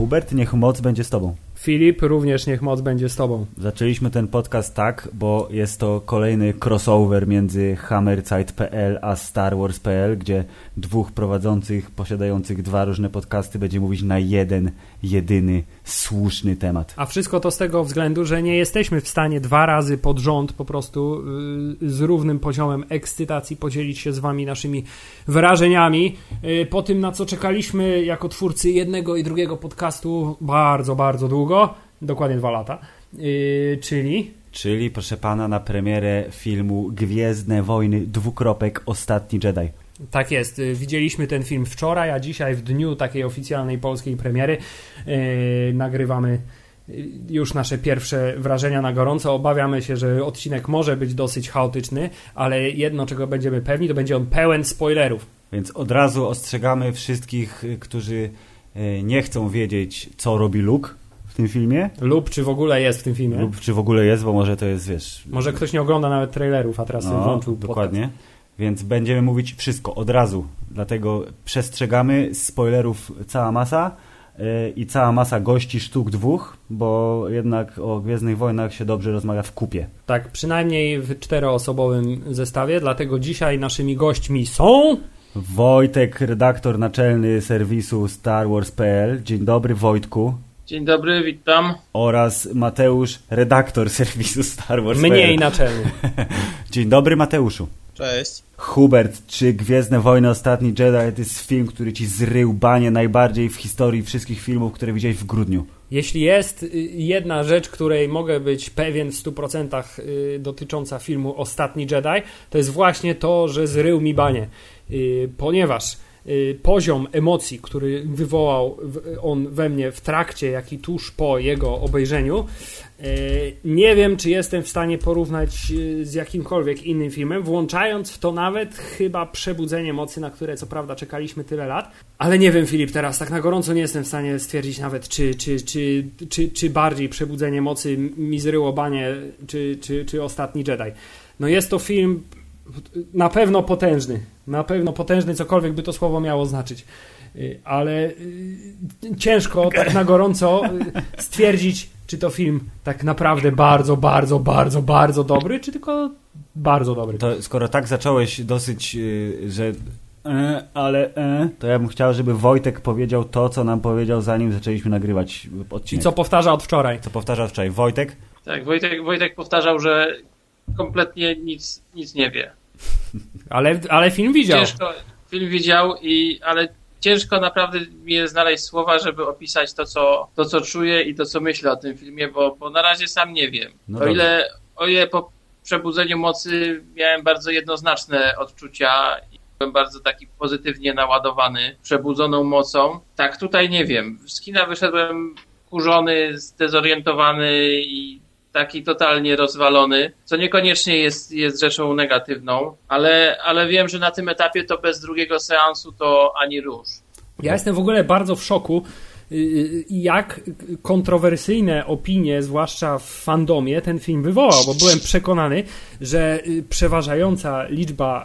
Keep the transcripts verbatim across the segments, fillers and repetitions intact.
Hubert, niech moc będzie z tobą. Filip, również niech moc będzie z tobą. Zaczęliśmy ten podcast tak, bo jest to kolejny crossover między Hammerzeit kropka p l a Star Wars kropka p l, gdzie dwóch prowadzących, posiadających dwa różne podcasty będzie mówić na jeden, jedyny, słuszny temat. A wszystko to z tego względu, że nie jesteśmy w stanie dwa razy pod rząd po prostu yy, z równym poziomem ekscytacji podzielić się z wami naszymi wrażeniami yy, po tym, na co czekaliśmy jako twórcy jednego i drugiego podcastu bardzo, bardzo długo. Dokładnie dwa lata. Yy, czyli... Czyli, proszę pana, na premierę filmu Gwiezdne Wojny, dwukropek, Ostatni Jedi. Tak jest. Widzieliśmy ten film wczoraj, a dzisiaj w dniu takiej oficjalnej polskiej premiery yy, nagrywamy już nasze pierwsze wrażenia na gorąco. Obawiamy się, że odcinek może być dosyć chaotyczny, ale jedno, czego będziemy pewni, to będzie on pełen spoilerów. Więc od razu ostrzegamy wszystkich, którzy nie chcą wiedzieć, co robi Luke w tym filmie. Lub czy w ogóle jest w tym filmie. Lub czy w ogóle jest, bo może to jest, wiesz... Może ktoś nie ogląda nawet trailerów, a teraz no, włączył dokładnie. podcast. Więc będziemy mówić wszystko od razu. Dlatego przestrzegamy spoilerów cała masa yy, i cała masa gości sztuk dwóch, bo jednak o Gwiezdnych Wojnach się dobrze rozmawia w kupie. Tak, przynajmniej w czteroosobowym zestawie, dlatego dzisiaj naszymi gośćmi są... Wojtek, redaktor naczelny serwisu Star Wars kropka p l. Dzień dobry, Wojtku. Dzień dobry, witam. Oraz Mateusz, redaktor serwisu Star Wars kropka p l. Mniej naczelny. Dzień dobry, Mateuszu. Cześć. Hubert, czy Gwiezdne Wojny, Ostatni Jedi to jest film, który ci zrył banie najbardziej w historii wszystkich filmów, które widziałeś w grudniu? Jeśli jest jedna rzecz, której mogę być pewien w stu procentach dotycząca filmu Ostatni Jedi, to jest właśnie to, że zrył mi banie. Ponieważ poziom emocji, który wywołał on we mnie w trakcie, jak i tuż po jego obejrzeniu, nie wiem, czy jestem w stanie porównać z jakimkolwiek innym filmem, włączając w to nawet chyba Przebudzenie Mocy, na które co prawda czekaliśmy tyle lat, ale nie wiem, Filip, teraz tak na gorąco nie jestem w stanie stwierdzić nawet, czy, czy, czy, czy, czy bardziej Przebudzenie Mocy mi zryło banie, czy, czy, czy Ostatni Jedi. No jest to film na pewno potężny, na pewno potężny, cokolwiek by to słowo miało znaczyć, ale ciężko tak na gorąco stwierdzić, czy to film tak naprawdę bardzo, bardzo, bardzo, bardzo dobry, czy tylko bardzo dobry. To skoro tak zacząłeś dosyć, że e, ale e, to ja bym chciał, żeby Wojtek powiedział to, co nam powiedział, zanim zaczęliśmy nagrywać odcinek. I co powtarza od wczoraj. Co powtarza od wczoraj. Wojtek? Tak, Wojtek, Wojtek powtarzał, że kompletnie nic, nic nie wie. Ale, ale film widział. Ciężko, film widział, i, ale ciężko naprawdę mi jest znaleźć słowa, żeby opisać to, co, to, co czuję i to, co myślę o tym filmie, bo, bo na razie sam nie wiem. No o, ile, o ile po Przebudzeniu Mocy miałem bardzo jednoznaczne odczucia i byłem bardzo taki pozytywnie naładowany przebudzoną mocą, tak tutaj nie wiem. Z kina wyszedłem kurzony, zdezorientowany i taki totalnie rozwalony, co niekoniecznie jest, jest rzeczą negatywną, ale, ale wiem, że na tym etapie to bez drugiego seansu to ani rusz. Ja jestem w ogóle bardzo w szoku, jak kontrowersyjne opinie, zwłaszcza w fandomie, ten film wywołał, bo byłem przekonany, że przeważająca liczba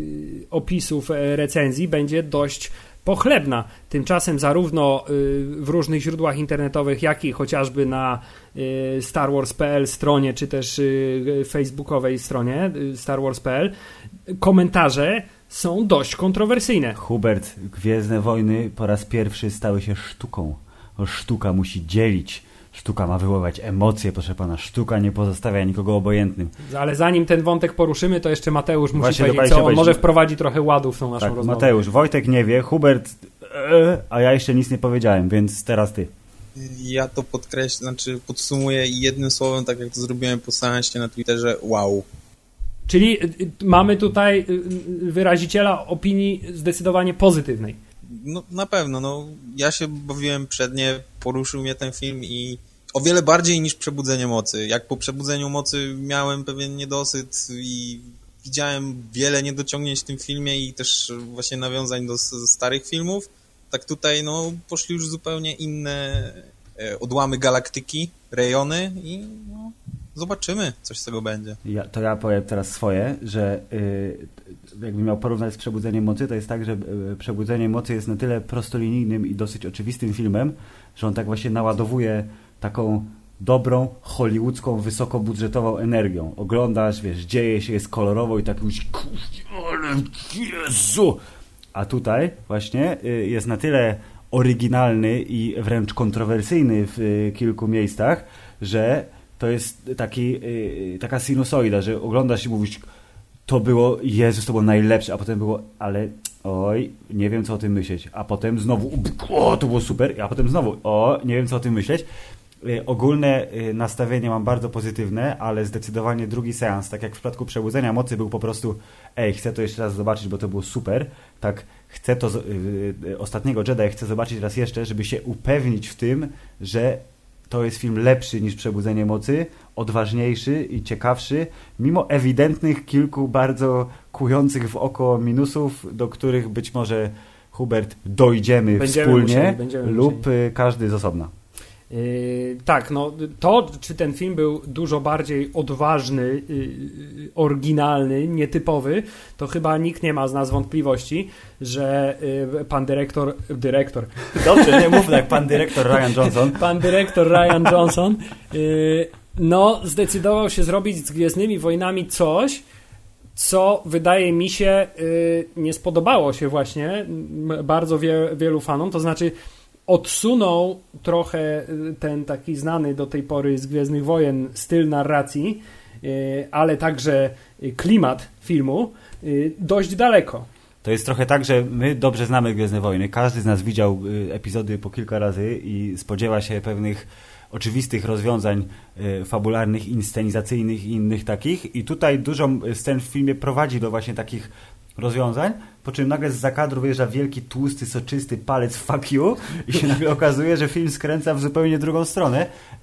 opisów, recenzji będzie dość pochlebna. Tymczasem zarówno w różnych źródłach internetowych, jak i chociażby na Star Wars kropka p l stronie, czy też facebookowej stronie Star Wars kropka p l komentarze są dość kontrowersyjne. Hubert, Gwiezdne Wojny po raz pierwszy stały się sztuką. Sztuka musi dzielić. Sztuka ma wywoływać emocje, proszę pana. Sztuka nie pozostawia nikogo obojętnym. Ale zanim ten wątek poruszymy, to jeszcze Mateusz musi Właśnie powiedzieć, co on powiedzieć. może wprowadzi trochę ładu w tą naszą tak, rozmowę. Mateusz, Wojtek nie wie, Hubert, e, a ja jeszcze nic nie powiedziałem, więc teraz ty. Ja to podkreślę, znaczy podsumuję jednym słowem, tak jak to zrobiłem po seansie na Twitterze, wow. Czyli mamy tutaj wyraziciela opinii zdecydowanie pozytywnej. No na pewno, no ja się bawiłem przednie, poruszył mnie ten film i o wiele bardziej niż Przebudzenie Mocy. Jak po Przebudzeniu Mocy miałem pewien niedosyt i widziałem wiele niedociągnięć w tym filmie i też właśnie nawiązań do starych filmów, tak tutaj no poszli już zupełnie inne odłamy galaktyki, rejony i no, zobaczymy, coś z tego będzie. Ja, to ja powiem teraz swoje, że yy, jakbym miał porównać z Przebudzeniem Mocy, to jest tak, że yy, Przebudzenie Mocy jest na tyle prostolinijnym i dosyć oczywistym filmem, że on tak właśnie naładowuje taką dobrą, hollywoodzką, wysokobudżetową energią. Oglądasz, wiesz, dzieje się, jest kolorowo i tak myślisz, ale Jezu! A tutaj właśnie yy, jest na tyle oryginalny i wręcz kontrowersyjny w yy, kilku miejscach, że to jest taki, yy, taka sinusoida, że oglądasz i mówisz, to było, Jezus, to było najlepsze, a potem było, ale oj, nie wiem co o tym myśleć, a potem znowu, o, to było super, a potem znowu, o, nie wiem co o tym myśleć. Yy, ogólne yy, nastawienie mam bardzo pozytywne, ale zdecydowanie drugi seans, tak jak w przypadku Przebudzenia Mocy był po prostu, ej, chcę to jeszcze raz zobaczyć, bo to było super, tak chcę to, yy, yy, ostatniego Jedi chcę zobaczyć raz jeszcze, żeby się upewnić w tym, że to jest film lepszy niż Przebudzenie Mocy, odważniejszy i ciekawszy, mimo ewidentnych kilku bardzo kłujących w oko minusów, do których być może, Hubert, dojdziemy będziemy wspólnie musieli, będziemy lub musieli. każdy z osobna. Yy, tak, no to, czy ten film był dużo bardziej odważny, yy, oryginalny, nietypowy, to chyba nikt nie ma z nas wątpliwości, że yy, pan dyrektor, dyrektor. Dobrze, nie mów tak, pan dyrektor Rian Johnson. Pan dyrektor Rian Johnson, yy, no zdecydował się zrobić z Gwiezdnymi Wojnami coś, co wydaje mi się yy, nie spodobało się właśnie bardzo wie, wielu fanom, to znaczy odsunął trochę ten taki znany do tej pory z Gwiezdnych Wojen styl narracji, ale także klimat filmu dość daleko. To jest trochę tak, że my dobrze znamy Gwiezdne Wojny. Każdy z nas widział epizody po kilka razy i spodziewa się pewnych oczywistych rozwiązań fabularnych, inscenizacyjnych i innych takich. I tutaj dużo scen w filmie prowadzi do właśnie takich rozwiązań, po czym nagle z zakadru wyjeżdża wielki, tłusty, soczysty palec fuck you i się nagle okazuje, że film skręca w zupełnie drugą stronę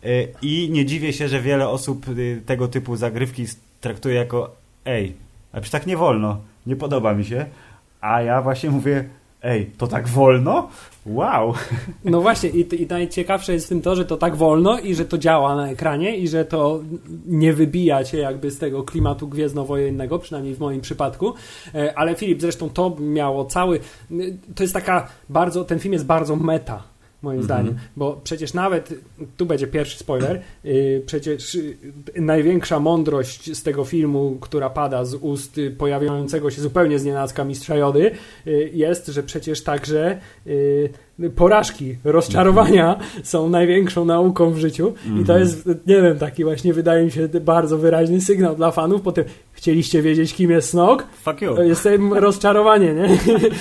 i nie dziwię się, że wiele osób tego typu zagrywki traktuje jako ej, ale przecież tak nie wolno, nie podoba mi się, a ja właśnie mówię ej, to tak wolno? Wow! No właśnie i, i najciekawsze jest w tym to, że to tak wolno i że to działa na ekranie i że to nie wybija cię jakby z tego klimatu gwiezdnowojennego, przynajmniej w moim przypadku, ale Filip, zresztą to miało cały, to jest taka bardzo, ten film jest bardzo meta, moim mm-hmm. zdaniem, bo przecież nawet, tu będzie pierwszy spoiler, yy, przecież yy, największa mądrość z tego filmu, która pada z ust yy, pojawiającego się zupełnie znienacka mistrza Jody, yy, jest, że przecież także yy, porażki, rozczarowania są największą nauką w życiu mm-hmm. i to jest, nie wiem, taki właśnie wydaje mi się bardzo wyraźny sygnał dla fanów, potem chcieliście wiedzieć, kim jest Snoke? Fuck you. Jestem rozczarowanie, nie?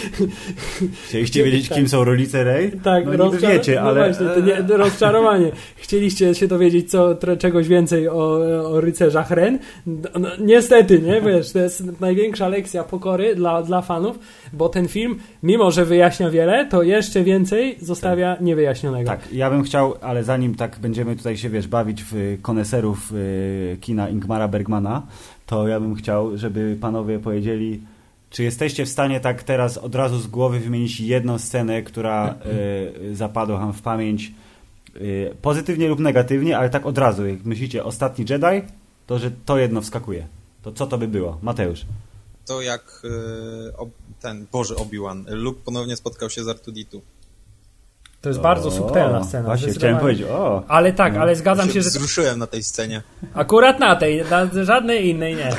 Chcieliście wiedzieć, kim są rodzice Rey? Tak, no rozczar- wiecie, ale... No właśnie, to nie, rozczarowanie. Chcieliście się dowiedzieć co, tro, czegoś więcej o, o rycerzach Ren? No, niestety, nie? Wiesz, to jest największa lekcja pokory dla, dla fanów, bo ten film, mimo że wyjaśnia wiele, to jeszcze więcej zostawia tak. niewyjaśnionego. Tak, ja bym chciał, ale zanim tak będziemy tutaj się, wiesz, bawić w koneserów y, kina Ingmara Bergmana, to ja bym chciał, żeby panowie powiedzieli, czy jesteście w stanie tak teraz od razu z głowy wymienić jedną scenę, która y, zapadła wam w pamięć y, pozytywnie lub negatywnie, ale tak od razu, jak myślicie Ostatni Jedi, to że to jedno wskakuje. To co to by było? Mateusz. To jak y, ob, ten, Boże Obi-Wan, Luke ponownie spotkał się z R dwa D dwa. To jest o, bardzo subtelna scena. Właśnie chciałem powiedzieć, o. Ale tak, no, ale zgadzam się, się, że... Wzruszyłem na tej scenie. Akurat na tej, na żadnej innej nie.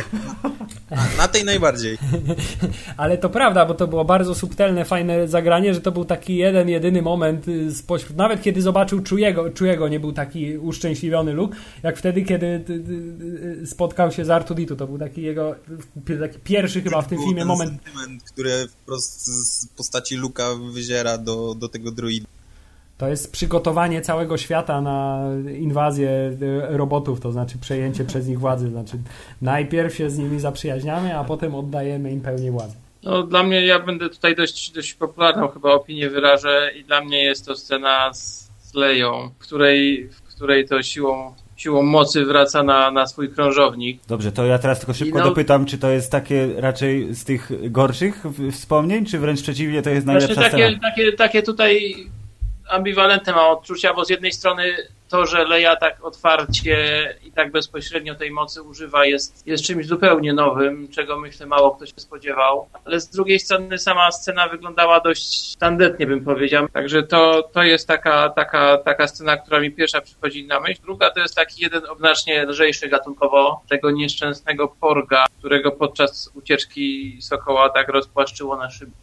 Na tej najbardziej. Ale to prawda, bo to było bardzo subtelne, fajne zagranie, że to był taki jeden, jedyny moment spośród... Nawet kiedy zobaczył Chewie'ego, Chewie'ego nie był taki uszczęśliwiony Luke, jak wtedy, kiedy spotkał się z R dwa D dwa. To był taki jego taki pierwszy chyba w tym filmie ten moment. sentyment, który wprost z postaci Luke'a wyziera do, do tego droida. To jest przygotowanie całego świata na inwazję robotów, to znaczy przejęcie przez nich władzy. Znaczy najpierw się z nimi zaprzyjaźniamy, a potem oddajemy im pełnię władzy. No, dla mnie, ja będę tutaj dość, dość popularną chyba opinię wyrażę i dla mnie jest to scena z, z Leją, w której, w której to siłą, siłą mocy wraca na, na swój krążownik. Dobrze, to ja teraz tylko szybko no, dopytam, czy to jest takie raczej z tych gorszych wspomnień, czy wręcz przeciwnie, to jest najlepsza znaczy, takie, scena? takie, takie tutaj ambiwalentne mam odczucia, bo z jednej strony to, że Leia tak otwarcie i tak bezpośrednio tej mocy używa, jest, jest czymś zupełnie nowym, czego myślę mało kto się spodziewał. Ale z drugiej strony sama scena wyglądała dość tandetnie, bym powiedział. Także to, to jest taka, taka, taka scena, która mi pierwsza przychodzi na myśl. Druga to jest taki jeden znacznie lżejszy gatunkowo, tego nieszczęsnego porga, którego podczas ucieczki Sokoła tak rozpłaszczyło na szybę.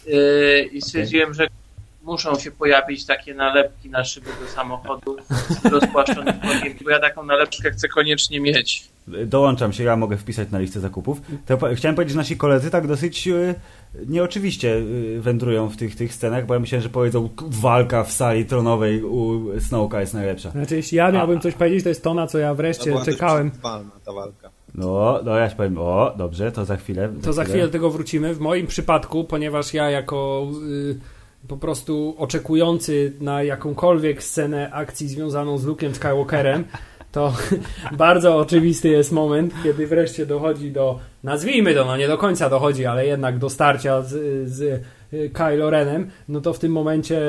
Yy, I stwierdziłem, że muszą się pojawić takie nalepki na szyby do samochodu z rozpłaszczonym porgiem, bo ja taką nalepkę chcę koniecznie mieć. Dołączam się, ja mogę wpisać na listę zakupów. To chciałem powiedzieć, że nasi koledzy tak dosyć yy, nieoczywiście yy, wędrują w tych, tych scenach, bo ja myślałem, że powiedzą, walka w sali tronowej u Snowka jest najlepsza. Znaczy, jeśli ja miałbym coś powiedzieć, to jest to, na co ja wreszcie no czekałem. Ta walka. No, no ja ci powiem, o, dobrze, to za chwilę. To za chwilę do tego wrócimy. W moim przypadku, ponieważ ja jako y, po prostu oczekujący na jakąkolwiek scenę akcji związaną z Luke'em Skywalkerem, to bardzo oczywisty jest moment, kiedy wreszcie dochodzi do, nazwijmy to, no nie do końca dochodzi, ale jednak do starcia z, z Kylo Renem, no to w tym momencie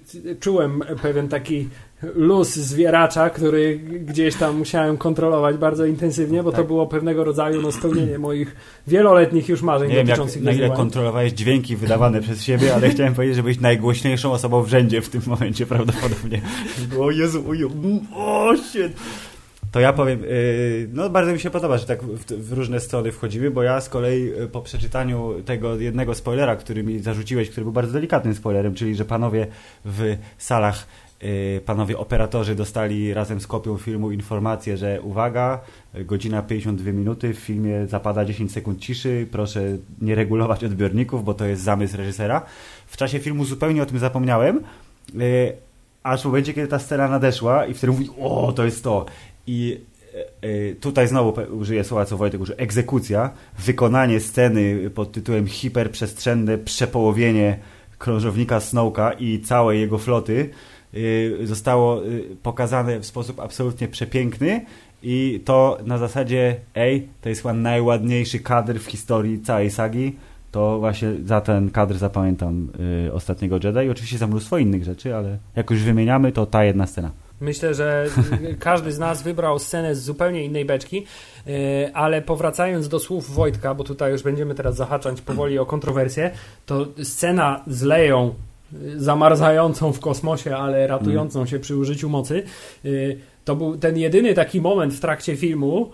czułem pewien taki luz zwieracza, który gdzieś tam musiałem kontrolować bardzo intensywnie, bo tak. To było pewnego rodzaju no, spełnienie moich wieloletnich już marzeń nie dotyczących wiem, jak, na ile kontrolowałeś dźwięki wydawane przez siebie, ale chciałem powiedzieć, że byłeś najgłośniejszą osobą w rzędzie w tym momencie prawdopodobnie. O Jezu, o Jezu, o shit. To ja powiem, yy, no bardzo mi się podoba, że tak w, w różne strony wchodzimy, bo ja z kolei po przeczytaniu tego jednego spoilera, który mi zarzuciłeś, który był bardzo delikatnym spoilerem, czyli że panowie w salach, yy, panowie operatorzy dostali razem z kopią filmu informację, że uwaga, godzina pięćdziesiąt dwie minuty, w filmie zapada dziesięć sekund ciszy, proszę nie regulować odbiorników, bo to jest zamysł reżysera. W czasie filmu zupełnie o tym zapomniałem, yy, aż w momencie, kiedy ta scena nadeszła i wtedy mówi, o, to jest to. I y, tutaj znowu użyję słowa, co Wojtek użył, egzekucja, wykonanie sceny pod tytułem hiperprzestrzenne przepołowienie krążownika Snowka i całej jego floty y, zostało y, pokazane w sposób absolutnie przepiękny i to na zasadzie, ej, to jest chyba najładniejszy kadr w historii całej sagi. To właśnie za ten kadr zapamiętam y, Ostatniego Jedi i oczywiście za mnóstwo innych rzeczy, ale jak już wymieniamy, to ta jedna scena. Myślę, że każdy z nas wybrał scenę z zupełnie innej beczki, ale powracając do słów Wojtka, bo tutaj już będziemy teraz zahaczać powoli o kontrowersję, to scena z Leją zamarzającą w kosmosie, ale ratującą się przy użyciu mocy, to był ten jedyny taki moment w trakcie filmu,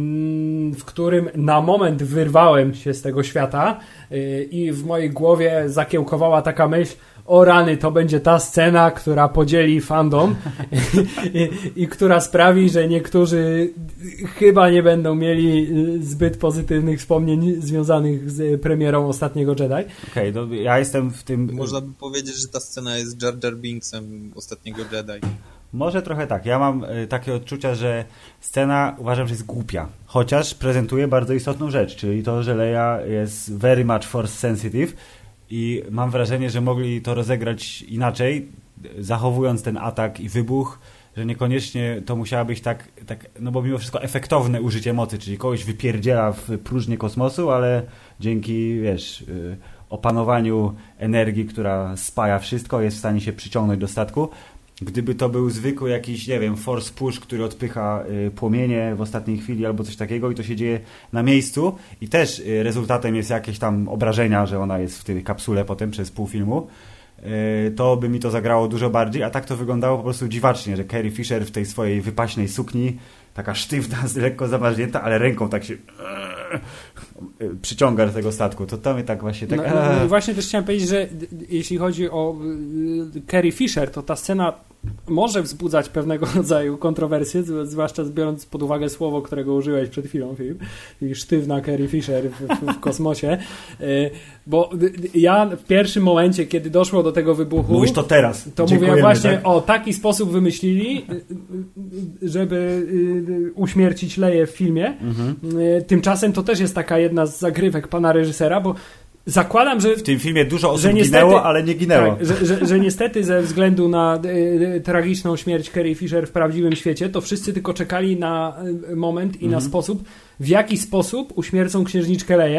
w którym na moment wyrwałem się z tego świata i w mojej głowie zakiełkowała taka myśl, o rany, to będzie ta scena, która podzieli fandom i, i, i która sprawi, że niektórzy chyba nie będą mieli zbyt pozytywnych wspomnień związanych z premierą Ostatniego Jedi. Okej, okay, no ja jestem w tym... Można by powiedzieć, że ta scena jest Jar Jar Binksem Ostatniego Jedi. Może trochę tak. Ja mam y, takie odczucia, że scena uważam, że jest głupia. Chociaż prezentuje bardzo istotną rzecz, czyli to, że Leia jest very much force sensitive i mam wrażenie, że mogli to rozegrać inaczej, zachowując ten atak i wybuch, że niekoniecznie to musiało być tak, tak, no bo mimo wszystko efektowne użycie mocy, czyli kogoś wypierdziela w próżnię kosmosu, ale dzięki, wiesz, y, opanowaniu energii, która spaja wszystko, jest w stanie się przyciągnąć do statku. Gdyby to był zwykły jakiś, nie wiem, force push, który odpycha y, płomienie w ostatniej chwili albo coś takiego i to się dzieje na miejscu i też y, rezultatem jest jakieś tam obrażenia, że ona jest w tej kapsule potem przez pół filmu, y, to by mi to zagrało dużo bardziej, a tak to wyglądało po prostu dziwacznie, że Carrie Fisher w tej swojej wypaśnej sukni, taka sztywna, lekko zamarznięta, ale ręką tak się yy, przyciąga do tego statku. To to mnie tak właśnie... Tak, no, no, właśnie też chciałem powiedzieć, że jeśli chodzi o yy, Carrie Fisher, to ta scena może wzbudzać pewnego rodzaju kontrowersje, zwłaszcza biorąc pod uwagę słowo, którego użyłeś przed chwilą, Filip, czyli sztywna Carrie Fisher w, w, w kosmosie. Yy, bo ja w pierwszym momencie, kiedy doszło do tego wybuchu... Mówisz to teraz. To mówię właśnie, tak? O, taki sposób wymyślili, żeby uśmiercić Leję w filmie. Mhm. Tymczasem to też jest taka jedna z zagrywek pana reżysera, bo zakładam, że... W tym filmie dużo osób niestety, ginęło, ale nie ginęło. Tak, że, że, że niestety ze względu na y, tragiczną śmierć Carrie Fisher w prawdziwym świecie, to wszyscy tylko czekali na moment i mhm. na sposób, w jaki sposób uśmiercą księżniczkę Leję.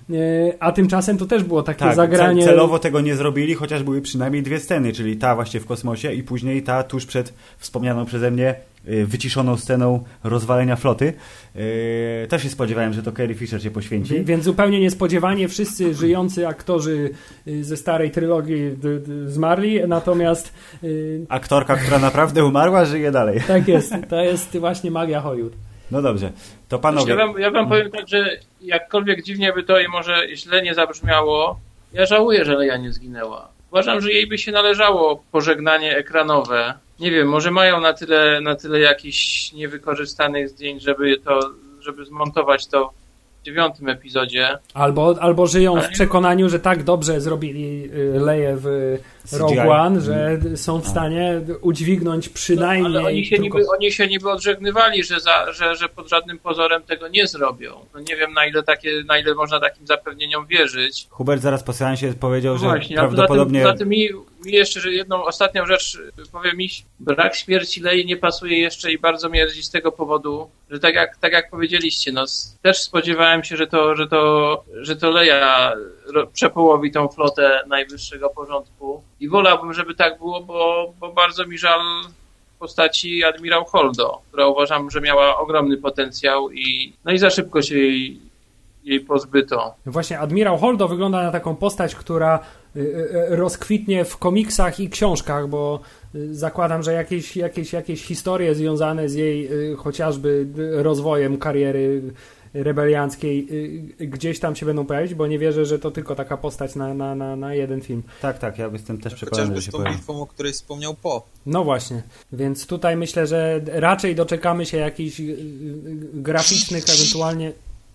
a tymczasem to też było takie tak, zagranie... celowo tego nie zrobili, chociaż były przynajmniej dwie sceny, czyli ta właśnie w kosmosie i później ta tuż przed wspomnianą przeze mnie wyciszoną sceną rozwalenia floty. Yy, też się spodziewałem, że to Carrie Fisher się poświęci. Więc zupełnie niespodziewanie wszyscy żyjący aktorzy ze starej trylogii d- d- zmarli, natomiast... Yy... Aktorka, która naprawdę umarła, żyje dalej. Tak jest. To jest właśnie magia Hollywood. No dobrze. To panowie... Ja wam, ja wam powiem tak, że jakkolwiek dziwnie by to i może źle nie zabrzmiało, ja żałuję, że Leia nie zginęła. Uważam, że jej by się należało pożegnanie ekranowe. Nie wiem, może mają na tyle, na tyle jakichś niewykorzystanych zdjęć, żeby to, żeby zmontować to w dziewiątym epizodzie. Albo, albo żyją Ale... w przekonaniu, że tak dobrze zrobili Leję w Rogue One, że są w stanie udźwignąć przynajmniej... No, ale oni się, tylko... niby, oni się niby odżegnywali, że, za, że, że pod żadnym pozorem tego nie zrobią. No nie wiem, na ile, takie, na ile można takim zapewnieniom wierzyć. Hubert zaraz po seansie powiedział, No że właśnie, prawdopodobnie... Poza tym, poza tym mi, mi jeszcze, że jedną ostatnią rzecz powiem mi, brak śmierci Lei nie pasuje jeszcze i bardzo mierdzi z tego powodu, że tak jak, tak jak powiedzieliście, no też spodziewałem się, że to, że to, że to Leia przepołowi tą flotę najwyższego porządku i wolałbym, żeby tak było, bo, bo bardzo mi żal postaci admirał Holdo, która uważam, że miała ogromny potencjał i no i za szybko się jej, jej pozbyto. Właśnie admirał Holdo wygląda na taką postać, która rozkwitnie w komiksach i książkach, bo zakładam, że jakieś, jakieś, jakieś historie związane z jej chociażby rozwojem kariery rebelianckiej gdzieś tam się będą pojawić, bo nie wierzę, że to tylko taka postać na, na, na, na jeden film. Tak, tak, ja jestem też przekonany, że się pojawi. Chociażby z tą bitwą, o której wspomniał Po. No właśnie, więc tutaj myślę, że raczej doczekamy się jakichś graficznych, ewentualnie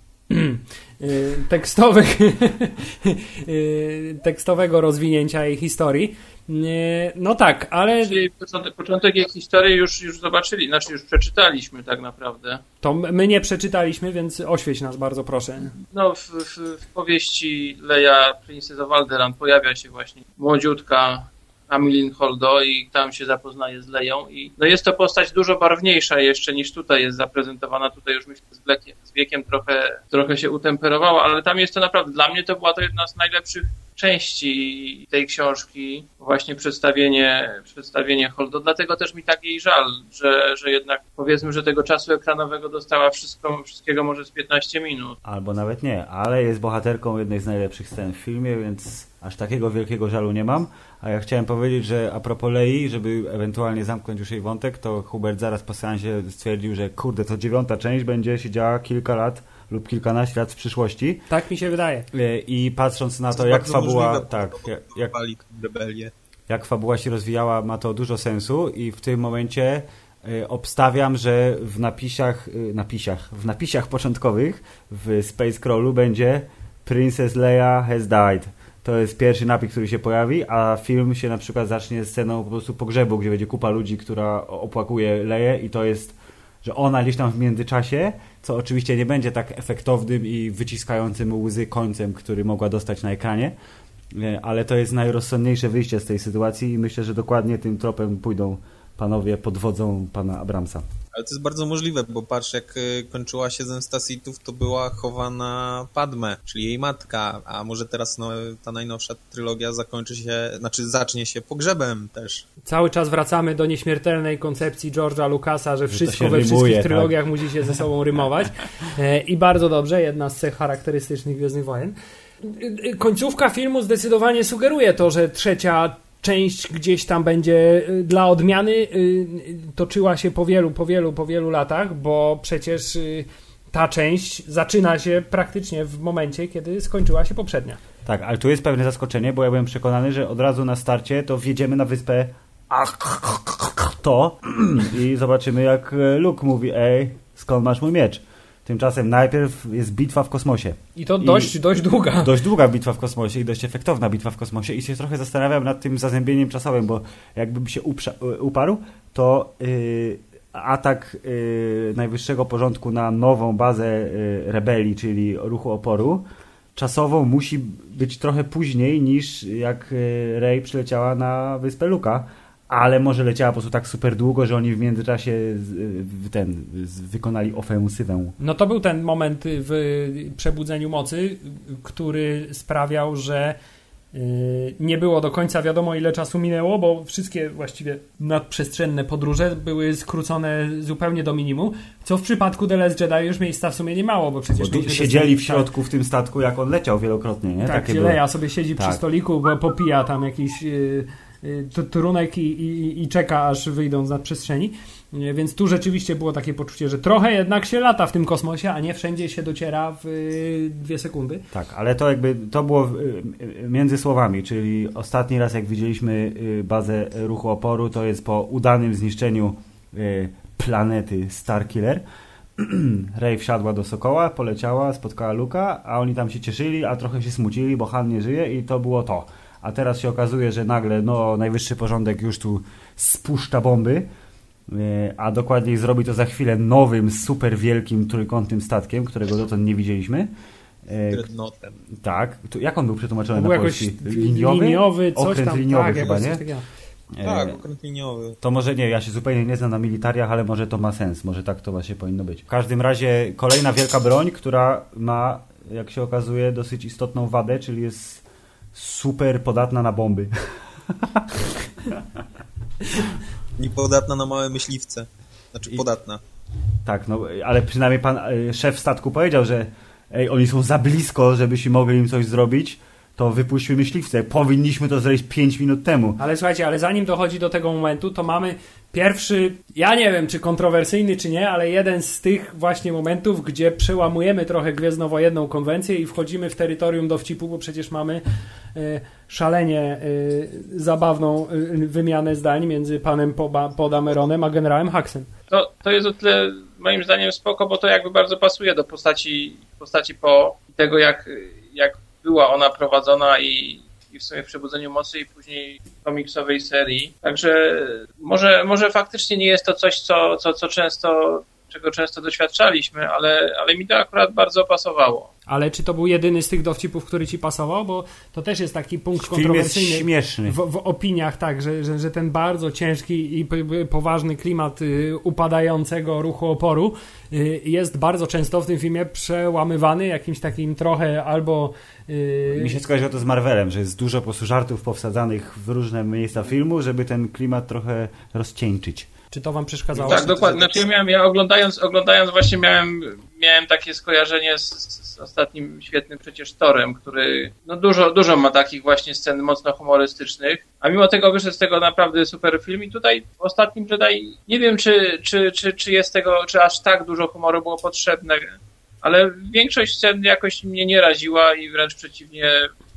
tekstowych tekstowego rozwinięcia jej historii. No tak, ale... Czyli początek, początek jej historii już, już zobaczyli, znaczy już przeczytaliśmy tak naprawdę. To my nie przeczytaliśmy, więc oświeć nas bardzo proszę. No w, w, w powieści Leia Princess of Alderaan pojawia się właśnie młodziutka Amilyn Holdo i tam się zapoznaje z Leją i no jest to postać dużo barwniejsza jeszcze niż tutaj jest zaprezentowana. Tutaj już myślę z wiekiem, z wiekiem trochę, trochę się utemperowała, ale tam jest to naprawdę, dla mnie to była to jedna z najlepszych części tej książki, właśnie przedstawienie, przedstawienie Holdo, dlatego też mi tak jej żal, że, że jednak powiedzmy, że tego czasu ekranowego dostała wszystko, wszystkiego może z piętnaście minut. Albo nawet nie, ale jest bohaterką jednej z najlepszych scen w filmie, więc aż takiego wielkiego żalu nie mam. A ja chciałem powiedzieć, że a propos Lei, żeby ewentualnie zamknąć już jej wątek, to Hubert zaraz po seansie stwierdził, że kurde, to dziewiąta część będzie się działa kilka lat lub kilkanaście lat w przyszłości. Tak mi się wydaje. I patrząc na to, to jak fabuła, możliwe, tak, jak, jak, rebelię. jak fabuła się rozwijała, ma to dużo sensu i w tym momencie y, obstawiam, że w napisach, y, napisach, w napisach początkowych w Space Crawlu będzie Princess Leia has died. To jest pierwszy napis, który się pojawi, a film się na przykład zacznie sceną po prostu pogrzebu, gdzie będzie kupa ludzi, która opłakuje Leię i to jest, że ona gdzieś tam w międzyczasie, co oczywiście nie będzie tak efektownym i wyciskającym łzy końcem, który mogła dostać na ekranie, ale to jest najrozsądniejsze wyjście z tej sytuacji i myślę, że dokładnie tym tropem pójdą panowie pod wodzą pana Abramsa. Ale to jest bardzo możliwe, bo patrz, jak kończyła się Zemsta Sithów, to była chowana Padme, czyli jej matka, a może teraz no, ta najnowsza trylogia zakończy się, znaczy zacznie się pogrzebem też. Cały czas wracamy do nieśmiertelnej koncepcji George'a Lucasa, że wszystko że we rymuje, wszystkich tak? trylogiach musi się ze sobą rymować. I bardzo dobrze, jedna z cech charakterystycznych Gwiezdnych Wojen. Końcówka filmu zdecydowanie sugeruje to, że trzecia część gdzieś tam będzie dla odmiany toczyła się po wielu, po wielu, po wielu latach, bo przecież ta część zaczyna się praktycznie w momencie, kiedy skończyła się poprzednia. Tak, ale tu jest pewne zaskoczenie, bo ja byłem przekonany, że od razu na starcie to wjedziemy na wyspę to i zobaczymy, jak Luke mówi: ej, skąd masz mój miecz? Tymczasem najpierw jest bitwa w kosmosie. I to dość, I dość długa. Dość długa bitwa w kosmosie i dość efektowna bitwa w kosmosie i się trochę zastanawiam nad tym zazębieniem czasowym, bo jakbym się uprza- uparł, to yy, atak yy, najwyższego porządku na nową bazę yy, rebelii, czyli ruchu oporu, czasowo musi być trochę później niż jak yy, Rey przyleciała na wyspę Luka. ale może leciała po prostu tak super długo, że oni w międzyczasie ten, wykonali ofensywę. No to był ten moment w Przebudzeniu Mocy, który sprawiał, że nie było do końca wiadomo, ile czasu minęło, bo wszystkie właściwie nadprzestrzenne podróże były skrócone zupełnie do minimum, co w przypadku The Last Jedi już miejsca w sumie nie mało, bo przecież... Bo siedzieli w środku w tym statku, jak on leciał wielokrotnie, nie? Tak, gdzie Leia sobie siedzi tak. przy stoliku, bo popija tam jakiś yy, yy, trunek i, i, i czeka, aż wyjdą z nadprzestrzeni. Yy, więc tu rzeczywiście było takie poczucie, że trochę jednak się lata w tym kosmosie, a nie wszędzie się dociera w yy, dwie sekundy. Tak, ale to jakby to było yy, między słowami, czyli ostatni raz jak widzieliśmy yy, bazę ruchu oporu, to jest po udanym zniszczeniu yy, planety Starkiller. Rey wsiadła do Sokoła, poleciała, spotkała Luka, a oni tam się cieszyli, a trochę się smucili, bo Han nie żyje i to było to. A teraz się okazuje, że nagle no, najwyższy porządek już tu spuszcza bomby, a dokładniej zrobi to za chwilę nowym, super wielkim, trójkątnym statkiem, którego dotąd nie widzieliśmy. Dreadnoughtem. Tak. Jak on był przetłumaczony był na polski? Liniowy? liniowy coś Okręt tam, liniowy tak, chyba, nie? Tak, okręt liniowy. To może nie, ja się zupełnie nie znam na militariach, ale może to ma sens, może tak to właśnie powinno być. W każdym razie kolejna wielka broń, która ma, jak się okazuje, dosyć istotną wadę, czyli jest super podatna na bomby. Niepodatna na małe myśliwce. Znaczy I... podatna. Tak, no ale przynajmniej pan szef statku powiedział, że ej, oni są za blisko, żebyśmy mogli im coś zrobić. To wypuśćmy myśliwce. Powinniśmy to zrobić pięć minut temu. Ale słuchajcie, ale zanim dochodzi do tego momentu, to mamy pierwszy, ja nie wiem, czy kontrowersyjny, czy nie, ale jeden z tych właśnie momentów, gdzie przełamujemy trochę gwiezdnowojenną konwencję i wchodzimy w terytorium dowcipu, bo przecież mamy y, szalenie y, zabawną y, wymianę zdań między panem Podameronem a generałem Huxem. To, to jest o tyle moim zdaniem spoko, bo to jakby bardzo pasuje do postaci, postaci Po tego, jak, jak była ona prowadzona i, i w sumie w Przebudzeniu Mocy i później w komiksowej serii. Także może, może faktycznie nie jest to coś, co, co, co często, czego często doświadczaliśmy, ale, ale mi to akurat bardzo pasowało. Ale czy to był jedyny z tych dowcipów, który ci pasował? Bo to też jest taki punkt Film kontrowersyjny jest śmieszny. w, w opiniach, tak, że, że, że ten bardzo ciężki i poważny klimat y, upadającego ruchu oporu y, jest bardzo często w tym filmie przełamywany jakimś takim trochę albo... Y... Mi się skojarzyło to z Marvelem, że jest dużo po prostu żartów powsadzanych w różne miejsca filmu, żeby ten klimat trochę rozcieńczyć. Czy to wam przeszkadzało? Tak, dokładnie. Znaczy ja miałem, ja oglądając, oglądając właśnie miałem, miałem takie skojarzenie z, z ostatnim świetnym przecież Thorem, który no dużo, dużo ma takich właśnie scen mocno humorystycznych, a mimo tego wyszedł z tego naprawdę super film i tutaj w ostatnim Jedi nie wiem, czy, czy, czy, czy jest tego, czy aż tak dużo humoru było potrzebne, ale większość scen jakoś mnie nie raziła i wręcz przeciwnie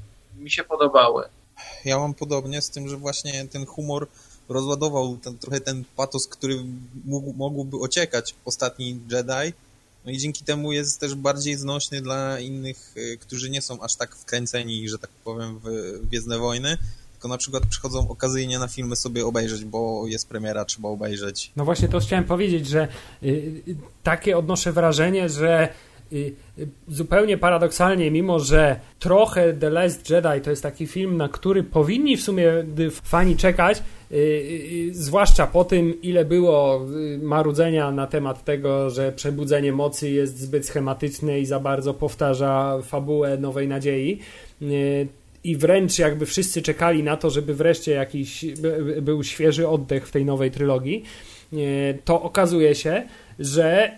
mi się podobały. Ja mam podobnie z tym, że właśnie ten humor rozładował ten, trochę ten patos, który mógł, mógłby ociekać w ostatni Jedi. No i dzięki temu jest też bardziej znośny dla innych, którzy nie są aż tak wkręceni, że tak powiem, w Gwiezdne Wojny, tylko na przykład przychodzą okazyjnie na filmy sobie obejrzeć, bo jest premiera, trzeba obejrzeć. No właśnie to chciałem powiedzieć, że y, takie odnoszę wrażenie, że y, zupełnie paradoksalnie, mimo że trochę The Last Jedi to jest taki film, na który powinni w sumie fani czekać, Yy, yy, zwłaszcza po tym, ile było yy, marudzenia na temat tego, że Przebudzenie Mocy jest zbyt schematyczne i za bardzo powtarza fabułę Nowej Nadziei yy, i wręcz jakby wszyscy czekali na to, żeby wreszcie jakiś by, był świeży oddech w tej nowej trylogii, yy, to okazuje się, że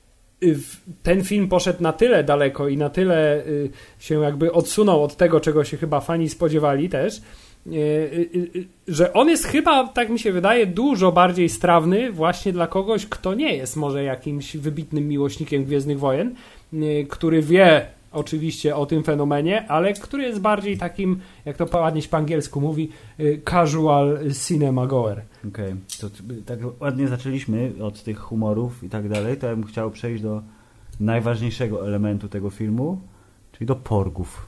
ten film poszedł na tyle daleko i na tyle yy, się jakby odsunął od tego, czego się chyba fani spodziewali też, że on jest chyba, tak mi się wydaje, dużo bardziej strawny właśnie dla kogoś, kto nie jest może jakimś wybitnym miłośnikiem Gwiezdnych Wojen, który wie oczywiście o tym fenomenie, ale który jest bardziej takim, jak to ładnie się po angielsku mówi, casual cinema goer. Okej, okay. To tak ładnie zaczęliśmy od tych humorów i tak dalej, to ja bym chciał przejść do najważniejszego elementu tego filmu, czyli do porgów.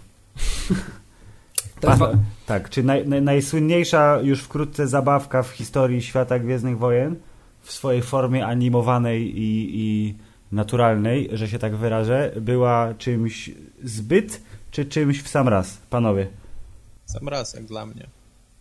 Pa, tak, czy naj, naj, najsłynniejsza już wkrótce zabawka w historii świata Gwiezdnych Wojen w swojej formie animowanej i, i naturalnej, że się tak wyrażę, była czymś zbyt, czy czymś w sam raz, panowie? Sam raz, jak dla mnie.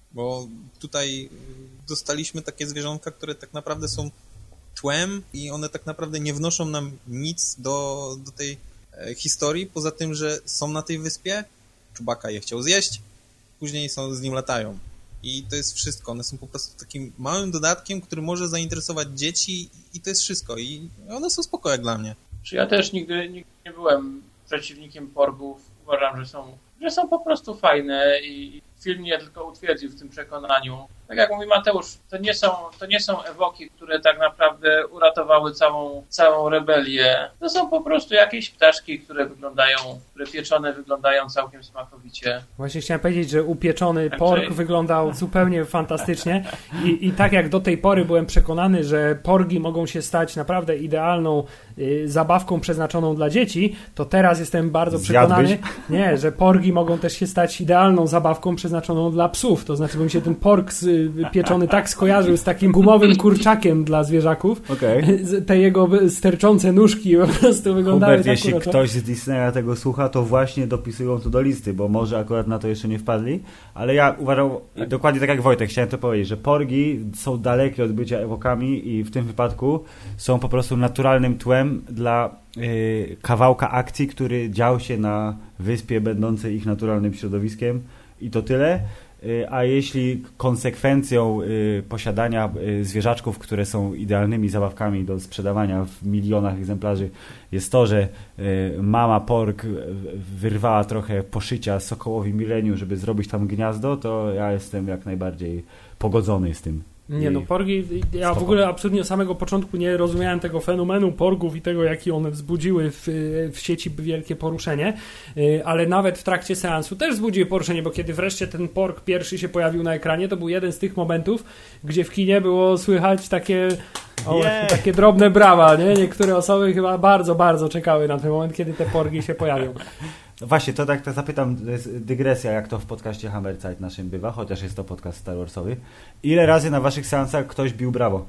Bo tutaj dostaliśmy takie zwierzątka, które tak naprawdę są tłem i one tak naprawdę nie wnoszą nam nic do, do tej e, historii, poza tym, że są na tej wyspie, Chewbacca je chciał zjeść, później są, z nim latają. I to jest wszystko. One są po prostu takim małym dodatkiem, który może zainteresować dzieci i to jest wszystko. I one są spoko jak dla mnie. Czy ja też nigdy, nigdy nie byłem przeciwnikiem porgów. Uważam, że są, że są po prostu fajne i film mnie tylko utwierdził w tym przekonaniu. Tak jak mówi Mateusz, to nie są, to nie są ewoki, które tak naprawdę uratowały całą, całą rebelię. To są po prostu jakieś ptaszki, które wyglądają, które pieczone wyglądają całkiem smakowicie. Właśnie chciałem powiedzieć, że upieczony Tak, porg czyli- wyglądał zupełnie fantastycznie i, i tak jak do tej pory byłem przekonany, że porgi mogą się stać naprawdę idealną y, zabawką przeznaczoną dla dzieci, to teraz jestem bardzo Zjadłbyś? przekonany, nie, że porgi mogą też się stać idealną zabawką przeznaczoną dla psów. To znaczy, bym się ten porg z, pieczony tak skojarzył z takim gumowym kurczakiem dla zwierzaków. Okej. Z- Te jego sterczące nóżki po prostu wyglądały Hubert, tak jeśli uroczo. ktoś z Disneya tego słucha, to właśnie dopisują to do listy, bo może akurat na to jeszcze nie wpadli, ale ja uważam, dokładnie tak jak Wojtek, chciałem to powiedzieć, że porgi są dalekie od bycia ewokami i w tym wypadku są po prostu naturalnym tłem dla y, kawałka akcji, który dział się na wyspie będącej ich naturalnym środowiskiem i to tyle. Y, A jeśli konsekwencją y, posiadania y, zwierzaczków, które są idealnymi zabawkami do sprzedawania w milionach egzemplarzy, jest to, że y, mama pork y, wyrwała trochę poszycia sokołowi mileniu, żeby zrobić tam gniazdo, to ja jestem jak najbardziej pogodzony z tym. Nie no, porgi, ja Spoko. w ogóle absolutnie od samego początku nie rozumiałem tego fenomenu porgów i tego, jaki one wzbudziły w, w sieci wielkie poruszenie, Yy, ale nawet w trakcie seansu też wzbudziły poruszenie, bo kiedy wreszcie ten porg pierwszy się pojawił na ekranie, to był jeden z tych momentów, gdzie w kinie było słychać takie, o, Yeah. takie drobne brawa, nie? Niektóre osoby chyba bardzo, bardzo czekały na ten moment, kiedy te porgi się pojawią. No właśnie, to tak to zapytam, to jest dygresja, jak to w podcaście Hammerzeit naszym bywa, chociaż jest to podcast Star Warsowy. Ile razy na waszych seansach ktoś bił brawo?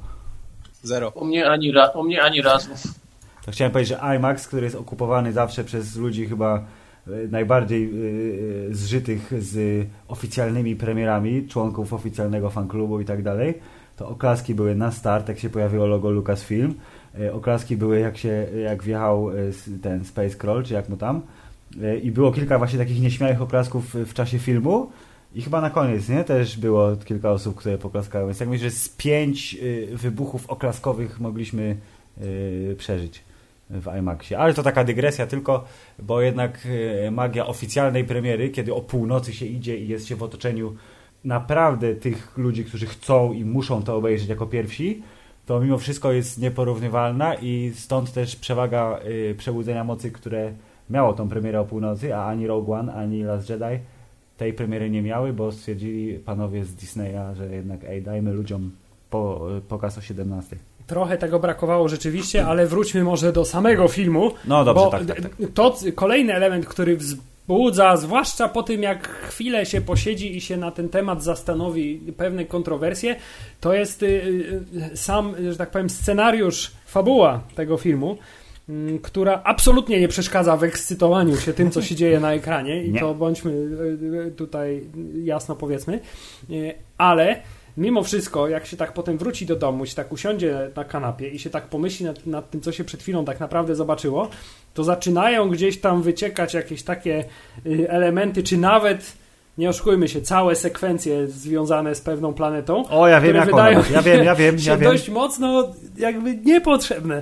Zero. U mnie ani, ra, u mnie ani razu. To chciałem powiedzieć, że IMAX, który jest okupowany zawsze przez ludzi chyba e, najbardziej e, zżytych z oficjalnymi premierami, członków oficjalnego fanklubu i tak dalej, to oklaski były na start, jak się pojawiło logo Lucasfilm. E, Oklaski były jak się, jak wjechał e, s- ten Space Crawl, czy jak mu tam. E, I było kilka właśnie takich nieśmiałych oklasków w czasie filmu. I chyba na koniec, nie? Też było kilka osób, które poklaskały. Więc jak myślę, że z pięć y, wybuchów oklaskowych mogliśmy y, przeżyć w IMAXie. Ale to taka dygresja tylko, bo jednak y, magia oficjalnej premiery, kiedy o północy się idzie i jest się w otoczeniu naprawdę tych ludzi, którzy chcą i muszą to obejrzeć jako pierwsi, to mimo wszystko jest nieporównywalna i stąd też przewaga y, Przebudzenia Mocy, które miało tą premierę o północy, a ani Rogue One, ani Last Jedi tej premiery nie miały, bo stwierdzili panowie z Disneya, że jednak ej, dajmy ludziom po, pokaz o siedemnastej. Trochę tego brakowało rzeczywiście, ale wróćmy może do samego filmu. No dobrze, bo tak, tak, tak. To kolejny element, który wzbudza, zwłaszcza po tym, jak chwilę się posiedzi i się na ten temat zastanowi pewne kontrowersje, to jest y, y, sam, że tak powiem, scenariusz, fabuła tego filmu, y, która absolutnie nie przeszkadza w ekscytowaniu się tym, co się dzieje na ekranie i Nie. to bądźmy y, y, tutaj jasno powiedzmy, y, ale mimo wszystko, jak się tak potem wróci do domu, się tak usiądzie na kanapie i się tak pomyśli nad, nad tym, co się przed chwilą tak naprawdę zobaczyło, to zaczynają gdzieś tam wyciekać jakieś takie y, elementy, czy nawet, nie oszukujmy się, całe sekwencje związane z pewną planetą. O, ja wiem które jak wydają ona. Ja wiem, ja wiem, się ja wiem. dość mocno jakby niepotrzebne.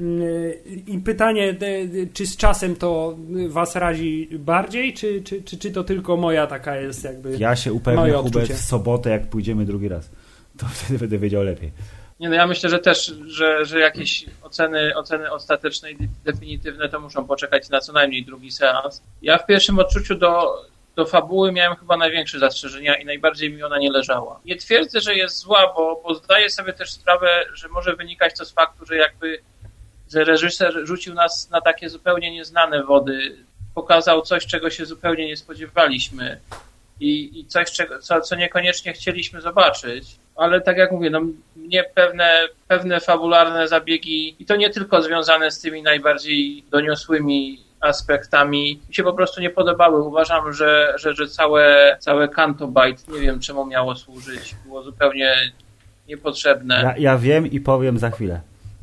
Y, I pytanie, y, y, czy z czasem to was razi bardziej, czy, czy, czy, czy to tylko moja taka jest jakby... Ja się upewnię, moje Hubert, odczucie. w sobotę, jak pójdziemy drugi raz. To wtedy będę wiedział lepiej. Nie, no ja myślę, że też, że, że jakieś oceny, oceny ostateczne i definitywne to muszą poczekać na co najmniej drugi seans. Ja w pierwszym odczuciu do, do fabuły miałem chyba największe zastrzeżenia i najbardziej mi ona nie leżała. Nie twierdzę, że jest zła, bo, bo zdaję sobie też sprawę, że może wynikać to z faktu, że jakby że reżyser rzucił nas na takie zupełnie nieznane wody, pokazał coś, czego się zupełnie nie spodziewaliśmy i, i coś, czego, co, co niekoniecznie chcieliśmy zobaczyć. Ale tak jak mówię, no mnie pewne, pewne fabularne zabiegi, i to nie tylko związane z tymi najbardziej doniosłymi aspektami mi się po prostu nie podobały. Uważam, że, że, że całe, całe Canto Bight, nie wiem czemu miało służyć, było zupełnie niepotrzebne. Ja, ja wiem i powiem za chwilę.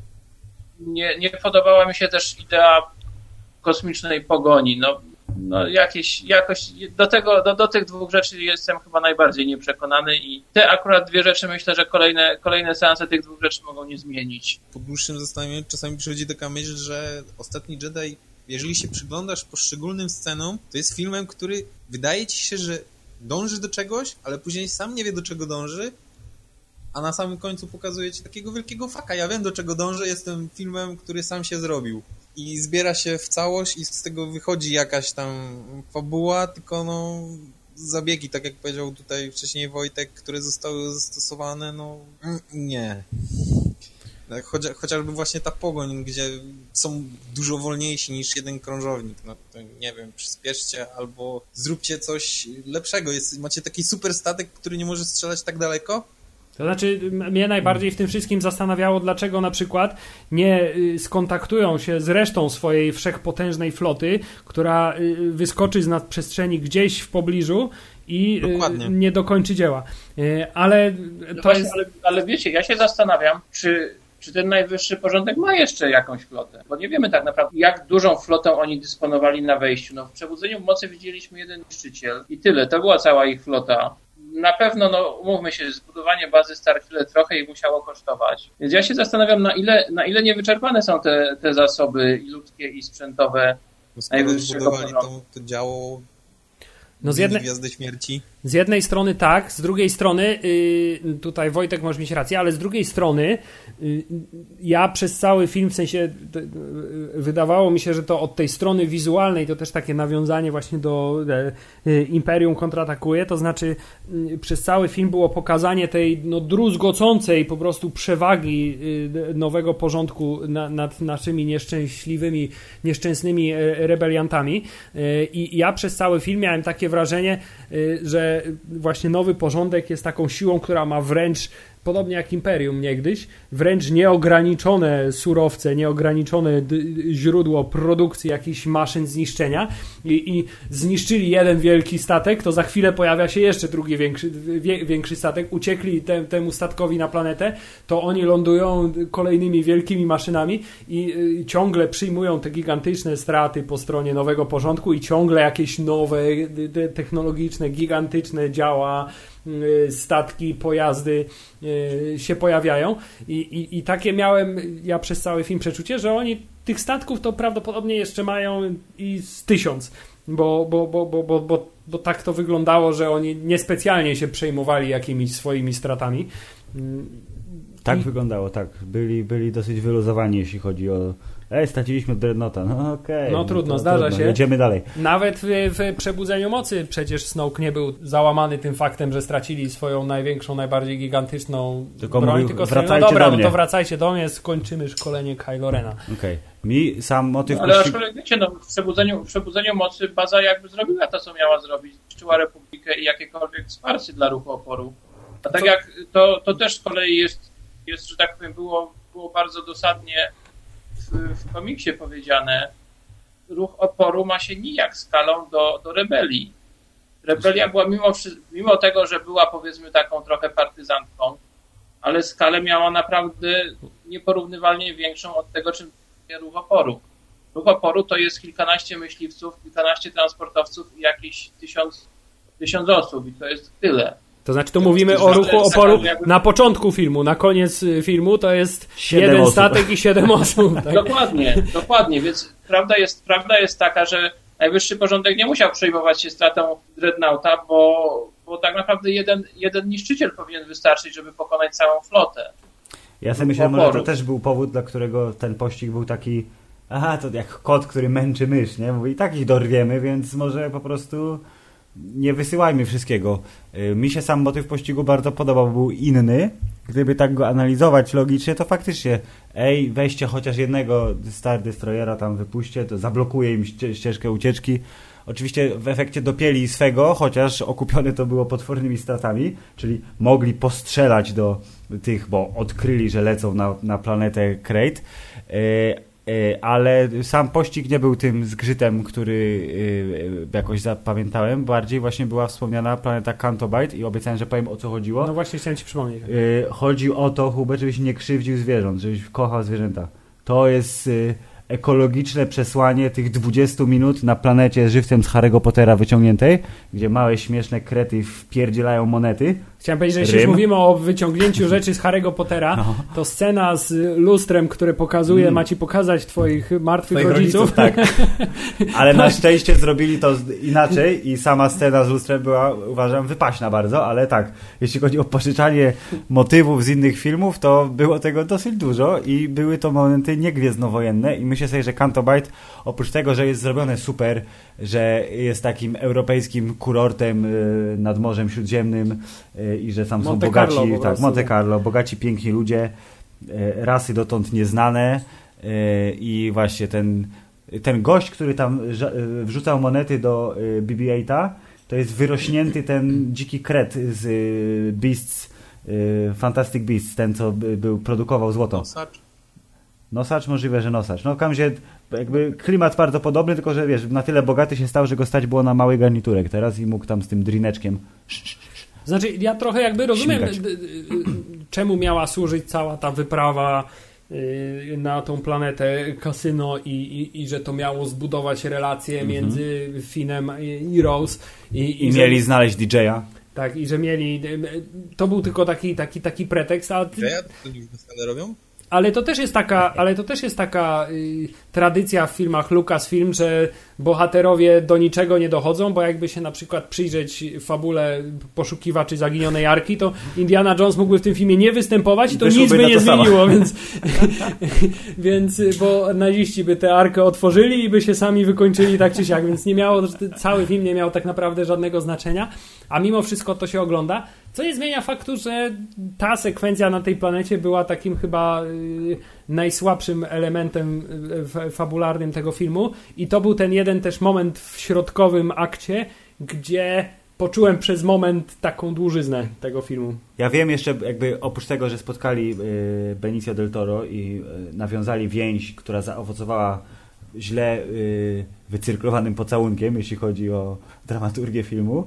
Nie, nie podobała mi się też idea kosmicznej pogoni. No, no jakieś, jakoś do, tego, do, do tych dwóch rzeczy jestem chyba najbardziej nieprzekonany i te akurat dwie rzeczy myślę, że kolejne, kolejne seanse tych dwóch rzeczy mogą nie zmienić. Po dłuższym zastanowieniu czasami przychodzi taka myśl, że Ostatni Jedi, jeżeli się przyglądasz poszczególnym scenom, to jest filmem, który wydaje ci się, że dąży do czegoś, ale później sam nie wie, do czego dąży, a na samym końcu pokazuje ci takiego wielkiego faka. Ja wiem, do czego dążę, jestem filmem, który sam się zrobił. I zbiera się w całość i z tego wychodzi jakaś tam fabuła, tylko no zabiegi, tak jak powiedział tutaj wcześniej Wojtek, które zostały zastosowane, no nie. Chocia, chociażby właśnie ta pogoń, gdzie są dużo wolniejsi niż jeden krążownik. No to nie wiem, przyspieszcie albo zróbcie coś lepszego. Jest, macie taki super statek, który nie może strzelać tak daleko. To znaczy, mnie najbardziej w tym wszystkim zastanawiało, dlaczego na przykład nie skontaktują się z resztą swojej wszechpotężnej floty, która wyskoczy z nadprzestrzeni gdzieś w pobliżu i Dokładnie. nie dokończy dzieła. Ale to no właśnie, jest... ale, ale wiecie, ja się zastanawiam, czy, czy ten najwyższy porządek ma jeszcze jakąś flotę, bo nie wiemy tak naprawdę, jak dużą flotą oni dysponowali na wejściu. No, w Przebudzeniu Mocy widzieliśmy jeden niszczyciel i tyle, to była cała ich flota. Na pewno, no umówmy się, zbudowanie bazy Starkiller trochę ich musiało kosztować. Więc ja się zastanawiam, na ile, na ile niewyczerpane są te, te zasoby i ludzkie, i sprzętowe najwyższego porządku. To, to działo no z jednej, Gwiazdy Śmierci. Z jednej strony tak, z drugiej strony, yy, tutaj Wojtek może mieć rację, ale z drugiej strony yy, ja przez cały film, w sensie yy, wydawało mi się, że to od tej strony wizualnej to też takie nawiązanie właśnie do yy, Imperium kontratakuje, to znaczy yy, przez cały film było pokazanie tej no, druzgocącej po prostu przewagi yy, nowego porządku na, nad naszymi nieszczęśliwymi, nieszczęsnymi yy, rebeliantami yy, i ja przez cały film miałem takie wrażenie, yy, że właśnie nowy porządek jest taką siłą, która ma wręcz, podobnie jak Imperium niegdyś, wręcz nieograniczone surowce, nieograniczone d- źródło produkcji jakichś maszyn zniszczenia i, i zniszczyli jeden wielki statek, to za chwilę pojawia się jeszcze drugi większy, wie, większy statek, uciekli te, temu statkowi na planetę, to oni lądują kolejnymi wielkimi maszynami i y, ciągle przyjmują te gigantyczne straty po stronie nowego porządku i ciągle jakieś nowe, y, technologiczne, gigantyczne działa, statki, pojazdy się pojawiają I, i, i takie miałem ja przez cały film przeczucie, że oni tych statków to prawdopodobnie jeszcze mają i z tysiąc, bo, bo, bo, bo, bo, bo, bo tak to wyglądało, że oni niespecjalnie się przejmowali jakimiś swoimi stratami. Tak I... wyglądało, tak. Byli, byli dosyć wyluzowani, jeśli chodzi o Ej, straciliśmy Dreadnoughta. No okej. Okay, no trudno, no, zdarza trudno. się. Jedziemy dalej. Nawet w, w Przebudzeniu Mocy przecież Snoke nie był załamany tym faktem, że stracili swoją największą, najbardziej gigantyczną tylko broń. Mówił, tylko wracajcie no dobra, do mnie. no to wracajcie do mnie, skończymy szkolenie Kylo Rena. Okej. Okay. Mi sam motyw... No, ale aczkolwiek wiecie, no, w Przebudzeniu, w Przebudzeniu Mocy baza jakby zrobiła to, co miała zrobić. Zniszczyła Republikę i jakiekolwiek wsparcie dla ruchu oporu. A tak co? jak to, to też z kolei jest, jest, że tak powiem, było, było bardzo dosadnie w, w komiksie powiedziane, ruch oporu ma się nijak skalą do, do rebelii. Rebelia była mimo, mimo tego, że była powiedzmy taką trochę partyzantką, ale skalę miała naprawdę nieporównywalnie większą od tego, czym jest ruch oporu. Ruch oporu to jest kilkanaście myśliwców, kilkanaście transportowców i jakieś tysiąc, tysiąc osób i to jest tyle. To znaczy, tu mówimy o ruchu oporu na początku filmu, na koniec filmu to jest jeden osób. Statek i siedem osób. Tak? Dokładnie, dokładnie, więc prawda jest, prawda jest taka, że najwyższy porządek nie musiał przejmować się stratą Dreadnoughta, bo, bo tak naprawdę jeden, jeden niszczyciel powinien wystarczyć, żeby pokonać całą flotę. Ja sobie myślę, że to też był powód, dla którego ten pościg był taki, aha, to jak kot, który męczy mysz, nie? Bo i tak ich dorwiemy, więc może po prostu... nie wysyłajmy wszystkiego. Mi się sam motyw pościgu bardzo podobał, był inny. Gdyby tak go analizować logicznie, to faktycznie ej, weźcie chociaż jednego Star Destroyera tam wypuśćcie, to zablokuje im ścieżkę ucieczki. Oczywiście w efekcie dopieli swego, chociaż okupione to było potwornymi stratami, czyli mogli postrzelać do tych, bo odkryli, że lecą na, na planetę Krayt. ale sam pościg nie był tym zgrzytem, który jakoś zapamiętałem. Bardziej właśnie była wspomniana planeta Canto Bight i obiecałem, że powiem, o co chodziło. No właśnie chciałem ci przypomnieć. Chodzi o to, Hubert, żebyś nie krzywdził zwierząt, żebyś kochał zwierzęta. To jest ekologiczne przesłanie tych dwudziestu minut na planecie żywcem z Harry'ego Pottera wyciągniętej, gdzie małe, śmieszne krety wpierdzielają monety. Chciałem powiedzieć, że jeśli już mówimy o wyciągnięciu rzeczy z Harry'ego Pottera, no. to scena z lustrem, które pokazuje, mm. ma ci pokazać twoich martwych Twoich rodziców. rodziców tak. Ale na szczęście zrobili to inaczej i sama scena z lustrem była, uważam, wypaśna bardzo, ale tak, jeśli chodzi o pożyczanie motywów z innych filmów, to było tego dosyć dużo i były to momenty niegwiezdnowojenne i myślę sobie, że Canto Bight, oprócz tego, że jest zrobione super, że jest takim europejskim kurortem y, nad Morzem Śródziemnym y, i że tam Monte są bogaci, Carlo, tak, Monte Carlo, bogaci, piękni ludzie, y, rasy dotąd nieznane y, i właśnie ten, ten gość, który tam y, wrzucał monety do y, B B osiem, to jest wyrośnięty ten dziki kret z y, Beasts, y, Fantastic Beasts, ten co by, był, produkował złoto. Nosacz? Nosacz, możliwe, że nosacz. No w każdym razie jakby klimat bardzo podobny, tylko że wiesz, na tyle bogaty się stał, że go stać było na mały garniturek teraz i mógł tam z tym drineczkiem. Znaczy ja trochę jakby rozumiem, Śmigać. czemu miała służyć cała ta wyprawa na tą planetę kasyno i, i, i że to miało zbudować relacje mhm. między Finnem i Rose. I, I, i mieli że, znaleźć D J a. Tak, i że mieli... To był tylko taki, taki, taki pretekst. A D J a to już wesele robią? Ale to też jest taka, ale to też jest taka y, tradycja w filmach Lucasfilm, że bohaterowie do niczego nie dochodzą, bo jakby się na przykład przyjrzeć fabule Poszukiwaczy Zaginionej Arki, to Indiana Jones mógłby w tym filmie nie występować i to nic by nie zmieniło, więc, więc bo naziści by tę arkę otworzyli i by się sami wykończyli tak czy siak, więc nie miało, cały film nie miał tak naprawdę żadnego znaczenia, a mimo wszystko to się ogląda, co nie zmienia faktu, że ta sekwencja na tej planecie była takim chyba y, najsłabszym elementem y, fabularnym tego filmu i to był ten jeden też moment w środkowym akcie, gdzie poczułem przez moment taką dłużyznę tego filmu. Ja wiem jeszcze, jakby oprócz tego, że spotkali y, Benicio del Toro i y, nawiązali więź, która zaowocowała źle y, wycyrklowanym pocałunkiem, jeśli chodzi o dramaturgię filmu,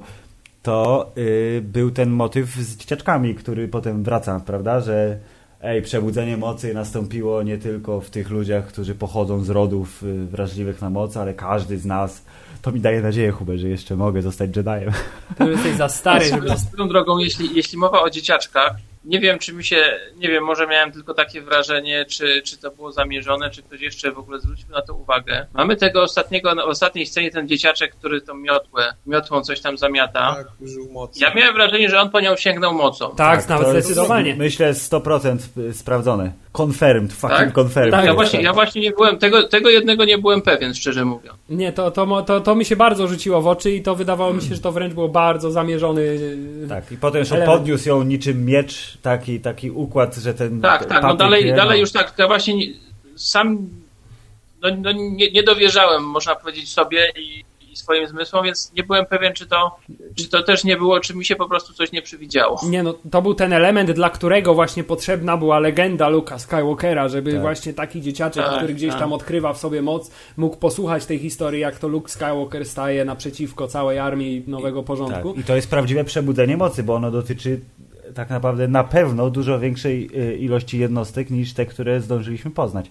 to y, był ten motyw z dzieciaczkami, który potem wraca, prawda, że ej, przebudzenie mocy nastąpiło nie tylko w tych ludziach, którzy pochodzą z rodów y, wrażliwych na moc, ale każdy z nas. To mi daje nadzieję, Hubert, że jeszcze mogę zostać Jediem. To jesteś za stary. Żeby... Swoją drogą, jeśli, jeśli mowa o dzieciaczkach, nie wiem, czy mi się, nie wiem, może miałem tylko takie wrażenie, czy, czy to było zamierzone, czy ktoś jeszcze w ogóle zwrócił na to uwagę. Mamy tego ostatniego, na ostatniej scenie ten dzieciaczek, który tą miotłę, miotłą coś tam zamiata. Tak, użył mocy. Ja miałem wrażenie, że on po nią sięgnął mocą. Tak, tak nawet zdecydowanie. Jest, myślę, sto procent sprawdzone. Confirmed, fucking tak? confirmed. Tak, ja właśnie, ja właśnie nie byłem, tego, tego jednego nie byłem pewien, szczerze mówiąc. Nie, to, to, to, to mi się bardzo rzuciło w oczy i to wydawało mi się, że to wręcz było bardzo zamierzony. Tak, i potem jeszcze podniósł ją niczym miecz, taki, taki układ, że ten... Tak, tak, no dalej, nie, dalej no. już tak, ja właśnie nie, sam no, no nie, nie dowierzałem, można powiedzieć, sobie i, i swoim zmysłom, więc nie byłem pewien, czy to, czy to też nie było, czy mi się po prostu coś nie przewidziało. Nie, no to był ten element, dla którego właśnie potrzebna była legenda Luke'a Skywalkera, żeby tak. właśnie taki dzieciaczek, tak, który gdzieś tak. tam odkrywa w sobie moc, mógł posłuchać tej historii, jak to Luke Skywalker staje naprzeciwko całej armii nowego porządku. Tak. I to jest prawdziwe przebudzenie mocy, bo ono dotyczy tak naprawdę na pewno dużo większej ilości jednostek niż te, które zdążyliśmy poznać.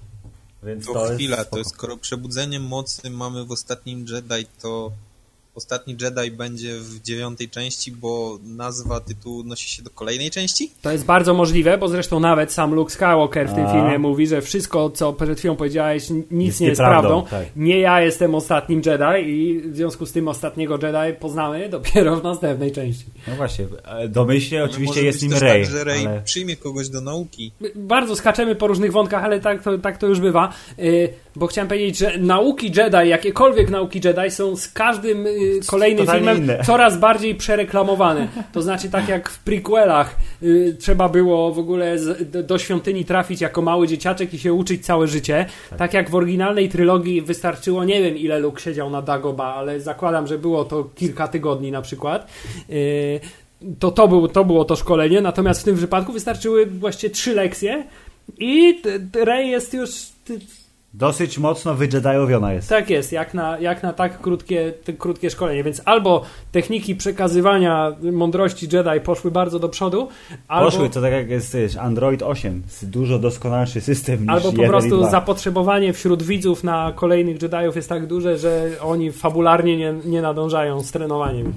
Więc to, to chwila, jest to jest, skoro przebudzenie mocy mamy w ostatnim Jedi, to ostatni Jedi będzie w dziewiątej części, bo nazwa tytułu odnosi się do kolejnej części? To jest bardzo możliwe, bo zresztą nawet sam Luke Skywalker w tym A. filmie mówi, że wszystko, co przed chwilą powiedziałeś, nic jest nie jest prawdą. Tak. Nie ja jestem ostatnim Jedi i w związku z tym ostatniego Jedi poznamy dopiero w następnej części. No właśnie, domyślnie oczywiście jest nim Rey. Rey. Tak, że Rey ale... przyjmie kogoś do nauki. Bardzo skaczemy po różnych wątkach, ale tak to, tak to już bywa, yy, bo chciałem powiedzieć, że nauki Jedi, jakiekolwiek nauki Jedi są z każdym yy, kolejnym Totalnie filmem inne. coraz bardziej przereklamowane. To znaczy tak jak w prequelach yy, trzeba było w ogóle z, do, do świątyni trafić jako mały dzieciaczek i się uczyć całe życie. Tak. tak jak w oryginalnej trylogii wystarczyło, nie wiem ile Luke siedział na Dagobah, ale zakładam, że było to kilka tygodni na przykład. Yy, to, to, był, to było to szkolenie, natomiast w tym wypadku wystarczyły właściwie trzy lekcje i Rey jest już Dosyć mocno wydżedajowiona jest. Tak jest, jak na, jak na tak krótkie, te krótkie szkolenie, więc albo techniki przekazywania mądrości Jedi poszły bardzo do przodu, albo... Poszły, to tak jak jest wiesz, Android osiem, dużo doskonalszy system niż albo po jeden prostu i dwa. Zapotrzebowanie wśród widzów na kolejnych Jediów jest tak duże, że oni fabularnie nie, nie nadążają z trenowaniem.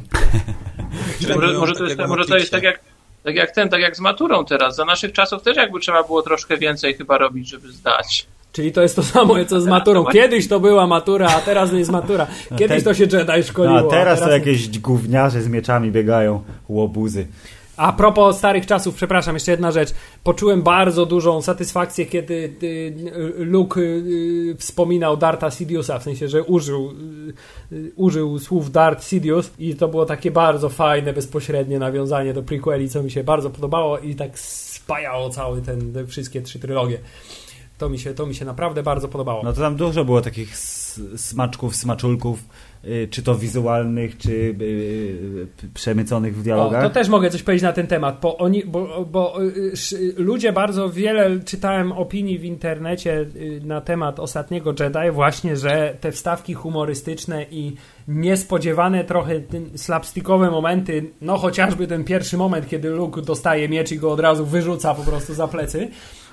może, może, to jest, może to jest tak jak Tak jak ten, tak jak z maturą teraz. Za naszych czasów też jakby trzeba było troszkę więcej chyba robić, żeby zdać. Czyli to jest to samo, co z maturą. Kiedyś to była matura, a teraz nie jest matura. Kiedyś to się Jedi szkoliło. No, a teraz, a teraz to jakieś gówniarze z mieczami biegają, łobuzy. A propos starych czasów, przepraszam, jeszcze jedna rzecz. Poczułem bardzo dużą satysfakcję, kiedy Luke wspominał Dartha Sidiousa, w sensie, że użył, użył słów Darth Sidious i to było takie bardzo fajne, bezpośrednie nawiązanie do prequeli, co mi się bardzo podobało i tak spajało cały ten, te wszystkie trzy trylogie. To mi się, to mi się naprawdę bardzo podobało. No to tam dużo było takich smaczków, smaczulków, czy to wizualnych, czy przemyconych w dialogach. O, to też mogę coś powiedzieć na ten temat, bo, oni, bo, bo ludzie bardzo wiele, czytałem opinii w internecie na temat ostatniego Jedi, właśnie, że te wstawki humorystyczne i niespodziewane trochę slapstickowe momenty, no chociażby ten pierwszy moment, kiedy Luke dostaje miecz i go od razu wyrzuca po prostu za plecy,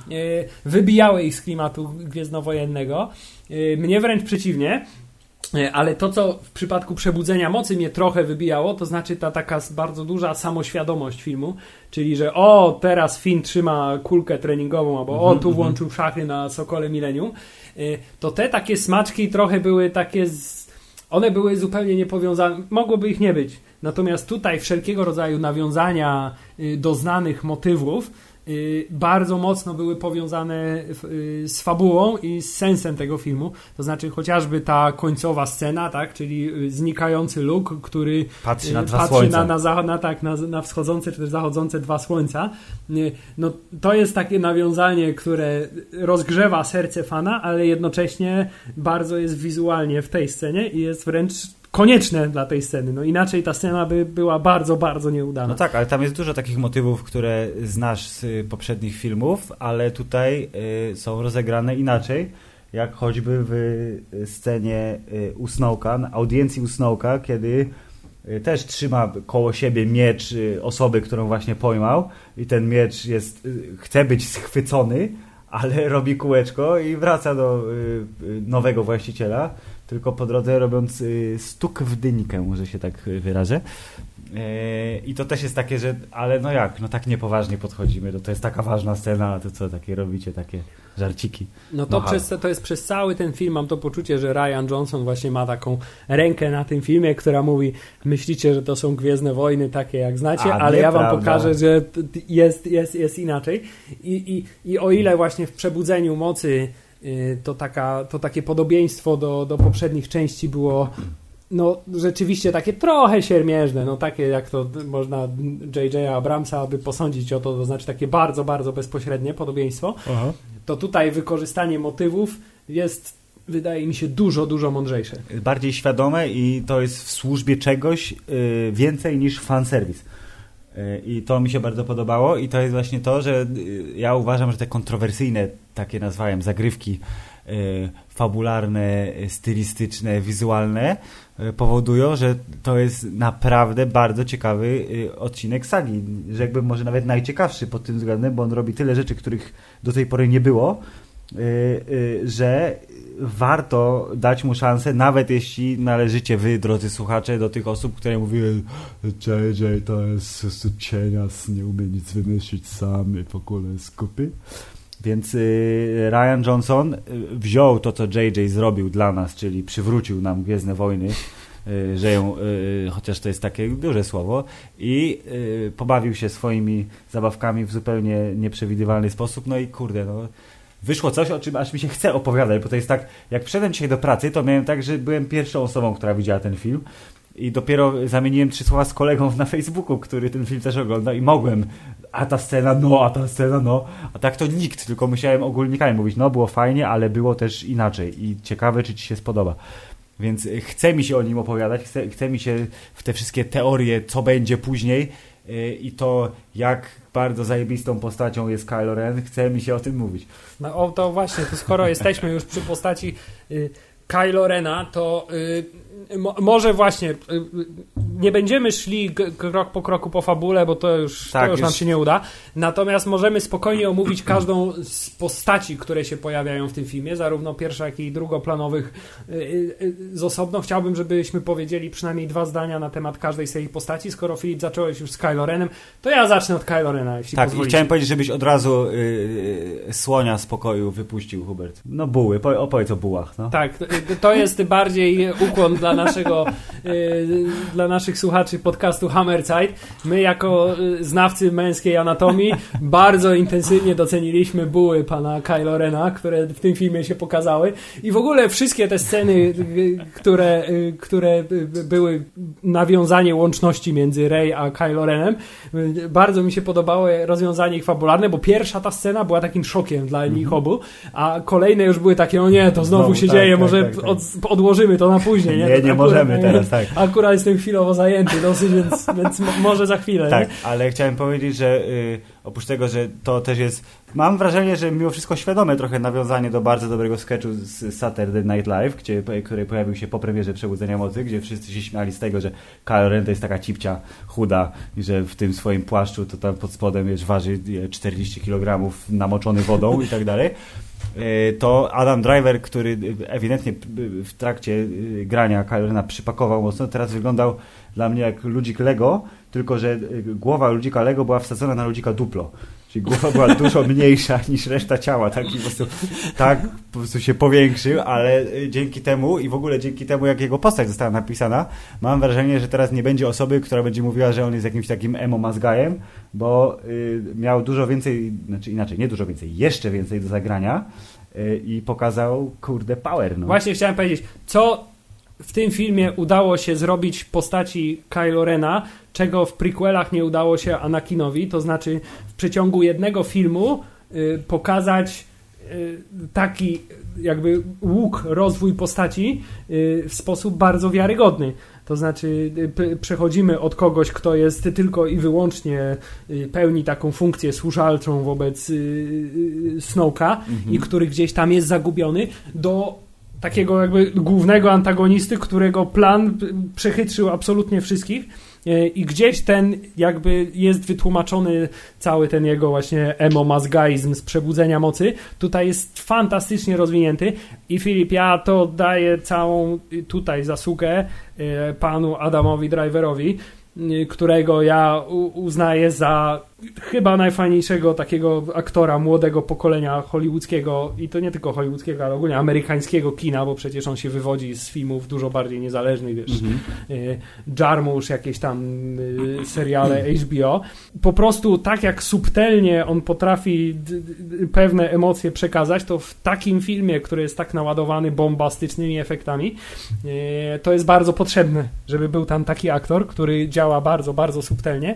wybijały ich z klimatu gwiezdnowojennego. Mnie wręcz przeciwnie, ale to, co w przypadku Przebudzenia Mocy mnie trochę wybijało, to znaczy ta taka bardzo duża samoświadomość filmu, czyli że o, teraz Finn trzyma kulkę treningową, albo o, tu włączył szachy na Sokole Millennium, to te takie smaczki trochę były takie, z... one były zupełnie niepowiązane, mogłoby ich nie być. Natomiast tutaj wszelkiego rodzaju nawiązania do znanych motywów bardzo mocno były powiązane z fabułą i z sensem tego filmu. To znaczy chociażby ta końcowa scena, tak, czyli znikający Luke, który patrzy na dwa patrzy słońca. Na, na, na, tak, na, na wschodzące czy też zachodzące dwa słońca. No, to jest takie nawiązanie, które rozgrzewa serce fana, ale jednocześnie bardzo jest wizualnie w tej scenie i jest wręcz konieczne dla tej sceny. No inaczej ta scena by była bardzo, bardzo nieudana. No tak, ale tam jest dużo takich motywów, które znasz z poprzednich filmów, ale tutaj y, są rozegrane inaczej, jak choćby w scenie y, u Snoke'a, na audiencji u Snoke'a, kiedy y, też trzyma koło siebie miecz y, osoby, którą właśnie pojmał i ten miecz jest, y, chce być schwycony, ale robi kółeczko i wraca do y, y, nowego właściciela, tylko po drodze robiąc y, stuk w dyńkę, że się tak wyrażę. Y, I to też jest takie, że ale no jak, no tak niepoważnie podchodzimy, to, to jest taka ważna scena, a to co, takie robicie, takie żarciki. No to, przez, to jest przez cały ten film, mam to poczucie, że Rian Johnson właśnie ma taką rękę na tym filmie, która mówi, myślicie, że to są Gwiezdne Wojny takie jak znacie, a, ale ja wam prawda. pokażę, że jest, jest, jest inaczej. I, i, I o ile właśnie w Przebudzeniu Mocy to, taka, to takie podobieństwo do, do poprzednich części było no rzeczywiście takie trochę siermiężne, no takie jak to można J J Abramsa by posądzić o to, to znaczy takie bardzo, bardzo bezpośrednie podobieństwo. Aha. To tutaj wykorzystanie motywów jest, wydaje mi się, dużo, dużo mądrzejsze. Bardziej świadome i to jest w służbie czegoś yy, więcej niż fanserwis. I to mi się bardzo podobało i to jest właśnie to, że ja uważam, że te kontrowersyjne, takie nazwałem, zagrywki y, fabularne, stylistyczne, wizualne y, powodują, że to jest naprawdę bardzo ciekawy y, odcinek sagi, że jakby może nawet najciekawszy pod tym względem, bo on robi tyle rzeczy, których do tej pory nie było, y, y, że warto dać mu szansę, nawet jeśli należycie wy, drodzy słuchacze, do tych osób, które mówiły J J to jest cienias, nie umie nic wymyślić sam i w ogóle skupy. Więc y, Rian Johnson wziął to, co J J zrobił dla nas, czyli przywrócił nam Gwiezdne Wojny, y, że ją, y, chociaż to jest takie duże słowo, i y, pobawił się swoimi zabawkami w zupełnie nieprzewidywalny sposób. No i kurde, no wyszło coś, o czym aż mi się chce opowiadać, bo to jest tak, jak wszedłem dzisiaj do pracy, to miałem tak, że byłem pierwszą osobą, która widziała ten film i dopiero zamieniłem trzy słowa z kolegą na Facebooku, który ten film też ogląda i mogłem, a ta scena no, a ta scena no, a tak to nikt, tylko musiałem ogólnikami mówić, no było fajnie, ale było też inaczej i ciekawe, czy ci się spodoba. Więc chce mi się o nim opowiadać, chce, chce mi się w te wszystkie teorie, co będzie później, i to, jak bardzo zajebistą postacią jest Kylo Ren, chce mi się o tym mówić. No o, to właśnie, to skoro jesteśmy już przy postaci y, Kylo Rena, to y, mo, może właśnie y, nie będziemy szli g- krok po kroku po fabule, bo to już, tak, to już już nam się nie uda. Natomiast możemy spokojnie omówić każdą z postaci, które się pojawiają w tym filmie, zarówno pierwsza, jak i drugoplanowych y, y, z osobno. Chciałbym, żebyśmy powiedzieli przynajmniej dwa zdania na temat każdej z tej postaci. Skoro Filip zacząłeś już z Kylo Renem, to ja zacznę od Kylo Rena, jeśli tak, pozwolicie. i chciałem powiedzieć, żebyś od razu y, y, słonia z pokoju wypuścił, Hubert. No buły, po, opowiedz o bułach. No. Tak, to jest bardziej ukłon dla naszego, y, dla naszych słuchaczy podcastu Hammerzeit. My jako y, znawcy męskiej anatomii bardzo intensywnie doceniliśmy buły pana Kylo Rena, które w tym filmie się pokazały i w ogóle wszystkie te sceny, y, które, y, które były nawiązanie łączności między Rey a Kylo Renem, y, bardzo mi się podobało rozwiązanie ich fabularne, bo pierwsza ta scena była takim szokiem dla nich obu, a kolejne już były takie, o nie, to znowu, znowu się tak, dzieje, tak, może tak, tak. Od, odłożymy to na później. Nie, nie, nie akurat, możemy teraz, tak. Akurat jestem chwilowo zajęty dosyć, więc, więc może za chwilę. Tak, nie? ale chciałem powiedzieć, że y, oprócz tego, że to też jest, mam wrażenie, że mimo wszystko świadome trochę nawiązanie do bardzo dobrego sketchu z Saturday Night Live, gdzie, który pojawił się po premierze Przebudzenia Mocy, gdzie wszyscy się śmiali z tego, że Kylo Ren to jest taka cipcia chuda i że w tym swoim płaszczu to tam pod spodem wiesz, waży czterdzieści kilogramów namoczony wodą i tak dalej. To Adam Driver, który ewidentnie w trakcie grania Kylo Rena przypakował mocno, teraz wyglądał dla mnie jak ludzik Lego, tylko że głowa ludzika Lego była wsadzona na ludzika Duplo. Czyli głowa była dużo mniejsza niż reszta ciała. Tak, i po prostu, tak po prostu się powiększył, ale dzięki temu i w ogóle dzięki temu, jak jego postać została napisana, mam wrażenie, że teraz nie będzie osoby, która będzie mówiła, że on jest jakimś takim emo mazgajem, bo y, miał dużo więcej, znaczy inaczej, nie dużo więcej, jeszcze więcej do zagrania y, i pokazał, kurde, power. No. Właśnie chciałem powiedzieć, co w tym filmie udało się zrobić postaci Kylo Rena, czego w prequelach nie udało się Anakinowi, to znaczy w przeciągu jednego filmu y, pokazać y, taki jakby łuk, rozwój postaci y, w sposób bardzo wiarygodny. To znaczy p- przechodzimy od kogoś, kto jest tylko i wyłącznie y, pełni taką funkcję służalczą wobec y, y, Snoke'a mhm. i który gdzieś tam jest zagubiony, do takiego jakby głównego antagonisty, którego plan przechytrzył absolutnie wszystkich i gdzieś ten jakby jest wytłumaczony cały ten jego właśnie emo-mazgaizm z Przebudzenia Mocy. Tutaj jest fantastycznie rozwinięty i Filip, ja to daję całą tutaj zasługę panu Adamowi Driverowi, którego ja uznaję za chyba najfajniejszego takiego aktora młodego pokolenia hollywoodzkiego i to nie tylko hollywoodzkiego, ale ogólnie amerykańskiego kina, bo przecież on się wywodzi z filmów dużo bardziej niezależnych, wiesz, mm-hmm. Jarmusch, jakieś tam seriale H B O. Po prostu tak jak subtelnie on potrafi d- d- pewne emocje przekazać, to w takim filmie, który jest tak naładowany bombastycznymi efektami, to jest bardzo potrzebne, żeby był tam taki aktor, który działa bardzo, bardzo subtelnie.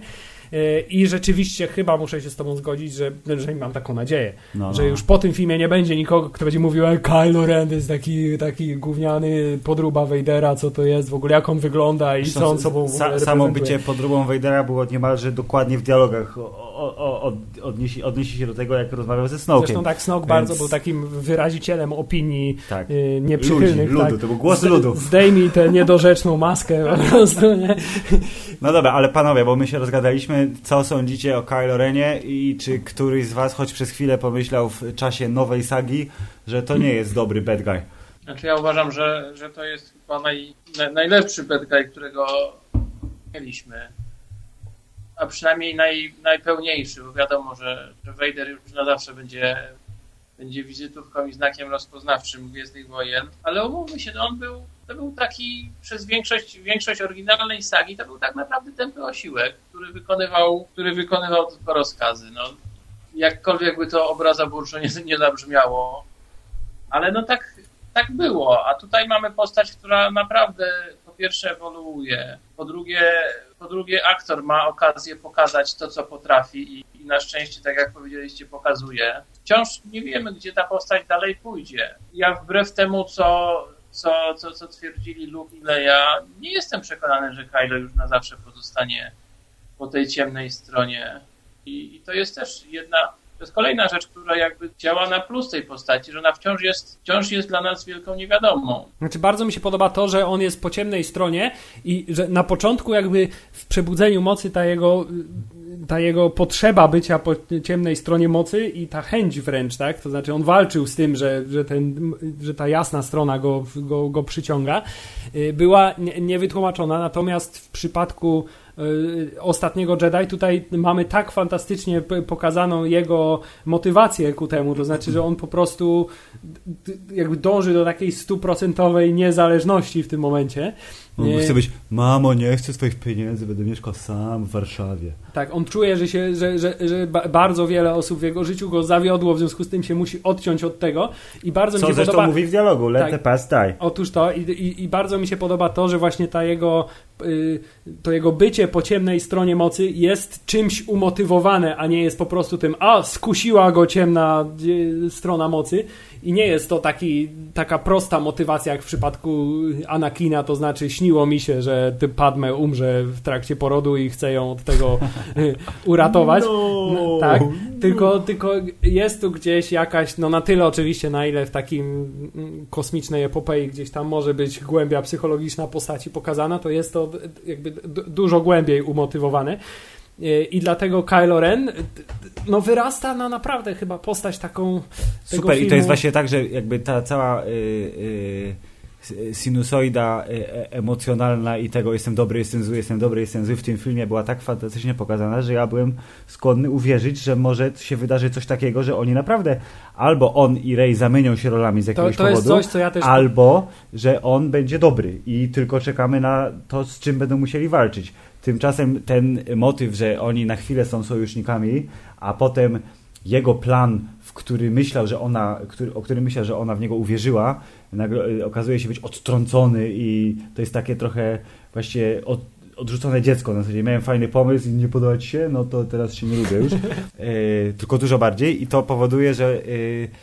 I rzeczywiście chyba muszę się z tobą zgodzić, że, że mam taką nadzieję, no, no. że już po tym filmie nie będzie nikogo, kto będzie mówił, że Kylo Ren jest taki, taki gówniany podróba Vadera, co to jest w ogóle, jak on wygląda i co on sobą w ogóle Samo bycie podróbą Vadera było niemalże dokładnie w dialogach o, o, o, od, odniesie, odniesie się do tego, jak rozmawiał ze Snoke'em. Zresztą tak, Snoke Więc... bardzo był takim wyrazicielem opinii tak. y, Ludzi, nieprzychylnych. ludu, tak. to był głos ludu. Zdejmij tę niedorzeczną maskę po prostu, nie? No dobra, ale panowie, bo my się rozgadaliśmy, co sądzicie o Kylo Renie i czy któryś z was choć przez chwilę pomyślał w czasie nowej sagi, że to nie jest dobry bad guy? Znaczy ja uważam, że, że to jest chyba naj, naj, najlepszy bad guy, którego mieliśmy. A przynajmniej naj, najpełniejszy, bo wiadomo, że, że Vader już na zawsze będzie, będzie wizytówką i znakiem rozpoznawczym Gwiezdnych Wojen. Ale umówmy się, no on był to był taki, przez większość, większość oryginalnej sagi, to był tak naprawdę tępy osiłek, który wykonywał, który wykonywał tylko rozkazy. No, jakkolwiek by to obrazoburczo nie, nie zabrzmiało, ale no tak, tak było. A tutaj mamy postać, która naprawdę po pierwsze ewoluuje, po drugie, po drugie aktor ma okazję pokazać to, co potrafi i, i na szczęście, tak jak powiedzieliście, pokazuje. Wciąż nie wiemy, gdzie ta postać dalej pójdzie. Ja wbrew temu, co Co, co, co twierdzili Luke i Leia, nie jestem przekonany, że Kylo już na zawsze pozostanie po tej ciemnej stronie. I, i to jest też jedna, to jest kolejna rzecz, która jakby działa na plus tej postaci, że ona wciąż jest, wciąż jest dla nas wielką niewiadomą. Znaczy bardzo mi się podoba to, że on jest po ciemnej stronie i że na początku jakby w Przebudzeniu Mocy ta jego, ta jego potrzeba bycia po ciemnej stronie mocy i ta chęć wręcz, tak? To znaczy on walczył z tym, że, że, ten, że ta jasna strona go, go, go przyciąga, była niewytłumaczona, natomiast w przypadku Ostatniego Jedi tutaj mamy tak fantastycznie pokazaną jego motywację ku temu, to znaczy, że on po prostu jakby dąży do takiej stuprocentowej niezależności w tym momencie. On nie chce być, mamo, nie chcę swoich pieniędzy, będę mieszkał sam w Warszawie. Tak, on czuje, że, się, że, że, że bardzo wiele osób w jego życiu go zawiodło, w związku z tym się musi odciąć od tego i bardzo Co mi się zresztą podoba... mówi w dialogu, let tak, the past die. Otóż to i, i, i bardzo mi się podoba to, że właśnie ta jego, y, to jego bycie po ciemnej stronie mocy jest czymś umotywowane, a nie jest po prostu tym, a skusiła go ciemna y, strona mocy. I nie jest to taki, taka prosta motywacja jak w przypadku Anakina, to znaczy śniło mi się, że ty Padme umrze w trakcie porodu i chcę ją od tego uratować. No, no, tak, tylko, tylko jest tu gdzieś jakaś, no na tyle oczywiście, na ile w takim kosmicznej epopei gdzieś tam może być głębia psychologiczna postaci pokazana, to jest to jakby d- dużo głębiej umotywowane. I dlatego Kylo Ren no wyrasta na naprawdę chyba postać taką tego Super, filmu. i to jest właśnie tak, że jakby ta cała y, y, sinusoida y, emocjonalna i tego jestem dobry, jestem zły, jestem dobry, jestem zły w tym filmie była tak fantastycznie pokazana, że ja byłem skłonny uwierzyć, że może się wydarzy coś takiego, że oni naprawdę albo on i Rey zamienią się rolami z jakiegoś to, to powodu, jest coś, co ja też... albo że on będzie dobry i tylko czekamy na to, z czym będą musieli walczyć. Tymczasem ten motyw, że oni na chwilę są sojusznikami, a potem jego plan, w który myślał, że ona, który, o którym myślał, że ona w niego uwierzyła, nagle okazuje się być odtrącony i to jest takie trochę właściwie od, odrzucone dziecko. Na zasadzie miałem fajny pomysł i nie podoba ci się, no to teraz się nie lubię już. E, tylko dużo bardziej i to powoduje, że e,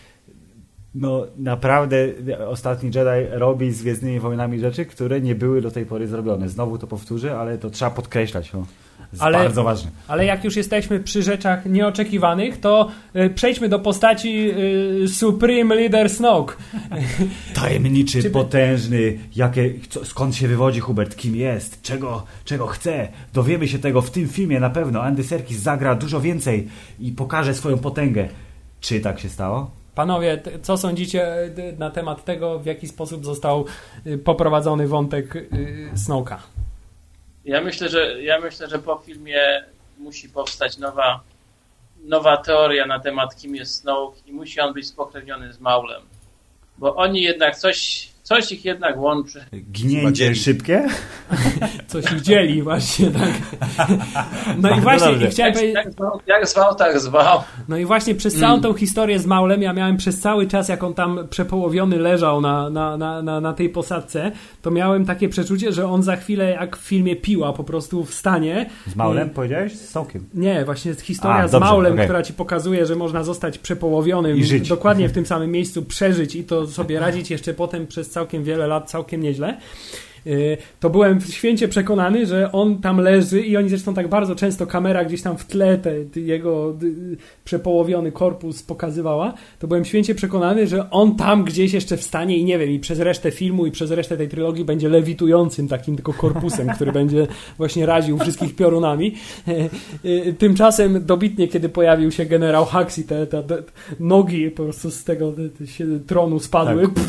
no naprawdę Ostatni Jedi robi z Gwiezdnymi Wojnami rzeczy, które nie były do tej pory zrobione. Znowu to powtórzę, ale to trzeba podkreślać. O. Jest ale, bardzo ważne. Ale jak już jesteśmy przy rzeczach nieoczekiwanych, to y, przejdźmy do postaci y, Supreme Leader Snoke. Tajemniczy, Czy... potężny, jakie, co, skąd się wywodzi Hubert, kim jest, czego, czego chce. Dowiemy się tego w tym filmie na pewno. Andy Serkis zagra dużo więcej i pokaże swoją potęgę. Czy tak się stało? Panowie, co sądzicie na temat tego, w jaki sposób został poprowadzony wątek Snoke'a? Ja myślę, że ja myślę, że po filmie musi powstać nowa, nowa teoria na temat, kim jest Snoke i musi on być spokrewniony z Maulem. Bo oni jednak coś, coś ich jednak łączy. Gnięcie szybkie? Coś ich dzieli właśnie, tak. No i właśnie, no i chciałem jak, jak, zwał, jak zwał, tak zwał. No i właśnie przez całą mm. tą historię z Maulem ja miałem przez cały czas, jak on tam przepołowiony leżał na, na, na, na, na tej posadce, to miałem takie przeczucie, że on za chwilę, jak w filmie Piła, po prostu wstanie. Z Maulem i... powiedziałeś? Z Sokiem. Nie, właśnie historia A, z dobrze, Maulem, okay. która ci pokazuje, że można zostać przepołowionym i żyć. Dokładnie w tym samym miejscu, przeżyć i to sobie radzić jeszcze potem przez całkiem wiele lat, całkiem nieźle. To byłem święcie przekonany, że on tam leży i oni zresztą tak bardzo często kamera gdzieś tam w tle te, te jego przepołowiony korpus pokazywała, to byłem święcie przekonany, że on tam gdzieś jeszcze wstanie i nie wiem, i przez resztę filmu i przez resztę tej trylogii będzie lewitującym takim tylko korpusem, który będzie właśnie raził wszystkich piorunami. Tymczasem dobitnie, kiedy pojawił się generał Hux i te, te, te nogi po prostu z tego te, te się, tronu spadły, tak.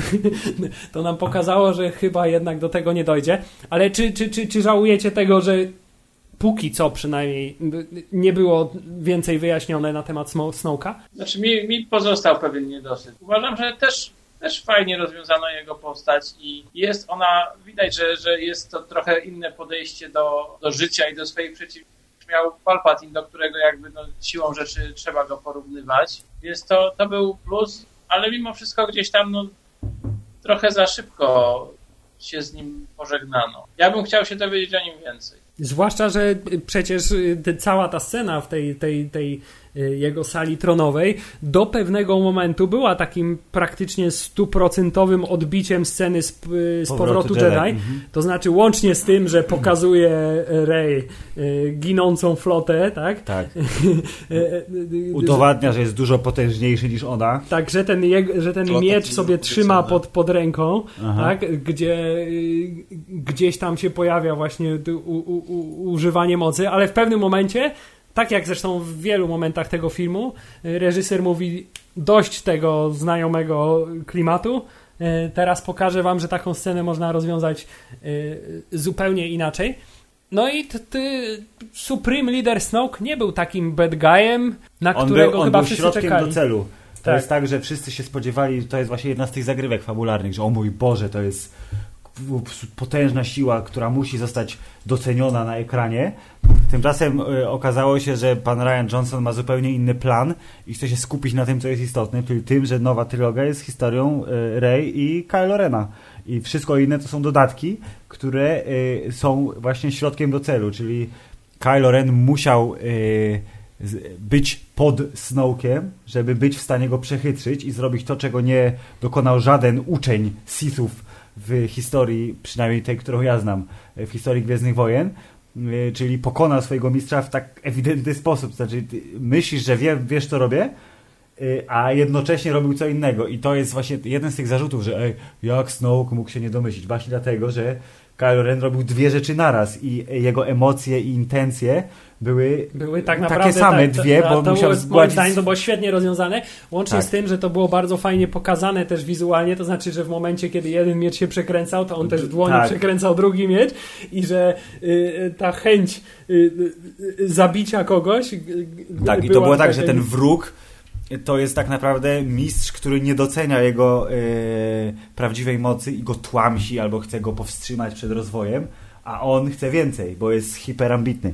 To nam pokazało, że chyba jednak do tego nie dojdzie. Ale czy, czy, czy, czy żałujecie tego, że póki co przynajmniej nie było więcej wyjaśnione na temat Snoke'a? Znaczy mi, mi pozostał pewien niedosyt. Uważam, że też, też fajnie rozwiązano jego postać i jest ona, widać, że, że jest to trochę inne podejście do, do życia i do swoich przeciwników. Miał Palpatine, do którego jakby no, siłą rzeczy trzeba go porównywać. Więc to, to był plus, ale mimo wszystko gdzieś tam no, trochę za szybko się z nim pożegnano. Ja bym chciał się dowiedzieć o nim więcej. Zwłaszcza, że przecież cała ta scena w tej, tej, tej jego sali tronowej, do pewnego momentu była takim praktycznie stuprocentowym odbiciem sceny z, z powrotu, powrotu Jedi. Jedi. Mhm. To znaczy łącznie z tym, że pokazuje Rey ginącą flotę, tak? Tak. Udowadnia, że jest dużo potężniejszy niż ona. Tak, że ten, jego, że ten miecz sobie trzyma pod, pod ręką, tak? Gdzie gdzieś tam się pojawia właśnie u, u, u, używanie mocy, ale w pewnym momencie, tak jak zresztą w wielu momentach tego filmu, reżyser mówi dość tego znajomego klimatu, teraz pokażę wam, że taką scenę można rozwiązać zupełnie inaczej. No i t, ty, Supreme Leader Snoke nie był takim bad guyem, na on którego był, on chyba był wszyscy środkiem czekali. do celu. To tak. jest tak, że wszyscy się spodziewali, to jest właśnie jedna z tych zagrywek fabularnych, że o mój Boże, to jest potężna siła, która musi zostać doceniona na ekranie. Tymczasem y, okazało się, że pan Rian Johnson ma zupełnie inny plan i chce się skupić na tym, co jest istotne, czyli tym, że nowa trylogia jest historią y, Rey i Kylo Rena. I wszystko inne to są dodatki, które y, są właśnie środkiem do celu, czyli Kylo Ren musiał y, być pod Snoke'em, żeby być w stanie go przechytrzyć i zrobić to, czego nie dokonał żaden uczeń Sithów w historii, przynajmniej tej, którą ja znam, w historii Gwiezdnych Wojen, czyli pokonał swojego mistrza w tak ewidentny sposób. Znaczy, myślisz, że wie, wiesz, co robię, a jednocześnie robił co innego. I to jest właśnie jeden z tych zarzutów, że ej, jak Snoke mógł się nie domyślić? Właśnie dlatego, że Kylo Ren robił dwie rzeczy naraz i jego emocje i intencje były, były tak naprawdę takie same tak, dwie, to, bo to musiał było, zgładzić... moim zdaniem to było świetnie rozwiązane, łącznie tak. z tym, że to było bardzo fajnie pokazane też wizualnie, to znaczy, że w momencie, kiedy jeden miecz się przekręcał, to on też w dłoni tak. przekręcał drugi miecz i że y, ta chęć y, y, zabicia kogoś... Y, tak, i to było tak, że ten wróg to jest tak naprawdę mistrz, który nie docenia jego y, prawdziwej mocy i go tłamsi albo chce go powstrzymać przed rozwojem, a on chce więcej, bo jest hiperambitny.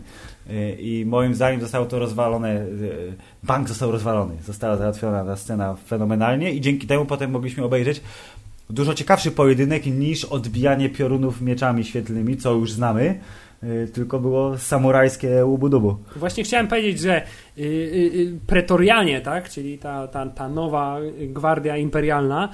I moim zdaniem zostało to rozwalone, bank został rozwalony, została załatwiona ta scena fenomenalnie i dzięki temu potem mogliśmy obejrzeć dużo ciekawszy pojedynek niż odbijanie piorunów mieczami świetlnymi, co już znamy, tylko było samurajskie łubu-dubu. Właśnie chciałem powiedzieć, że yy, yy, pretorianie, tak, czyli ta, ta, ta nowa gwardia imperialna,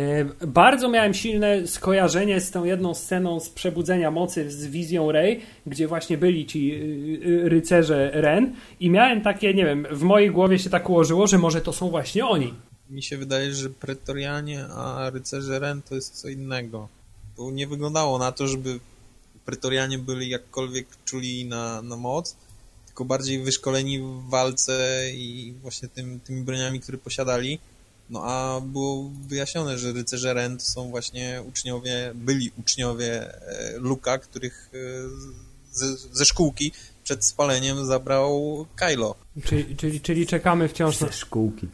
bardzo miałem silne skojarzenie z tą jedną sceną z Przebudzenia Mocy z wizją Rey, gdzie właśnie byli ci rycerze Ren i miałem takie, nie wiem, w mojej głowie się tak ułożyło, że może to są właśnie oni. Mi się wydaje, że pretorianie, a rycerze Ren to jest co innego. Bo nie wyglądało na to, żeby pretorianie byli jakkolwiek czuli na, na moc, tylko bardziej wyszkoleni w walce i właśnie tym, tymi broniami, które posiadali. No a było wyjaśnione, że rycerze Ren to są właśnie uczniowie, byli uczniowie Luka, których ze, ze szkółki przed spaleniem zabrał Kylo. Czyli, czyli, czyli czekamy wciąż na... Ze szkółki.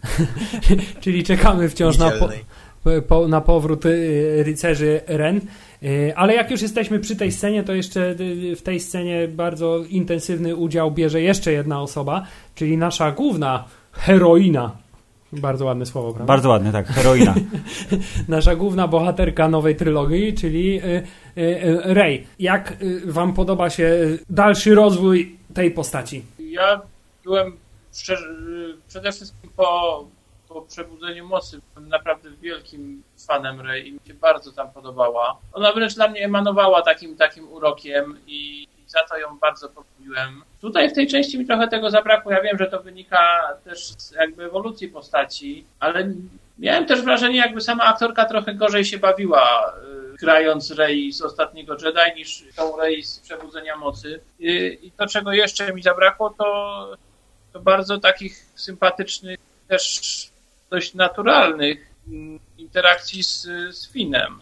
czyli czekamy wciąż na, po, po, na powrót rycerzy Ren. Ale jak już jesteśmy przy tej scenie, to jeszcze w tej scenie bardzo intensywny udział bierze jeszcze jedna osoba, czyli nasza główna heroina. Bardzo ładne słowo, prawda? Bardzo ładne, tak. Heroina. Nasza główna bohaterka nowej trylogii, czyli y, y, y, Rey. Jak y, wam podoba się dalszy rozwój tej postaci? Ja byłem szczerze, przede wszystkim po, po Przebudzeniu Mocy byłem naprawdę wielkim fanem Rey i mi się bardzo tam podobała. Ona wręcz dla mnie emanowała takim, takim urokiem i za to ją bardzo polubiłem. Tutaj w tej części mi trochę tego zabrakło. Ja wiem, że to wynika też z jakby ewolucji postaci, ale miałem też wrażenie, jakby sama aktorka trochę gorzej się bawiła yy, grając Rey z Ostatniego Jedi niż tą Rey z Przebudzenia Mocy. Yy, I to, czego jeszcze mi zabrakło, to, to bardzo takich sympatycznych, też dość naturalnych yy, interakcji z, z Finnem.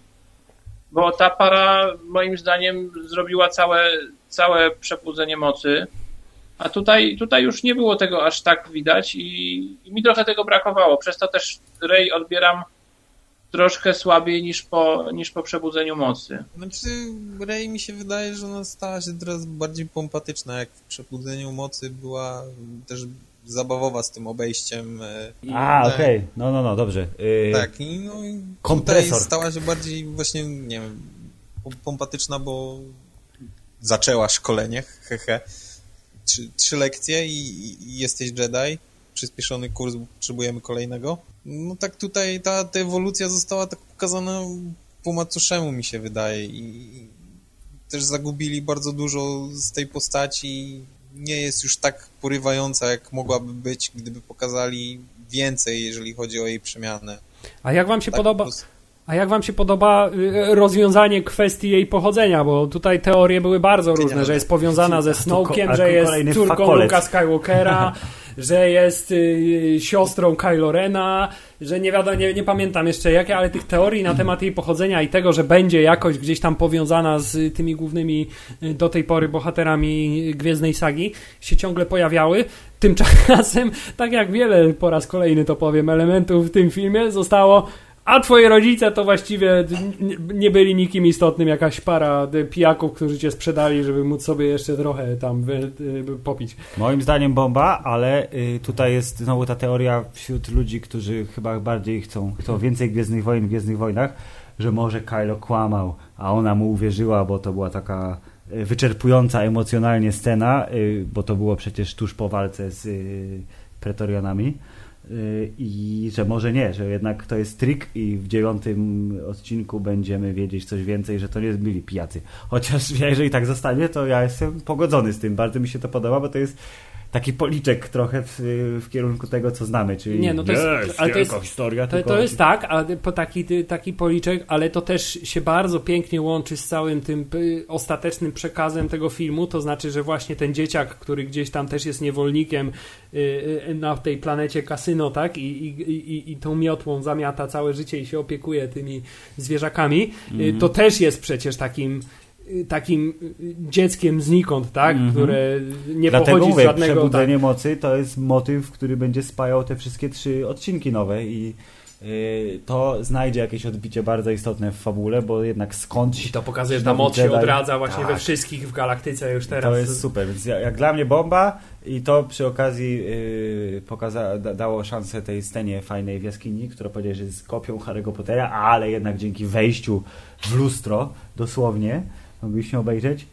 Bo ta para moim zdaniem zrobiła całe, całe Przebudzenie Mocy, a tutaj, tutaj już nie było tego aż tak widać i, i mi trochę tego brakowało. Przez to też Rey odbieram troszkę słabiej niż po, niż po Przebudzeniu Mocy. Znaczy Rey mi się wydaje, że ona stała się teraz bardziej pompatyczna, jak w Przebudzeniu Mocy była też zabawowa z tym obejściem. A, okej. Okay. No, no, no, dobrze. Yy... Tak, i no, tutaj stała się bardziej właśnie, nie wiem, pompatyczna, bo zaczęła szkolenie, hehe. Trzy, trzy lekcje i, i jesteś Jedi. przyspieszony kurs, bo potrzebujemy kolejnego. No tak tutaj ta, ta ewolucja została tak pokazana po macoszemu, mi się wydaje, i też zagubili bardzo dużo z tej postaci. Nie jest już tak porywająca, jak mogłaby być, gdyby pokazali więcej, jeżeli chodzi o jej przemianę. A jak wam się tak podoba... plus... A jak wam się podoba rozwiązanie kwestii jej pochodzenia? Bo tutaj teorie były bardzo różne, że jest powiązana ze Snowkiem, że jest córką Luka Skywalkera, że jest y, siostrą Kylo Rena, że nie wiadomo, nie, nie pamiętam jeszcze jakie, ale tych teorii na temat jej pochodzenia i tego, że będzie jakoś gdzieś tam powiązana z tymi głównymi y, do tej pory bohaterami Gwiezdnej Sagi się ciągle pojawiały. Tymczasem, tak jak wiele, po raz kolejny to powiem, elementów w tym filmie zostało: a twoi rodzice to właściwie nie byli nikim istotnym, jakaś para pijaków, którzy cię sprzedali, żeby móc sobie jeszcze trochę tam popić. Moim zdaniem bomba, ale tutaj jest znowu ta teoria wśród ludzi, którzy chyba bardziej chcą, chcą więcej Gwiezdnych Wojen w Gwiezdnych Wojnach, że może Kylo kłamał, a ona mu uwierzyła, bo to była taka wyczerpująca emocjonalnie scena, bo to było przecież tuż po walce z Pretorianami. I że może nie, że jednak to jest trik i w dziewiątym odcinku będziemy wiedzieć coś więcej, że to nie byli pijacy. Chociaż jeżeli tak zostanie, to ja jestem pogodzony z tym. Bardzo mi się to podoba, bo to jest taki policzek trochę w, w kierunku tego, co znamy, czyli nie, no to jest, jest ale to jest, historia. To, to jest tak, ale po taki, taki policzek, ale to też się bardzo pięknie łączy z całym tym ostatecznym przekazem tego filmu, to znaczy, że właśnie ten dzieciak, który gdzieś tam też jest niewolnikiem na tej planecie kasyno, tak, i, i, i, i tą miotłą zamiata całe życie i się opiekuje tymi zwierzakami, mm. to też jest przecież takim takim dzieckiem znikąd, tak? Mm-hmm. Które nie Dlatego pochodzi mówię, z żadnego... Przebudzenie tak. mocy to jest motyw, który będzie spajał te wszystkie trzy odcinki nowe i yy, to znajdzie jakieś odbicie bardzo istotne w fabule, bo jednak skądś... I to pokazuje, że ta moc się odradza właśnie tak. we wszystkich w galaktyce już teraz. To jest super, więc jak dla mnie bomba i to przy okazji yy, pokaza- da- dało szansę tej scenie fajnej w jaskini, która powiedziała, że jest kopią Harry'ego Pottera, ale jednak dzięki wejściu w lustro, dosłownie, mogliśmy obejrzeć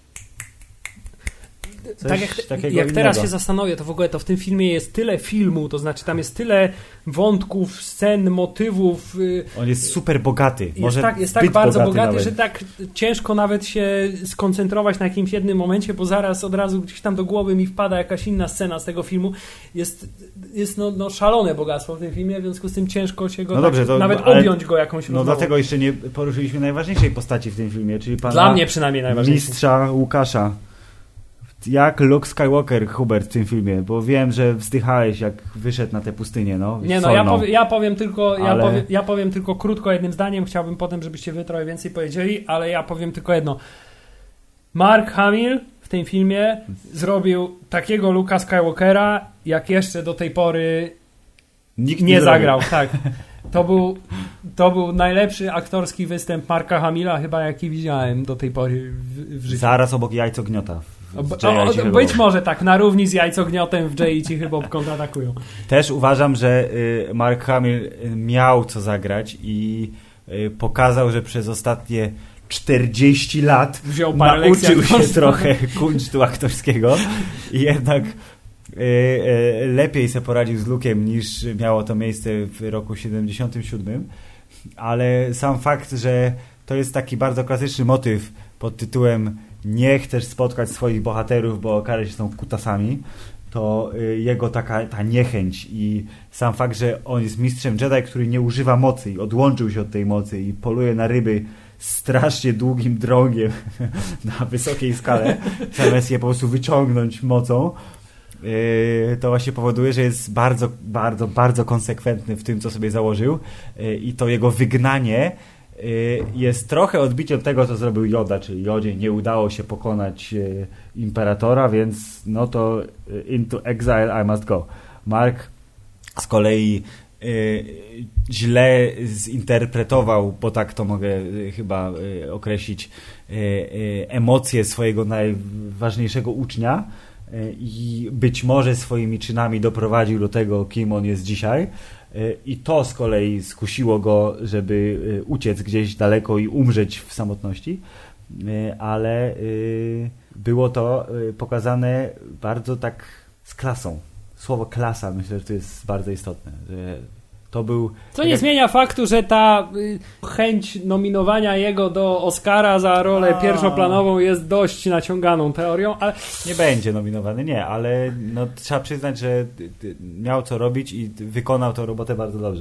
coś tak jak, takiego jak teraz innego. się zastanowię, to w ogóle to w tym filmie jest tyle filmu, to znaczy tam jest tyle wątków, scen, motywów. On jest super bogaty. Jest Może tak, jest tak bardzo bogaty, bogaty że tak ciężko nawet się skoncentrować na jakimś jednym momencie, bo zaraz od razu gdzieś tam do głowy mi wpada jakaś inna scena z tego filmu. Jest, jest no, no szalone bogactwo w tym filmie, w związku z tym ciężko się go no dobrze, tak, to, nawet ale, objąć go jakąś No rozmową. dlatego jeszcze nie poruszyliśmy najważniejszej postaci w tym filmie, czyli pana Dla mnie przynajmniej najważniejszej. mistrza Łukasza. Jak Luke Skywalker, Hubert, w tym filmie, bo wiem, że wzdychałeś, jak wyszedł na tę pustynię, no. Nie no, ja, powie, ja powiem tylko ale... ja, powiem, ja powiem tylko krótko jednym zdaniem, chciałbym potem, żebyście wy trochę więcej powiedzieli, ale ja powiem tylko jedno. Mark Hamill w tym filmie zrobił takiego Luka Skywalkera, jak jeszcze do tej pory nikt nie, nie zagrał. Tak. To był, to był najlepszy aktorski występ Marka Hamilla chyba jaki widziałem do tej pory w, w życiu. Zaraz obok Jajcogniota. O, o, być może tak, na równi z Jajcogniotem w Jay i Cichy Bob kontratakują. Też uważam, że y, Mark Hamill miał co zagrać i y, pokazał, że przez ostatnie czterdzieści lat Wziął parę nauczył się lekcji. trochę kunsztu aktorskiego i jednak y, y, lepiej sobie poradził z Luke'em niż miało to miejsce w roku siedemdziesiątym siódmym, ale sam fakt, że to jest taki bardzo klasyczny motyw pod tytułem nie chcesz spotkać swoich bohaterów, bo okaże się, są kutasami, to jego taka ta niechęć i sam fakt, że on jest mistrzem Jedi, który nie używa mocy i odłączył się od tej mocy i poluje na ryby strasznie długim drogiem na wysokiej skale, zamiast je po prostu wyciągnąć mocą, to właśnie powoduje, że jest bardzo, bardzo, bardzo konsekwentny w tym, co sobie założył i to jego wygnanie jest trochę odbiciem tego, co zrobił Yoda, czyli Jodzie nie udało się pokonać Imperatora, więc no to into exile I must go. Mark z kolei y, źle zinterpretował, bo tak to mogę y, chyba y, określić, y, y, emocje swojego najważniejszego ucznia y, i być może swoimi czynami doprowadził do tego, kim on jest dzisiaj. I to z kolei skusiło go, żeby uciec gdzieś daleko i umrzeć w samotności, ale było to pokazane bardzo tak z klasą, słowo klasa, myślę, że to jest bardzo istotne, że to był... Co nie jak... zmienia faktu, że ta y, chęć nominowania jego do Oscara za rolę A... pierwszoplanową jest dość naciąganą teorią, ale... Nie będzie nominowany, nie, ale no, trzeba przyznać, że miał co robić i wykonał tę robotę bardzo dobrze.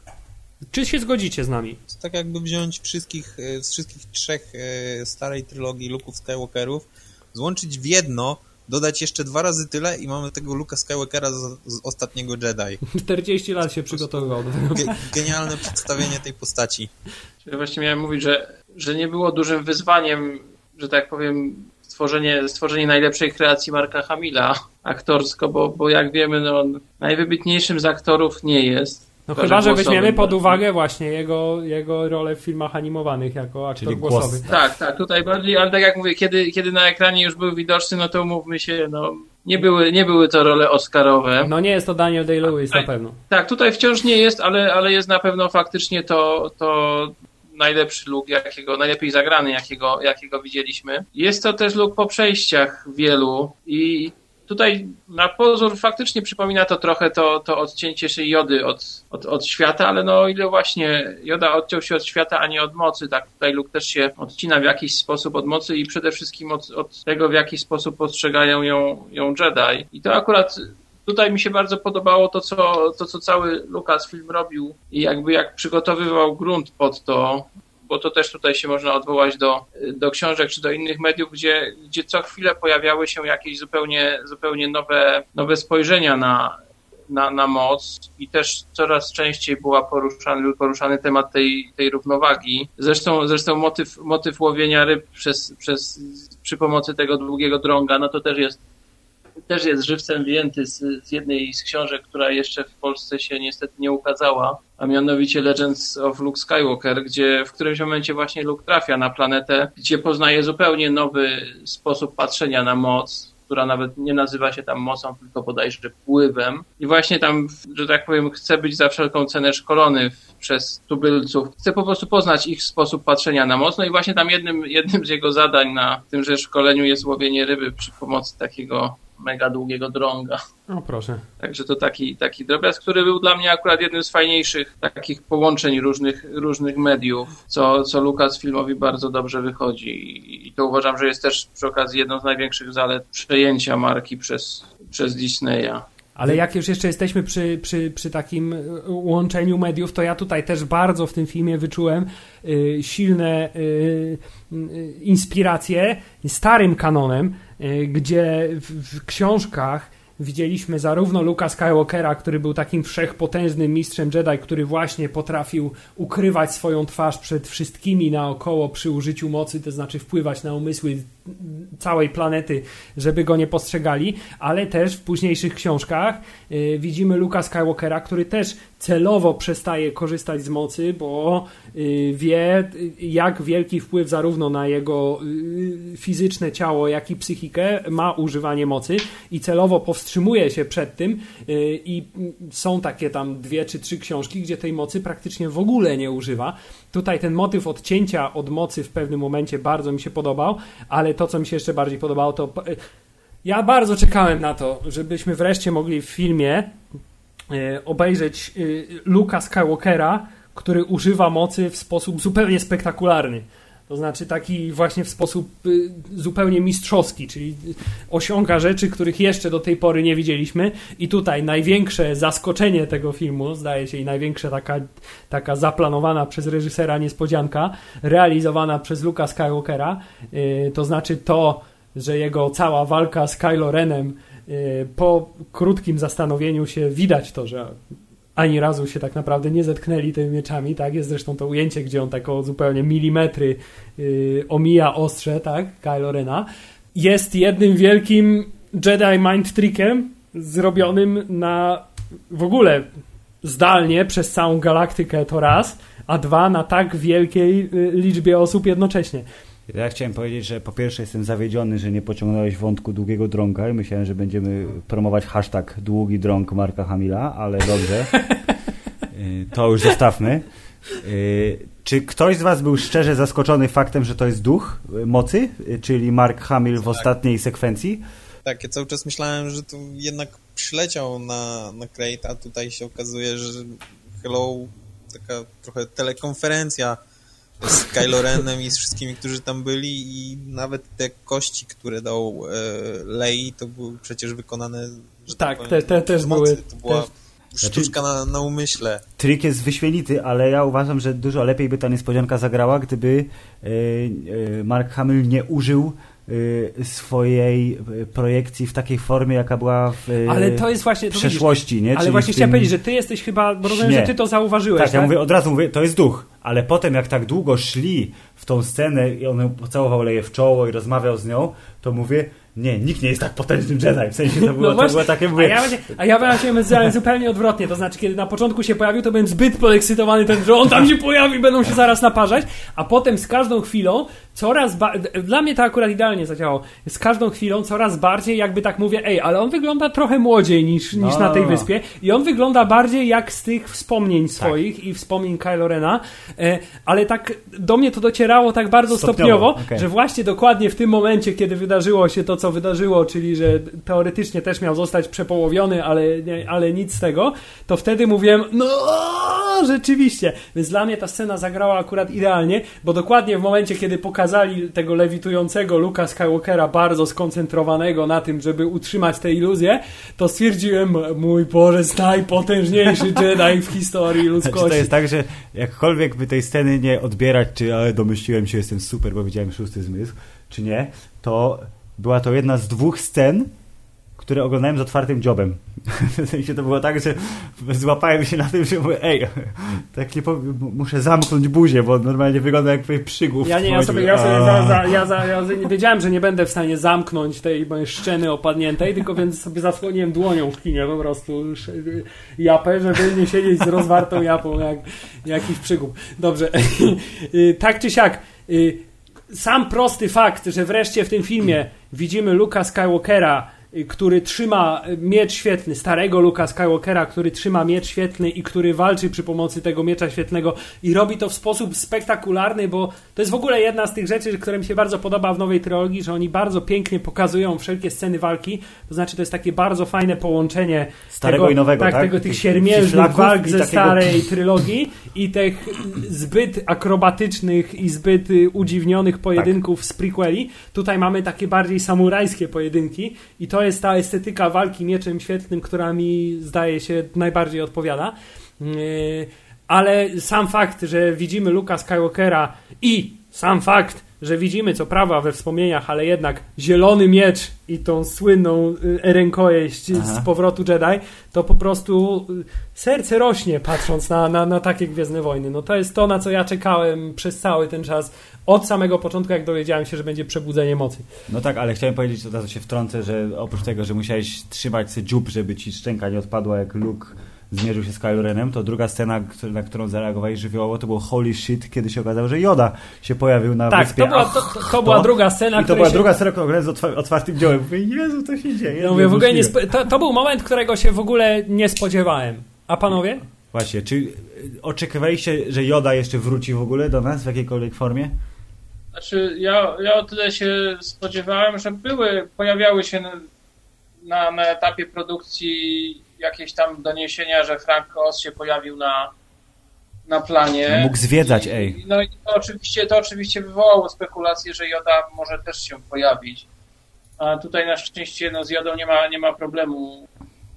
Czy się zgodzicie z nami? To tak jakby wziąć wszystkich, z wszystkich trzech starej trylogii Luke'ów Skywalkerów, złączyć w jedno, dodać jeszcze dwa razy tyle i mamy tego Luke'a Skywalkera z, z ostatniego Jedi. czterdzieści lat się przygotowywał do tego. Ge- genialne przedstawienie tej postaci. Czyli właśnie miałem mówić, że, że nie było dużym wyzwaniem, że tak powiem, stworzenie, stworzenie najlepszej kreacji Marka Hamilla aktorsko, bo, bo jak wiemy, no, najwybitniejszym z aktorów nie jest. No chyba, że weźmiemy pod uwagę właśnie jego, jego rolę w filmach animowanych jako aktor Czyli głosowy. Głos. Tak, tak, tutaj bardziej, ale tak jak mówię, kiedy, kiedy na ekranie już był widoczny, no to umówmy się, no nie były, nie były to role oscarowe. No nie jest to Daniel Day-Lewis na pewno. Tak, tutaj wciąż nie jest, ale, ale jest na pewno faktycznie to, to najlepszy look, jakiego, najlepiej zagrany, jakiego, jakiego widzieliśmy. Jest to też look po przejściach wielu i tutaj na pozór faktycznie przypomina to trochę to, to odcięcie się Jody od, od, od świata, ale no o ile właśnie Joda odciął się od świata, a nie od mocy, tak tutaj Luke też się odcina w jakiś sposób od mocy i przede wszystkim od, od tego, w jaki sposób postrzegają ją, ją Jedi. I to akurat tutaj mi się bardzo podobało to, co, to, co cały Lucasfilm robił i jakby jak przygotowywał grunt pod to, bo to też tutaj się można odwołać do, do książek czy do innych mediów, gdzie, gdzie co chwilę pojawiały się jakieś zupełnie, zupełnie nowe, nowe spojrzenia na, na, na moc i też coraz częściej była poruszany, poruszany temat tej, tej równowagi. Zresztą, zresztą motyw, motyw łowienia ryb przez, przez, przy pomocy tego długiego drąga, no to też jest też jest żywcem wyjęty z, z jednej z książek, która jeszcze w Polsce się niestety nie ukazała, a mianowicie Legends of Luke Skywalker, gdzie w którymś momencie właśnie Luke trafia na planetę, gdzie poznaje zupełnie nowy sposób patrzenia na moc, która nawet nie nazywa się tam mocą, tylko bodajże wpływem. I właśnie tam, że tak powiem, chce być za wszelką cenę szkolony w, przez tubylców. Chce po prostu poznać ich sposób patrzenia na moc. No i właśnie tam jednym, jednym z jego zadań na tymże szkoleniu jest łowienie ryby przy pomocy takiego mega długiego drąga. O proszę. Także to taki, taki drobiazg, który był dla mnie akurat jednym z fajniejszych takich połączeń różnych, różnych mediów, co, co Lucasfilmowi bardzo dobrze wychodzi. I to uważam, że jest też przy okazji jedną z największych zalet przejęcia marki przez, przez Disneya. Ale jak już jeszcze jesteśmy przy, przy, przy takim łączeniu mediów, to ja tutaj też bardzo w tym filmie wyczułem y, silne y, y, inspiracje starym kanonem, y, gdzie w, w książkach widzieliśmy zarówno Luke'a Skywalkera, który był takim wszechpotężnym mistrzem Jedi, który właśnie potrafił ukrywać swoją twarz przed wszystkimi naokoło przy użyciu mocy, to znaczy wpływać na umysły całej planety, żeby go nie postrzegali, ale też w późniejszych książkach y, widzimy Luke'a Skywalkera, który też celowo przestaje korzystać z mocy, bo y, wie, jak wielki wpływ zarówno na jego y, fizyczne ciało, jak i psychikę ma używanie mocy i celowo powstrzymuje się przed tym y, i są takie tam dwie czy trzy książki, gdzie tej mocy praktycznie w ogóle nie używa. Tutaj ten motyw odcięcia od mocy w pewnym momencie bardzo mi się podobał, ale to, co mi się jeszcze bardziej podobało, to ja bardzo czekałem na to, żebyśmy wreszcie mogli w filmie y, obejrzeć y, Luke'a Skywalkera, który używa mocy w sposób zupełnie spektakularny. To znaczy taki właśnie w sposób y, zupełnie mistrzowski, czyli osiąga rzeczy, których jeszcze do tej pory nie widzieliśmy. I tutaj największe zaskoczenie tego filmu, zdaje się, i największa taka, taka zaplanowana przez reżysera niespodzianka, realizowana przez Luke'a Skywalkera, y, to znaczy to, że jego cała walka z Kylo Renem y, po krótkim zastanowieniu się widać to, że ani razu się tak naprawdę nie zetknęli tymi mieczami, tak? Jest zresztą to ujęcie, gdzie on tak o zupełnie milimetry yy, omija ostrze, tak? Kylo Rena. Jest jednym wielkim Jedi mind trickiem zrobionym na w ogóle zdalnie przez całą galaktykę to raz, a dwa na tak wielkiej yy, liczbie osób jednocześnie. Ja chciałem powiedzieć, że po pierwsze jestem zawiedziony, że nie pociągnąłeś wątku długiego drąga i myślałem, że będziemy promować hashtag długi drąg Marka Hamilla, ale dobrze. To już zostawmy. Czy ktoś z was był szczerze zaskoczony faktem, że to jest duch mocy, czyli Mark Hamill w ostatniej sekwencji? tak, ja cały czas myślałem, że to jednak przyleciał na, na Crate, a tutaj się okazuje, że Hello, taka trochę telekonferencja z Kylo Renem i z wszystkimi, którzy tam byli i nawet te kości, które dał e, Lei, to były przecież wykonane, że tak, tak te, te też mocy. były. To była też. sztuczka na, na umyśle. Trik jest wyśmienity, ale ja uważam, że dużo lepiej by ta niespodzianka zagrała, gdyby yy, yy, Mark Hamill nie użył swojej projekcji w takiej formie, jaka była w ale to jest właśnie, to przeszłości. Widzisz, nie? ale Czyli właśnie tym... chciałem powiedzieć, że ty jesteś chyba, bo rozumiem, nie. że ty to zauważyłeś. Tak, tak, ja mówię, od razu mówię, to jest duch, ale potem jak tak długo szli w tą scenę i on pocałował Leję w czoło i rozmawiał z nią, to mówię, nie, nikt nie jest tak potężnym Jedi. W sensie to było, no właśnie, to było takie... Mówię... A ja właśnie, a ja właśnie zupełnie odwrotnie. To znaczy, kiedy na początku się pojawił, to byłem zbyt podekscytowany, ten, że on tam się pojawi, będą się zaraz naparzać, a potem z każdą chwilą coraz bardziej... Dla mnie to akurat idealnie zadziałało. Z każdą chwilą coraz bardziej jakby tak mówię, ej, ale on wygląda trochę młodziej niż, niż no, na tej wyspie i on wygląda bardziej jak z tych wspomnień swoich tak. i wspomnień Kylo Rena, e, ale tak do mnie to docierało tak bardzo stopniowo, stopniowo okay. że właśnie dokładnie w tym momencie, kiedy wydarzyło się to, co wydarzyło, czyli że teoretycznie też miał zostać przepołowiony, ale, nie, ale nic z tego, to wtedy mówiłem, no rzeczywiście. Więc dla mnie ta scena zagrała akurat idealnie, bo dokładnie w momencie, kiedy pokazali tego lewitującego Luka Skywalkera bardzo skoncentrowanego na tym, żeby utrzymać tę iluzję, to stwierdziłem, mój Boże, najpotężniejszy Jedi w historii ludzkości. Znaczy to jest tak, że jakkolwiek by tej sceny nie odbierać, czy ale domyśliłem się, jestem super, bo widziałem szósty zmysł, czy nie, to była to jedna z dwóch scen, które oglądałem z otwartym dziobem. W sensie to było tak, że złapałem się na tym, że mówię, ej, tak nie powiem, muszę zamknąć buzię, bo normalnie wygląda jak przygłów. Ja nie, ja sobie, ja sobie za, za, ja za, ja nie wiedziałem, że nie będę w stanie zamknąć tej mojej szczeny opadniętej, tylko więc sobie zasłoniłem dłonią w kinie po prostu japę, żeby nie siedzieć z rozwartą japą jak jakiś przygłup. Dobrze. Tak czy siak, sam prosty fakt, że wreszcie w tym filmie widzimy Luka Skywalkera, który trzyma miecz świetlny, starego Luka Skywalkera, który trzyma miecz świetlny i który walczy przy pomocy tego miecza świetlnego i robi to w sposób spektakularny, bo to jest w ogóle jedna z tych rzeczy, która mi się bardzo podoba w nowej trylogii, że oni bardzo pięknie pokazują wszelkie sceny walki, to znaczy to jest takie bardzo fajne połączenie starego tego, i nowego, tak, tak? Tego, tych siermiężnych walk ze takiego... starej trylogii i tych zbyt akrobatycznych i zbyt udziwnionych pojedynków tak. z prequeli. Tutaj mamy takie bardziej samurajskie pojedynki i to jest ta estetyka walki mieczem świetlnym, która mi zdaje się najbardziej odpowiada. Yy, ale sam fakt, że widzimy Luka Skywalkera i sam fakt, że widzimy co prawda we wspomnieniach, ale jednak zielony miecz i tą słynną rękojeść z powrotu Jedi, to po prostu serce rośnie patrząc na, na, na takie Gwiezdne Wojny. No to jest to, na co ja czekałem przez cały ten czas, od samego początku, jak dowiedziałem się, że będzie Przebudzenie Mocy. No tak, ale chciałem powiedzieć, od razu się wtrącę, że oprócz tego, że musiałeś trzymać sobie dziób, żeby ci szczęka nie odpadła, jak Luke zmierzył się z Kylo Renem, to druga scena, na którą zareagowałeś żywiołowo, to było holy shit, kiedy się okazało, że Yoda się pojawił na tak, wyspie. Tak, to, była, to, to, to była druga scena. I to była się... druga scena, którą oglądałem z otwartym dziołem. Mówię, Jezu, to się dzieje. No mówię, w ogóle nie spo... to, to był moment, którego się w ogóle nie spodziewałem. A panowie? Właśnie, czy oczekiwaliście, że Yoda jeszcze wróci w ogóle do nas w jakiejkolwiek formie? Znaczy, ja, ja o tyle się spodziewałem, że były, pojawiały się na, na, na etapie produkcji jakieś tam doniesienia, że Frank Oz się pojawił na, na planie. Mógł zwiedzać, I, ej. No i to oczywiście, to oczywiście wywołało spekulację, że Yoda może też się pojawić. A tutaj na szczęście no, z Yodą nie ma, nie ma problemu,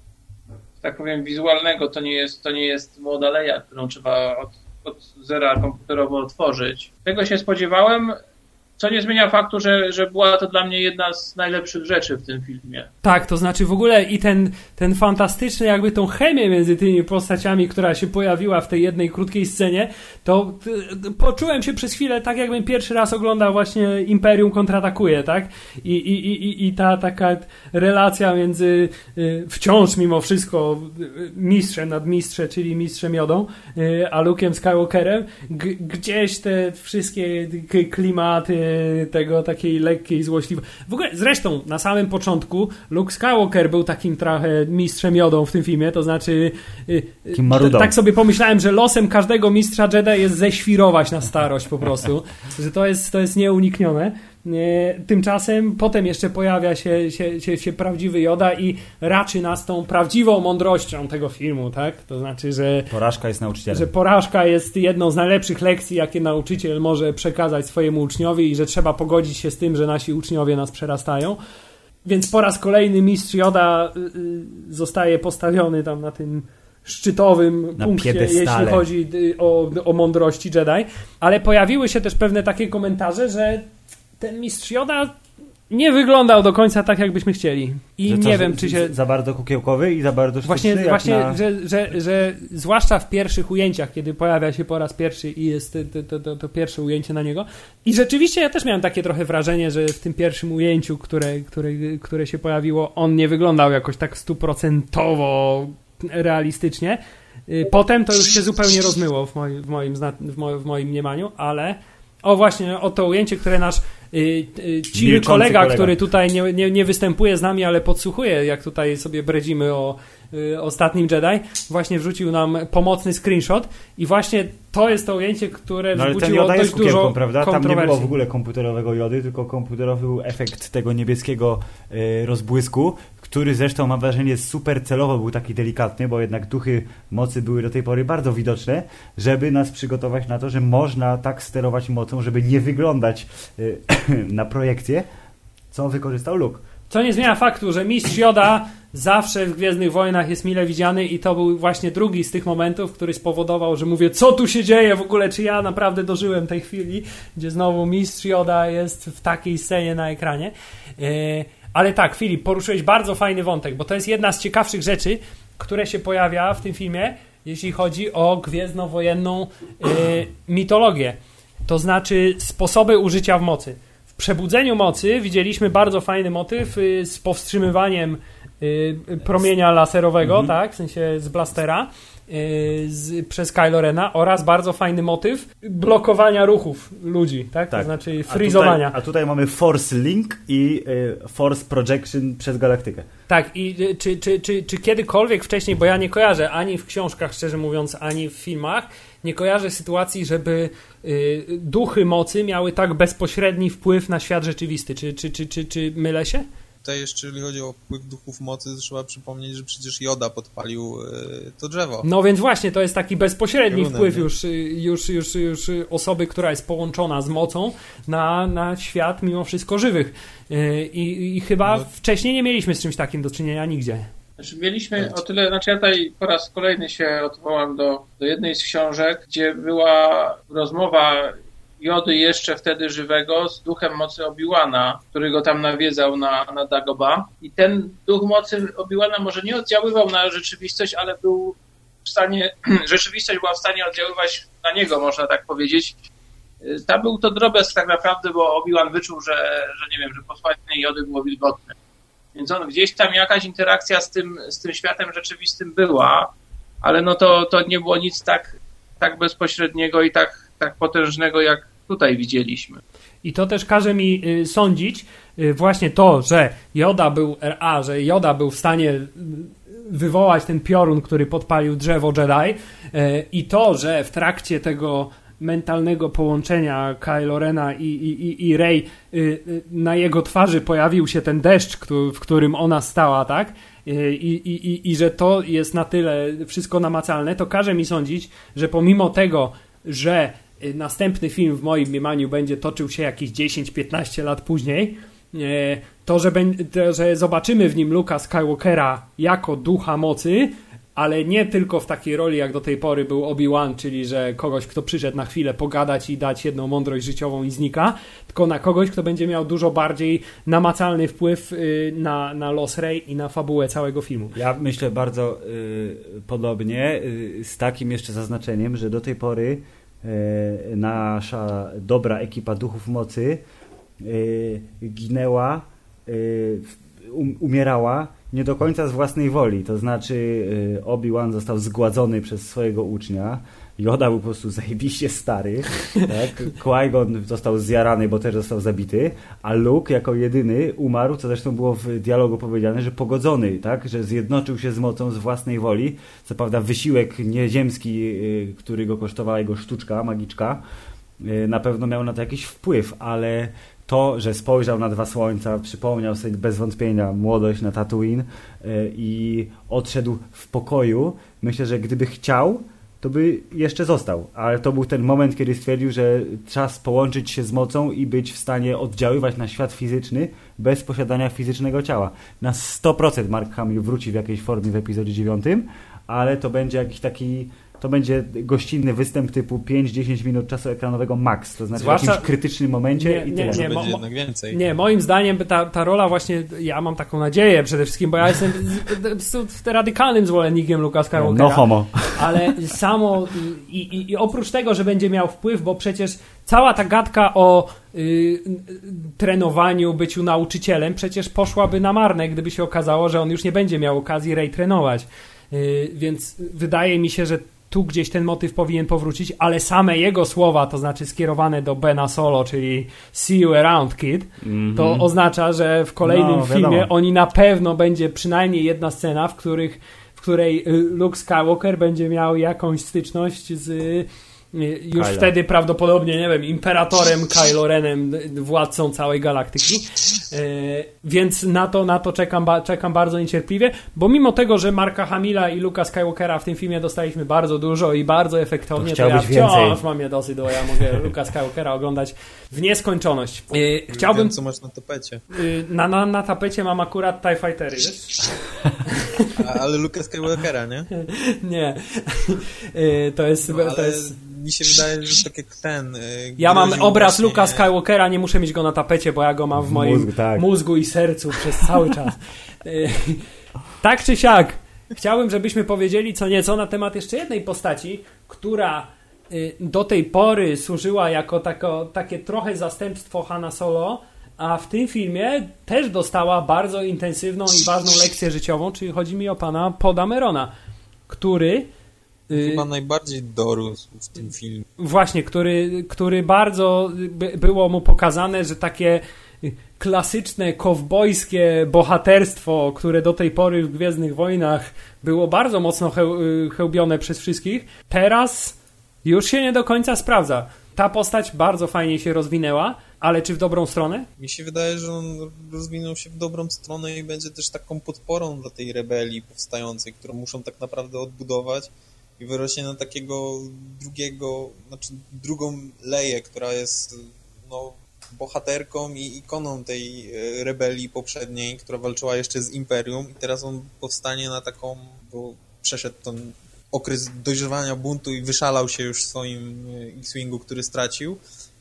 tak powiem, wizualnego. To nie jest, to nie jest młoda Leia, którą trzeba od, od zera komputerowo otworzyć. Tego się spodziewałem. Co nie zmienia faktu, że, że była to dla mnie jedna z najlepszych rzeczy w tym filmie. Tak, to znaczy w ogóle i ten, ten fantastyczny jakby tą chemię między tymi postaciami, która się pojawiła w tej jednej krótkiej scenie, to t, poczułem się przez chwilę tak, jakbym pierwszy raz oglądał właśnie Imperium kontratakuje, tak? I, i, i, i ta taka relacja między y, wciąż mimo wszystko mistrzem nad mistrzem, czyli mistrzem Jodą, y, a Luke'em Skywalkerem, g- gdzieś te wszystkie klimaty tego takiej lekkiej złośliwości. W ogóle zresztą na samym początku Luke Skywalker był takim trochę mistrzem Jodą w tym filmie, to znaczy t- tak sobie pomyślałem, że losem każdego mistrza Jedi jest ześwirować na starość po prostu, że to jest, to jest nieuniknione. Tymczasem potem jeszcze pojawia się, się, się, się prawdziwy Yoda i raczy nas tą prawdziwą mądrością tego filmu, tak? To znaczy, że porażka jest nauczycielem. Że porażka jest jedną z najlepszych lekcji, jakie nauczyciel może przekazać swojemu uczniowi i że trzeba pogodzić się z tym, że nasi uczniowie nas przerastają. Więc po raz kolejny mistrz Yoda zostaje postawiony tam na tym szczytowym na punkcie, jeśli chodzi o, o mądrości Jedi. Ale pojawiły się też pewne takie komentarze, że ten mistrz Yoda nie wyglądał do końca tak, jakbyśmy chcieli. I że nie to, wiem, czy się... Za bardzo kukiełkowy i za bardzo sztuczny? Właśnie, jak właśnie na... że, że, że zwłaszcza w pierwszich ujęciach, kiedy pojawia się po raz pierwszy i jest to, to, to, to pierwsze ujęcie na niego. I rzeczywiście ja też miałem takie trochę wrażenie, że w tym pierwszym ujęciu, które, które, które się pojawiło, on nie wyglądał jakoś tak stuprocentowo realistycznie. Potem to już się zupełnie rozmyło w moim, w moim, w moim, w moim mniemaniu, ale o właśnie, o to ujęcie, które nasz y, y, ciły kolega, kolega, który tutaj nie, nie, nie występuje z nami, ale podsłuchuje, jak tutaj sobie bredzimy o y, ostatnim Jedi, właśnie wrzucił nam pomocny screenshot i właśnie to jest to ujęcie, które no, wzbudziło dość jest dużo prawda? Tam kontrowersji. nie było w ogóle komputerowego Jody, tylko komputerowy był efekt tego niebieskiego y, rozbłysku, który zresztą mam wrażenie super celowo był taki delikatny, bo jednak duchy mocy były do tej pory bardzo widoczne, żeby nas przygotować na to, że można tak sterować mocą, żeby nie wyglądać y, na projekcję, co wykorzystał Luke. Co nie zmienia faktu, że mistrz Yoda zawsze w Gwiezdnych Wojnach jest mile widziany i to był właśnie drugi z tych momentów, który spowodował, że mówię, co tu się dzieje w ogóle, czy ja naprawdę dożyłem tej chwili, gdzie znowu mistrz Yoda jest w takiej scenie na ekranie. Yy, Ale tak, Filip, poruszyłeś bardzo fajny wątek, bo to jest jedna z ciekawszych rzeczy, które się pojawia w tym filmie, jeśli chodzi o gwiezdnowojenną y, mitologię. To znaczy sposoby użycia w mocy. W Przebudzeniu Mocy widzieliśmy bardzo fajny motyw y, z powstrzymywaniem y, promienia laserowego, mhm. tak, w sensie z blastera. Z, przez Kylo Rena oraz bardzo fajny motyw blokowania ruchów ludzi, tak? tak. To znaczy freezowania. A tutaj, a tutaj mamy Force Link i y, Force Projection przez galaktykę. Tak, i y, czy, czy, czy, czy kiedykolwiek wcześniej, bo ja nie kojarzę ani w książkach, szczerze mówiąc, ani w filmach, nie kojarzę sytuacji, żeby y, duchy mocy miały tak bezpośredni wpływ na świat rzeczywisty. Czy, czy, czy, czy, czy mylę się? Tutaj jeszcze, jeżeli chodzi o wpływ duchów mocy, trzeba przypomnieć, że przecież Yoda podpalił y, to drzewo. No więc właśnie, to jest taki bezpośredni Runem, wpływ już, już, już, już osoby, która jest połączona z mocą na, na świat mimo wszystko żywych. Y, I, i chyba no. wcześniej nie mieliśmy z czymś takim do czynienia nigdzie. Znaczy mieliśmy o tyle, znaczy ja tutaj po raz kolejny się odwołam do, do jednej z książek, gdzie była rozmowa Jody jeszcze wtedy żywego z duchem mocy Obi-Wana, który go tam nawiedzał na, na Dagobah. I ten duch mocy Obi-Wana może nie oddziaływał na rzeczywistość, ale był w stanie, rzeczywistość była w stanie oddziaływać na niego, można tak powiedzieć. Tam był to drobiazg tak naprawdę, bo Obi-Wan wyczuł, że, że nie wiem, że posłanie Jody było wilgotne. Więc on gdzieś tam jakaś interakcja z tym, z tym światem rzeczywistym była, ale no to, to nie było nic tak, tak bezpośredniego i tak, tak potężnego, jak tutaj widzieliśmy. I to też każe mi y, sądzić y, właśnie to, że Yoda był R A, że Yoda był w stanie wywołać ten piorun, który podpalił drzewo Jedi y, i to, że w trakcie tego mentalnego połączenia Kylo Rena i, i, i Rey y, y, na jego twarzy pojawił się ten deszcz, który, w którym ona stała, tak? I, i, i, i że to jest na tyle wszystko namacalne, to każe mi sądzić, że pomimo tego, że następny film w moim mniemaniu będzie toczył się jakieś dziesięć piętnaście lat później, to że, to, że zobaczymy w nim Luke'a Skywalkera jako ducha mocy, ale nie tylko w takiej roli, jak do tej pory był Obi-Wan, czyli że kogoś, kto przyszedł na chwilę pogadać i dać jedną mądrość życiową i znika, tylko na kogoś, kto będzie miał dużo bardziej namacalny wpływ na, na los Rey i na fabułę całego filmu. Ja myślę bardzo y, podobnie, y, z takim jeszcze zaznaczeniem, że do tej pory y, nasza dobra ekipa duchów mocy y, ginęła, y, um, umierała nie do końca z własnej woli, to znaczy Obi-Wan został zgładzony przez swojego ucznia, Yoda był po prostu zajebiście stary, tak? Qui-Gon został zjarany, bo też został zabity, a Luke jako jedyny umarł, co zresztą było w dialogu powiedziane, że pogodzony, tak? Że zjednoczył się z mocą z własnej woli, co prawda wysiłek nieziemski, który go kosztowała jego sztuczka, magiczka, na pewno miał na to jakiś wpływ, ale to, że spojrzał na dwa słońca, przypomniał sobie bez wątpienia młodość na Tatooine i odszedł w pokoju. Myślę, że gdyby chciał, to by jeszcze został, ale to był ten moment, kiedy stwierdził, że czas połączyć się z mocą i być w stanie oddziaływać na świat fizyczny bez posiadania fizycznego ciała. Na sto procent Mark Hamill wróci w jakiejś formie w epizodzie dziewiątym, ale to będzie jakiś taki, to będzie gościnny występ typu pięć do dziesięciu minut czasu ekranowego max, to znaczy Zwłaszcza... w jakimś krytycznym momencie nie, i nie, tyle. Nie, będzie mo, jednak więcej. Nie, moim zdaniem ta, ta rola właśnie, ja mam taką nadzieję przede wszystkim, bo ja jestem z, z, z radykalnym zwolennikiem Luka Skywalkera. No homo. Ale samo i, i, i oprócz tego, że będzie miał wpływ, bo przecież cała ta gadka o y, trenowaniu, byciu nauczycielem przecież poszłaby na marne, gdyby się okazało, że on już nie będzie miał okazji Rey trenować. Y, więc wydaje mi się, że tu gdzieś ten motyw powinien powrócić, ale same jego słowa, to znaczy skierowane do Bena Solo, czyli see you around, kid, mm-hmm. to oznacza, że w kolejnym no, filmie oni na pewno będzie przynajmniej jedna scena, w których w której Luke Skywalker będzie miał jakąś styczność z już Kylo. Wtedy prawdopodobnie, nie wiem, imperatorem Kylo Renem, władcą całej galaktyki. E, więc na to, na to czekam, ba, czekam bardzo niecierpliwie, bo mimo tego, że Marka Hamilla i Luka Skywalkera w tym filmie dostaliśmy bardzo dużo i bardzo efektownie, to, to ja wciąż więcej. mam je dosyć, bo ja mogę Luka Skywalkera oglądać w nieskończoność. E, chciałbym... Wiem, co masz na tapecie. E, na, na, na tapecie mam akurat TIE Fightery, wiesz? Ale Luka Skywalkera, nie? Nie. E, to jest... No, to jest... mi się wydaje, że tak jak ten... Ja mam obraz właśnie... Luka Skywalkera, nie muszę mieć go na tapecie, bo ja go mam w moim mózgu, tak. mózgu i sercu przez cały czas. Tak czy siak, chciałbym, żebyśmy powiedzieli co nieco na temat jeszcze jednej postaci, która do tej pory służyła jako tako, takie trochę zastępstwo Hanna Solo, a w tym filmie też dostała bardzo intensywną i ważną lekcję życiową, czyli chodzi mi o pana Poe Damerona, który... Chyba najbardziej dorósł w tym filmie. Właśnie, który, który bardzo by, było mu pokazane, że takie klasyczne, kowbojskie bohaterstwo, które do tej pory w Gwiezdnych Wojnach było bardzo mocno cheł, chełbione przez wszystkich, teraz już się nie do końca sprawdza. Ta postać bardzo fajnie się rozwinęła, ale czy w dobrą stronę? Mi się wydaje, że on rozwinął się w dobrą stronę i będzie też taką podporą dla tej rebelii powstającej, którą muszą tak naprawdę odbudować. I wyrośnie na takiego drugiego, znaczy drugą Leję, która jest no, bohaterką i ikoną tej rebelii poprzedniej, która walczyła jeszcze z Imperium i teraz on powstanie na taką, bo przeszedł ten okres dojrzewania buntu i wyszalał się już w swoim X-Wingu, który stracił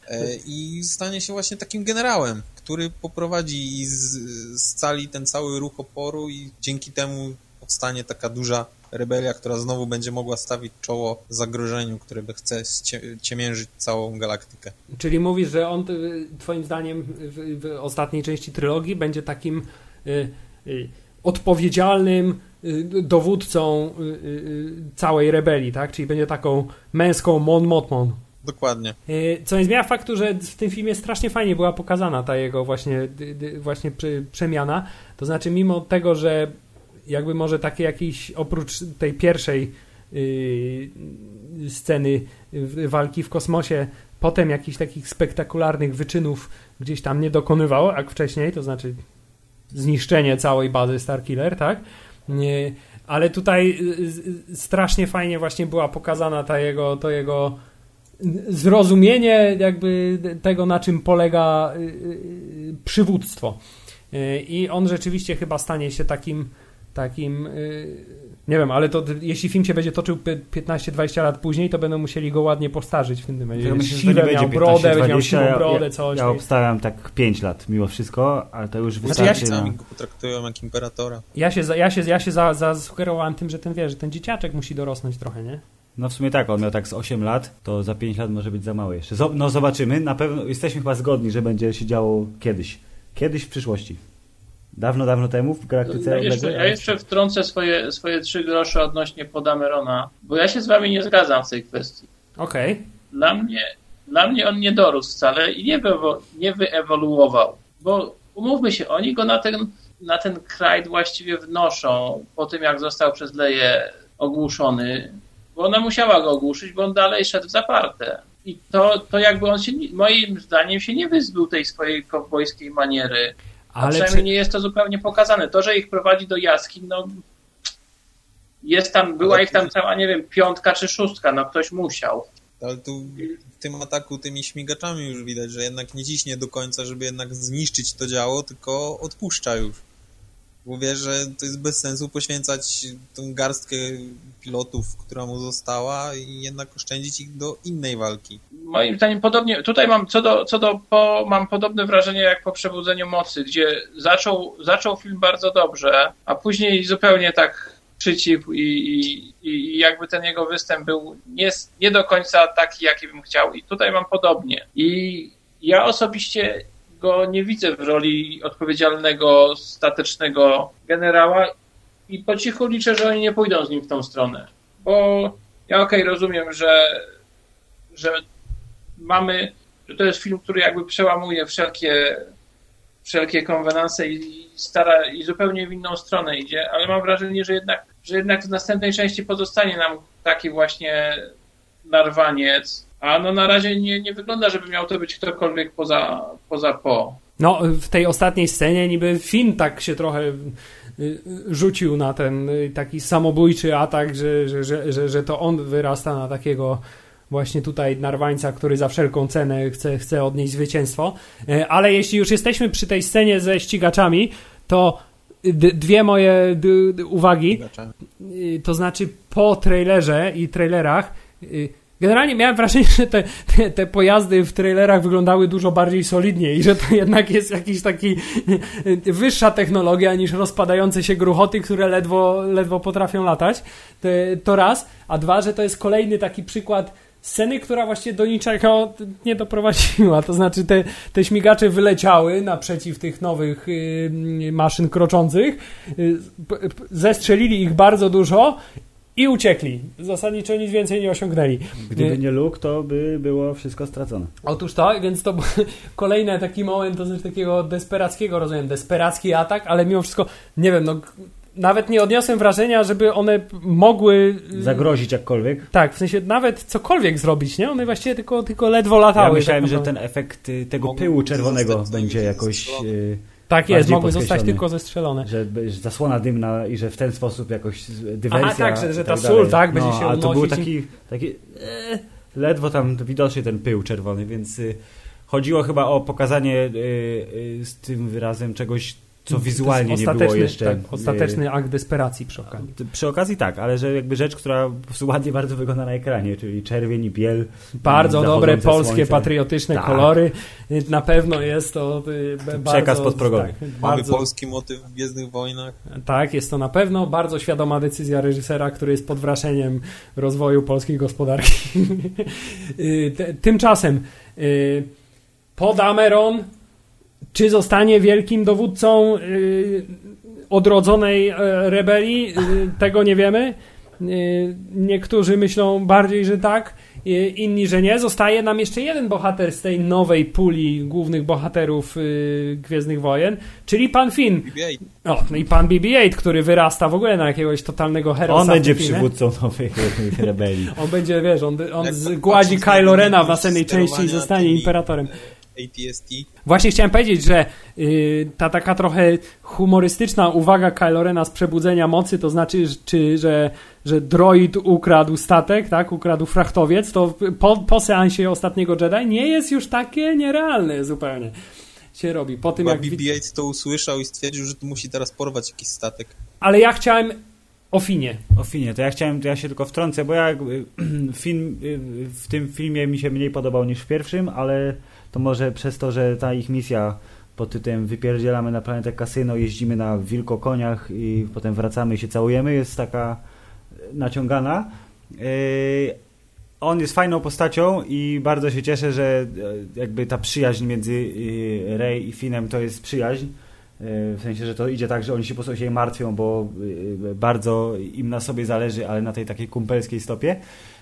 i stanie się właśnie takim generałem, który poprowadzi i scali ten cały ruch oporu i dzięki temu powstanie taka duża rebelia, która znowu będzie mogła stawić czoło zagrożeniu, które by chce ciemiężyć całą galaktykę. Czyli mówisz, że on twoim zdaniem w, w ostatniej części trylogii będzie takim y, y, odpowiedzialnym y, dowódcą y, y, całej rebelii, tak? Czyli będzie taką męską Mon Mothma. Dokładnie. Y, co nie zmienia faktu, że w tym filmie strasznie fajnie była pokazana ta jego właśnie, dy, dy, właśnie przy, przemiana. To znaczy mimo tego, że jakby może takie jakiś, oprócz tej pierwszej yy, sceny walki w kosmosie, potem jakichś takich spektakularnych wyczynów gdzieś tam nie dokonywało, jak wcześniej, to znaczy zniszczenie całej bazy Starkiller, tak? Nie, ale tutaj yy, strasznie fajnie właśnie była pokazana ta jego, to jego zrozumienie jakby tego, na czym polega yy, przywództwo. Yy, I on rzeczywiście chyba stanie się takim takim, yy, nie wiem, ale to jeśli film się będzie toczył piętnaście dwadzieścia lat później, to będą musieli go ładnie postarzyć w tym będzie ja myślę, siwe, że miał brodę, będzie miał siwą brodę, ja, coś. Ja obstawiam tak pięć lat mimo wszystko, ale to już znaczy, wystarczy. Ja się, no. go potraktują jak imperatora. Ja się, ja się, ja się za, zasugerowałem tym, że ten, wie, że ten dzieciaczek musi dorosnąć trochę, nie? No w sumie tak, on miał tak z osiem lat, to za pięć lat może być za mało jeszcze. No zobaczymy, na pewno jesteśmy chyba zgodni, że będzie się działo kiedyś. Kiedyś w przyszłości. Dawno, dawno temu w galaktyce ja jeszcze, ja jeszcze wtrącę swoje, swoje trzy grosze odnośnie Poe Damerona, bo ja się z wami nie zgadzam w tej kwestii. Okej. Okay. Dla mnie, dla mnie on nie dorósł wcale i nie, wyewo, nie wyewoluował, bo umówmy się, oni go na ten, na ten krajd właściwie wnoszą po tym, jak został przez Leję ogłuszony, bo ona musiała go ogłuszyć, bo on dalej szedł w zaparte. I i to, to jakby on się, moim zdaniem, się nie wyzbył tej swojej kowbojskiej maniery. A ale przynajmniej czy... nie jest to zupełnie pokazane. To, że ich prowadzi do jaskiń, no jest tam, była ale ich tam cała, nie wiem, piątka czy szóstka, no ktoś musiał. Ale tu w tym ataku tymi śmigaczami już widać, że jednak nie ciśnie do końca, żeby jednak zniszczyć to działo, tylko odpuszcza już. Bo wie, że to jest bez sensu poświęcać tą garstkę pilotów, która mu została i jednak oszczędzić ich do innej walki. Moim zdaniem podobnie, tutaj mam co do, co do po, mam podobne wrażenie jak po Przebudzeniu Mocy, gdzie zaczął, zaczął film bardzo dobrze, a później zupełnie tak przycichł i, i, i jakby ten jego występ był nie, nie do końca taki, jaki bym chciał. I tutaj mam podobnie. I ja osobiście go nie widzę w roli odpowiedzialnego, statecznego generała i po cichu liczę, że oni nie pójdą z nim w tą stronę. Bo ja okej, okay, rozumiem, że, że mamy, że to jest film, który jakby przełamuje wszelkie, wszelkie konwenanse i stara i zupełnie w inną stronę idzie, ale mam wrażenie, że jednak, że jednak w następnej części pozostanie nam taki właśnie narwaniec. A no na razie nie, nie wygląda, żeby miał to być ktokolwiek poza, poza Po. No, w tej ostatniej scenie niby Finn tak się trochę rzucił na ten taki samobójczy atak, że, że, że, że, że to on wyrasta na takiego właśnie tutaj narwańca, który za wszelką cenę chce, chce odnieść zwycięstwo. Ale jeśli już jesteśmy przy tej scenie ze ścigaczami, to d- dwie moje d- d- uwagi. To znaczy po trailerze i trailerach generalnie miałem wrażenie, że te, te, te pojazdy w trailerach wyglądały dużo bardziej solidnie i że to jednak jest jakiś taki wyższa technologia niż rozpadające się gruchoty, które ledwo, ledwo potrafią latać. To raz. A dwa, że to jest kolejny taki przykład sceny, która właściwie do niczego nie doprowadziła. To znaczy te, te śmigacze wyleciały naprzeciw tych nowych yy, maszyn kroczących, yy, zestrzelili ich bardzo dużo i uciekli. Zasadniczo nic więcej nie osiągnęli. Gdyby nie Luke, to by było wszystko stracone. Otóż to, więc to był kolejny taki moment, to znaczy takiego desperackiego, rozumiem, desperacki atak, ale mimo wszystko, nie wiem, no nawet nie odniosłem wrażenia, żeby one mogły zagrozić jakkolwiek. Tak, w sensie nawet cokolwiek zrobić, nie? One właściwie tylko, tylko ledwo latały. Ja myślałem, tak że ten efekt tego mogą pyłu czerwonego będzie jakoś... Tak jest, mogły zostać tylko zestrzelone. Że, że zasłona dymna i że w ten sposób jakoś dywersja... Aha, tak, że, że ta tak sól, tak, będzie no, się unosić. Ale to był taki, taki e, ledwo tam widocznie ten pył czerwony, więc y, chodziło chyba o pokazanie y, y, z tym wyrazem czegoś, co wizualnie nie było jeszcze. Tak, ostateczny akt desperacji przy okazji. Przy okazji tak, ale że jakby rzecz, która po prostu ładnie bardzo wygląda na ekranie, czyli czerwień i biel. Bardzo dobre polskie, słońce. Patriotyczne tak. Kolory. Na pewno jest to, to bardzo, przekaz podprogowy. Tak, Mamy bardzo, polski motyw w Gwiezdnych Wojnach. Tak, jest to na pewno bardzo świadoma decyzja reżysera, który jest pod wraszeniem rozwoju polskiej gospodarki. Tymczasem Poe Dameron czy zostanie wielkim dowódcą yy, odrodzonej yy, rebelii? Yy, tego nie wiemy. Yy, niektórzy myślą bardziej, że tak, yy, inni, że nie. Zostaje nam jeszcze jeden bohater z tej nowej puli głównych bohaterów yy, Gwiezdnych Wojen, czyli pan Finn. B B osiem. O, no i pan B B osiem, który wyrasta w ogóle na jakiegoś totalnego herosa. On będzie przywódcą nowej rebelii. On będzie, wiesz, on, on zgładzi Kylo Rena w następnej części i zostanie imperatorem. A T S T. Właśnie chciałem powiedzieć, że yy, ta taka trochę humorystyczna uwaga Kylo Rena z Przebudzenia Mocy, to znaczy, czy, że, że droid ukradł statek, tak, ukradł frachtowiec, to po, po seansie Ostatniego Jedi nie jest już takie nierealne zupełnie. Się robi. Po tym, jak B B osiem to usłyszał i stwierdził, że tu musi teraz porwać jakiś statek. Ale ja chciałem o Finie. O Finie, to ja chciałem, to ja się tylko wtrącę, bo ja film, w tym filmie mi się mniej podobał niż w pierwszym, ale to może przez to, że ta ich misja pod tytułem wypierdzielamy na planetę kasyno, jeździmy na wilkokoniach i potem wracamy i się całujemy, jest taka naciągana. Yy, on jest fajną postacią i bardzo się cieszę, że jakby ta przyjaźń między Rey i Finnem to jest przyjaźń. W sensie, że to idzie tak, że oni się po prostu się martwią, bo bardzo im na sobie zależy, ale na tej takiej kumpelskiej stopie.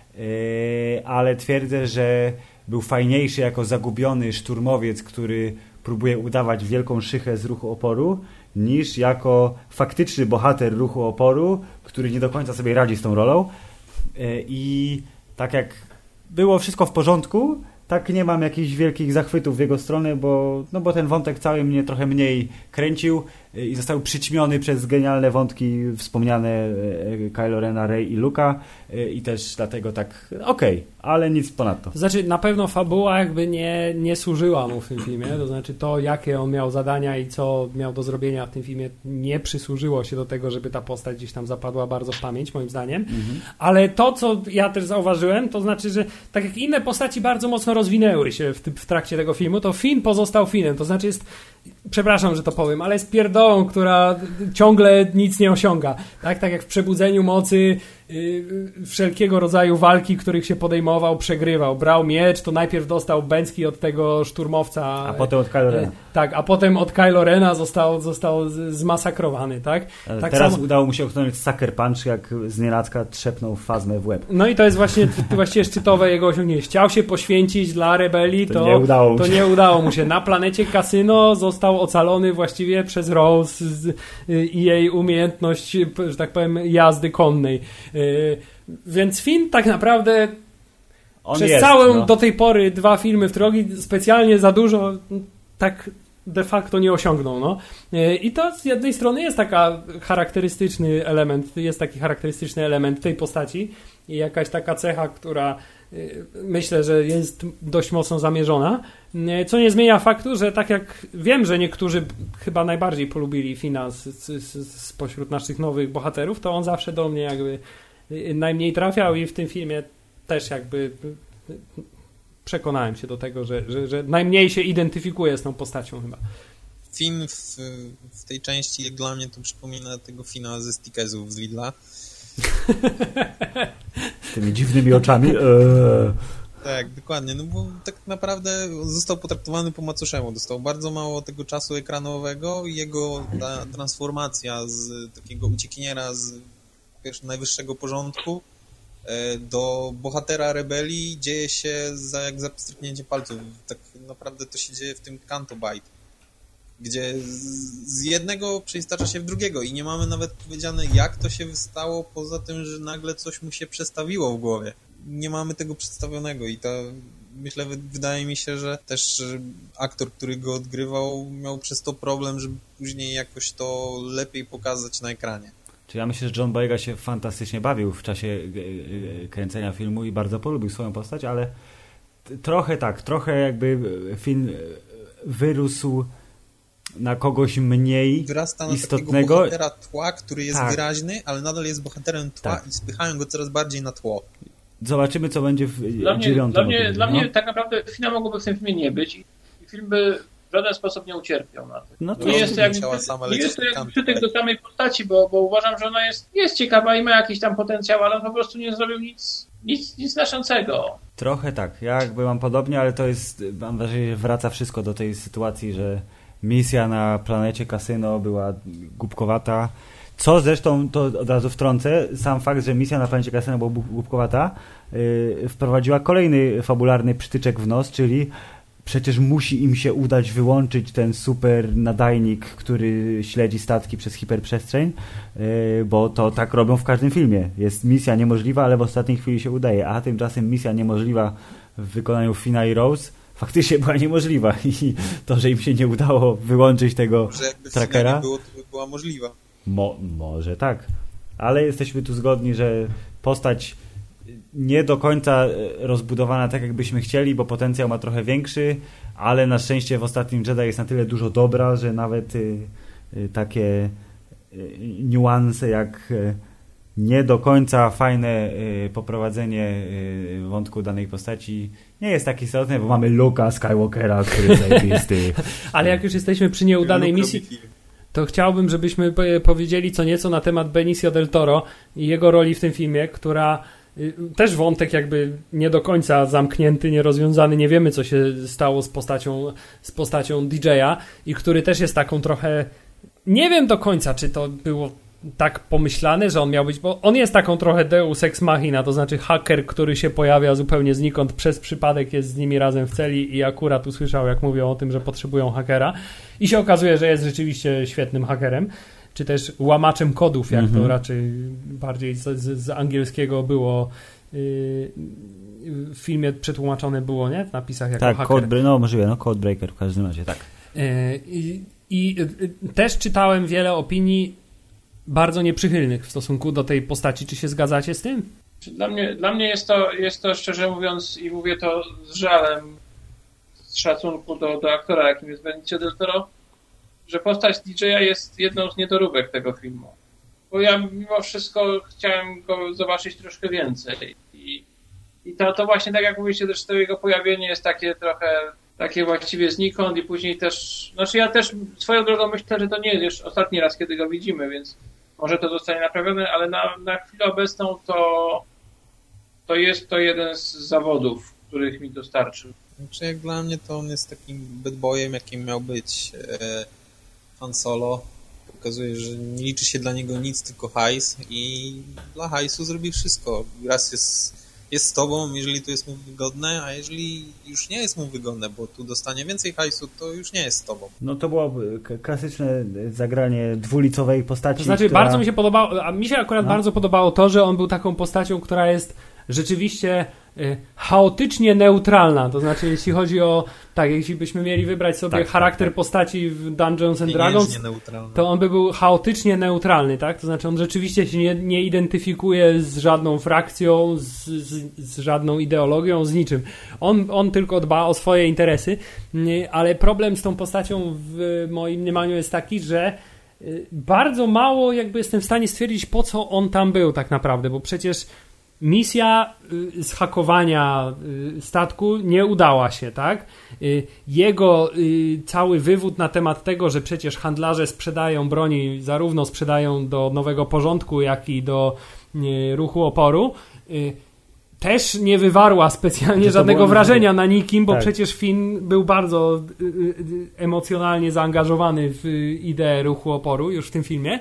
Ale twierdzę, że był fajniejszy jako zagubiony szturmowiec, który próbuje udawać wielką szychę z ruchu oporu, niż jako faktyczny bohater ruchu oporu, który nie do końca sobie radzi z tą rolą. I tak jak było wszystko w porządku. Tak, nie mam jakichś wielkich zachwytów w jego stronę, bo, no bo ten wątek cały mnie trochę mniej kręcił i został przyćmiony przez genialne wątki wspomniane Kylo Rena, Rey i Luka i też dlatego tak okej, okay, ale nic ponadto. To znaczy na pewno fabuła jakby nie, nie służyła mu w tym filmie, to znaczy to jakie on miał zadania i co miał do zrobienia w tym filmie nie przysłużyło się do tego, żeby ta postać gdzieś tam zapadła bardzo w pamięć moim zdaniem, mhm. ale to co ja też zauważyłem, to znaczy, że tak jak inne postaci bardzo mocno rozwinęły się w, w trakcie tego filmu, to Finn pozostał Finnem, to znaczy jest, przepraszam, że to powiem, ale jest pierdołą, która ciągle nic nie osiąga, tak, tak jak w Przebudzeniu Mocy yy, wszelkiego rodzaju walki, których się podejmował, przegrywał, brał miecz, to najpierw dostał bęcki od tego szturmowca, a potem od Kylo Rena. Yy, tak, a potem od Kylo Rena został, został zmasakrowany, tak? tak Teraz samo... udało mu się osiągnąć sucker punch, jak znienacka trzepnął Fazmę w łeb. No i to jest właśnie właściwie szczytowe jego osiągnięcie. Chciał się poświęcić dla rebelii, to, to, nie, udało mu to się. nie udało mu się. Na planecie Kasyno został ocalony właściwie przez Rose i jej umiejętność, że tak powiem, jazdy konnej. Więc Finn tak naprawdę On przez jest, całe no. do tej pory dwa filmy w trylogii specjalnie za dużo tak de facto nie osiągnął. No. I to z jednej strony jest taka charakterystyczny element, jest taki charakterystyczny element tej postaci i jakaś taka cecha, która myślę, że jest dość mocno zamierzona, co nie zmienia faktu, że tak jak wiem, że niektórzy chyba najbardziej polubili Finna z, z, spośród naszych nowych bohaterów, to on zawsze do mnie jakby najmniej trafiał i w tym filmie też jakby przekonałem się do tego, że, że, że najmniej się identyfikuje z tą postacią chyba. Film w, w tej części jak dla mnie to przypomina tego Finna ze Stickersów z Lidla. Z tymi dziwnymi oczami. Eee. Tak, dokładnie, no bo tak naprawdę został potraktowany po macoszemu. Dostał bardzo mało tego czasu ekranowego i jego ta transformacja z takiego uciekiniera z wiesz, najwyższego porządku do bohatera rebelii dzieje się za, jak za pstryknięcie palców. Tak naprawdę to się dzieje w tym Canto Bight, gdzie z jednego przeistacza się w drugiego i nie mamy nawet powiedziane, jak to się stało, poza tym, że nagle coś mu się przestawiło w głowie. Nie mamy tego przedstawionego i to myślę, wydaje mi się, że też aktor, który go odgrywał, miał przez to problem, żeby później jakoś to lepiej pokazać na ekranie. Czy ja myślę, że John Boyega się fantastycznie bawił w czasie kręcenia filmu i bardzo polubił swoją postać, ale trochę tak, trochę jakby film wyrósł na kogoś mniej Wyrasta na istotnego. takiego bohatera tła, który jest tak. wyraźny, ale nadal jest bohaterem tła tak. i spychają go coraz bardziej na tło. Zobaczymy, co będzie w dla mnie, dziewiątym. Dla mnie, roku, dla no? mnie tak naprawdę Finna mogłoby w tym filmie nie być i film by w żaden sposób nie ucierpiał na tym. No to nie jest to jak, sama nie jest to jak tam, przytyk do samej postaci, bo, bo uważam, że ona jest, jest ciekawa i ma jakiś tam potencjał, ale on po prostu nie zrobił nic, nic, nic znaczącego. Trochę tak. Ja jakby mam podobnie, ale to jest, mam wrażenie, że wraca wszystko do tej sytuacji, że misja na planecie Kasyno była głupkowata. Co zresztą, to od razu wtrącę, sam fakt, że misja na planecie Kasyno była głupkowata, yy, wprowadziła kolejny fabularny przytyczek w nos, czyli przecież musi im się udać wyłączyć ten super nadajnik, który śledzi statki przez hiperprzestrzeń, yy, bo to tak robią w każdym filmie. Jest misja niemożliwa, ale w ostatniej chwili się udaje, a tymczasem misja niemożliwa w wykonaniu Finna i Rose faktycznie była niemożliwa i to, że im się nie udało wyłączyć tego że jakby trackera... nie było, to by była możliwa. Mo, może tak, ale jesteśmy tu zgodni, że postać nie do końca rozbudowana tak, jakbyśmy chcieli, bo potencjał ma trochę większy, ale na szczęście w Ostatnim Jedi jest na tyle dużo dobra, że nawet y, y, takie y, niuanse jak y, nie do końca fajne y, poprowadzenie y, wątku danej postaci nie jest tak istotne, bo mamy Luka Skywalkera, który jest zajebisty. Ale jak już jesteśmy przy nieudanej misji, to chciałbym, żebyśmy powiedzieli co nieco na temat Benicio del Toro i jego roli w tym filmie, która też wątek jakby nie do końca zamknięty, nierozwiązany, nie wiemy co się stało z postacią, z postacią D J a i który też jest taką trochę, nie wiem do końca czy to było tak pomyślane, że on miał być, bo on jest taką trochę deus ex machina, to znaczy haker, który się pojawia zupełnie znikąd, przez przypadek jest z nimi razem w celi i akurat usłyszał, jak mówią o tym, że potrzebują hakera i się okazuje, że jest rzeczywiście świetnym hakerem, czy też łamaczem kodów, jak mm-hmm. to raczej bardziej z, z, z angielskiego było yy, w filmie przetłumaczone było, nie? W napisach jako tak, haker. Code, no możliwe, no Codebreaker w każdym razie, tak. I, i też czytałem wiele opinii bardzo nieprzychylnych w stosunku do tej postaci. Czy się zgadzacie z tym? Dla mnie, dla mnie jest, to, jest to, szczerze mówiąc, i mówię to z żalem, z szacunku do, do aktora, jakim jest Benicio del Toro, że postać D J a jest jedną z niedoróbek tego filmu. Bo ja mimo wszystko chciałem go zobaczyć troszkę więcej. I, i to, to właśnie, tak jak mówicie, też to jego pojawienie jest takie trochę, takie właściwie znikąd i później też, znaczy ja też swoją drogą myślę, że to nie jest już ostatni raz, kiedy go widzimy, więc może to zostanie naprawione, ale na, na chwilę obecną to, to jest to jeden z zawodów, których mi dostarczył. Znaczy jak dla mnie to on jest takim bad boyem, jakim miał być e, Han Solo. Pokazuje, że nie liczy się dla niego nic, tylko hajs i dla hajsu zrobi wszystko. Raz jest, jest z tobą, jeżeli to jest mu wygodne, a jeżeli już nie jest mu wygodne, bo tu dostanie więcej hajsu, to już nie jest z tobą. No to było klasyczne zagranie dwulicowej postaci. To znaczy która... bardzo mi się podobało, a mi się akurat no. bardzo podobało to, że on był taką postacią, która jest rzeczywiście y, chaotycznie neutralna, to znaczy jeśli chodzi o, tak, jeśli byśmy mieli wybrać sobie tak, charakter tak, tak. postaci w Dungeons and Dragons, to on by był chaotycznie neutralny, tak, to znaczy on rzeczywiście się nie, nie identyfikuje z żadną frakcją, z, z, z żadną ideologią, z niczym. On, on tylko dba o swoje interesy, y, ale problem z tą postacią w moim mniemaniu jest taki, że y, bardzo mało jakby jestem w stanie stwierdzić, po co on tam był tak naprawdę, bo przecież misja zhakowania statku nie udała się, tak? Jego cały wywód na temat tego, że przecież handlarze sprzedają broni, zarówno sprzedają do Nowego Porządku, jak i do Ruchu Oporu, też nie wywarła specjalnie żadnego wrażenia na nikim, bo tak. przecież Finn był bardzo emocjonalnie zaangażowany w ideę Ruchu Oporu już w tym filmie.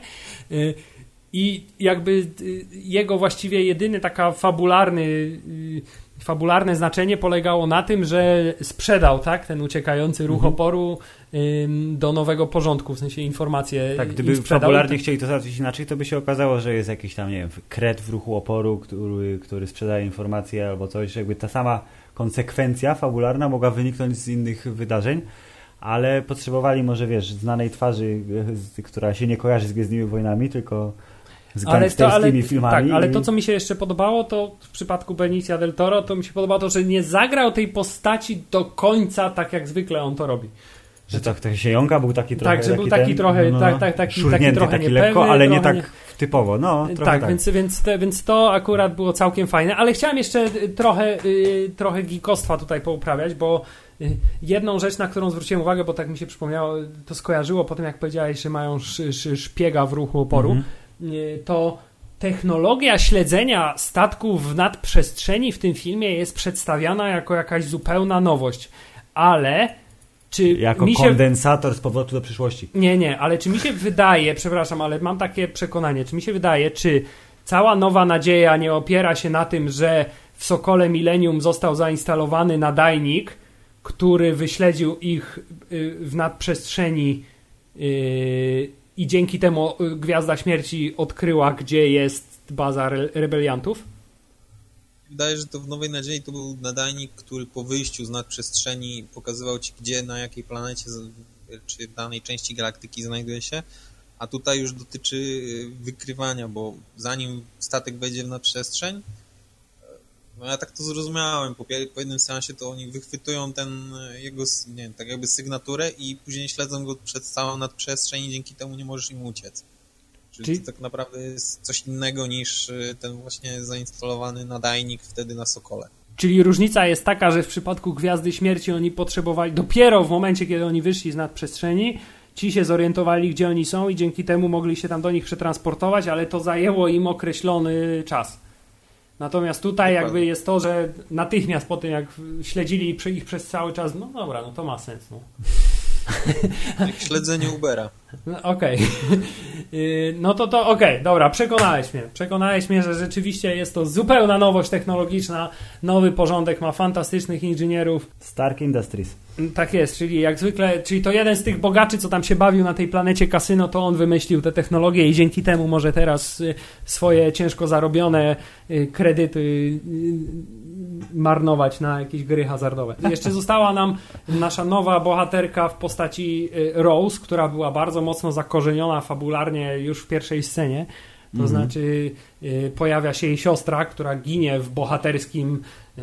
I jakby jego właściwie jedyny taka fabularny, fabularne znaczenie polegało na tym, że sprzedał, tak, ten uciekający ruch mhm. oporu ym, do Nowego Porządku, w sensie informacje. Tak, gdyby fabularnie chcieli to załatwić inaczej, to by się okazało, że jest jakiś tam, nie wiem, kret w ruchu oporu, który, który sprzedaje informacje albo coś, jakby ta sama konsekwencja fabularna mogła wyniknąć z innych wydarzeń. Ale potrzebowali może, wiesz, znanej twarzy, która się nie kojarzy z Gwiezdnymi Wojnami, tylko z gangsterskimi filmami. Tak, ale to, co mi się jeszcze podobało, to w przypadku Benicia del Toro, to mi się podobało to, że nie zagrał tej postaci do końca tak, jak zwykle on to robi. Że tak, tak się jąka, był taki trochę... Tak, że był taki ten, trochę, no, no, tak, tak, taki, taki trochę taki niepewny, lekko, ale nie tak nie... typowo, no. Trochę tak, tak, więc, więc, te, więc to akurat było całkiem fajne, ale chciałem jeszcze trochę, yy, trochę geekostwa tutaj pouprawiać, bo jedną rzecz, na którą zwróciłem uwagę, bo tak mi się przypomniało, to skojarzyło po tym, jak powiedziałeś, że mają sz, sz, szpiega w ruchu oporu, mm-hmm. to technologia śledzenia statków w nadprzestrzeni w tym filmie jest przedstawiana jako jakaś zupełna nowość, ale czy jako mi się... kondensator z powrotu do przyszłości. Nie, nie, ale czy mi się wydaje, przepraszam, ale mam takie przekonanie, czy mi się wydaje, czy cała nowa nadzieja nie opiera się na tym, że w Sokole Millennium został zainstalowany nadajnik, który wyśledził ich w nadprzestrzeni i dzięki temu Gwiazda Śmierci odkryła, gdzie jest baza rebeliantów? Wydaje się, że to w Nowej Nadziei to był nadajnik, który po wyjściu z nadprzestrzeni pokazywał ci, gdzie, na jakiej planecie czy danej części galaktyki znajduje się, a tutaj już dotyczy wykrywania, bo zanim statek wejdzie w nadprzestrzeń, no ja tak to zrozumiałem, po, po jednym seansie to oni wychwytują ten jego, nie wiem, tak jakby sygnaturę i później śledzą go przez całą nadprzestrzeń i dzięki temu nie możesz im uciec. Czyli, Czyli... to tak naprawdę jest coś innego niż ten właśnie zainstalowany nadajnik wtedy na Sokole. Czyli różnica jest taka, że w przypadku Gwiazdy Śmierci oni potrzebowali, dopiero w momencie, kiedy oni wyszli z nadprzestrzeni, ci się zorientowali, gdzie oni są i dzięki temu mogli się tam do nich przetransportować, ale to zajęło im określony czas. Natomiast tutaj jakby jest to, że natychmiast po tym, jak śledzili ich przez cały czas, no dobra, no to ma sens. No. Jak śledzenie Ubera. No, okej. Okay. No to to okej, okay, dobra, przekonałeś mnie. Przekonałeś mnie, że rzeczywiście jest to zupełna nowość technologiczna, nowy porządek, ma fantastycznych inżynierów. Stark Industries. Tak jest, czyli jak zwykle, czyli to jeden z tych bogaczy, co tam się bawił na tej planecie kasyno, to on wymyślił te technologie i dzięki temu może teraz swoje ciężko zarobione kredyty marnować na jakieś gry hazardowe. Jeszcze została nam nasza nowa bohaterka w postaci Rose, która była bardzo mocno zakorzeniona fabularnie już w pierwszej scenie. To mm-hmm. znaczy y, pojawia się jej siostra, która ginie w bohaterskim y,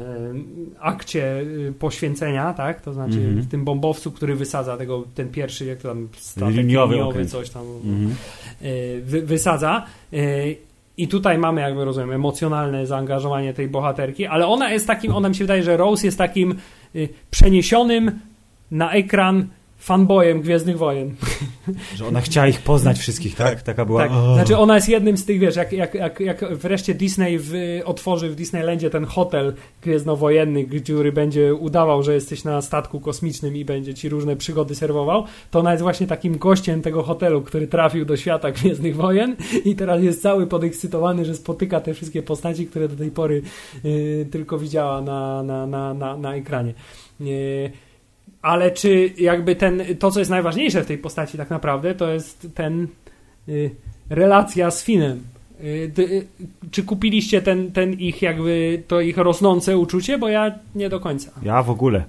akcie y, poświęcenia, tak? To znaczy mm-hmm. w tym bombowcu, który wysadza tego, ten pierwszy, jak to tam statek liniowy, liniowy coś tam mm-hmm. y, wy, wysadza. Y, I tutaj mamy, jakby rozumiem, emocjonalne zaangażowanie tej bohaterki, ale ona jest takim, ona mi się wydaje, że Rose jest takim y, przeniesionym na ekran fanboyem Gwiezdnych Wojen. Że ona chciała ich poznać wszystkich, tak? Taka była... Tak. Znaczy ona jest jednym z tych, wiesz, jak, jak, jak, jak wreszcie Disney w, otworzy w Disneylandzie ten hotel gwiezdnowojenny, który będzie udawał, że jesteś na statku kosmicznym i będzie ci różne przygody serwował, to ona jest właśnie takim gościem tego hotelu, który trafił do świata Gwiezdnych Wojen i teraz jest cały podekscytowany, że spotyka te wszystkie postaci, które do tej pory y, tylko widziała na, na, na, na, na ekranie. Y, Ale czy jakby ten, to co jest najważniejsze w tej postaci tak naprawdę, to jest ten y, relacja z Finnem. Y, y, czy kupiliście ten, ten ich jakby, to ich rosnące uczucie? Bo ja nie do końca. Ja w ogóle.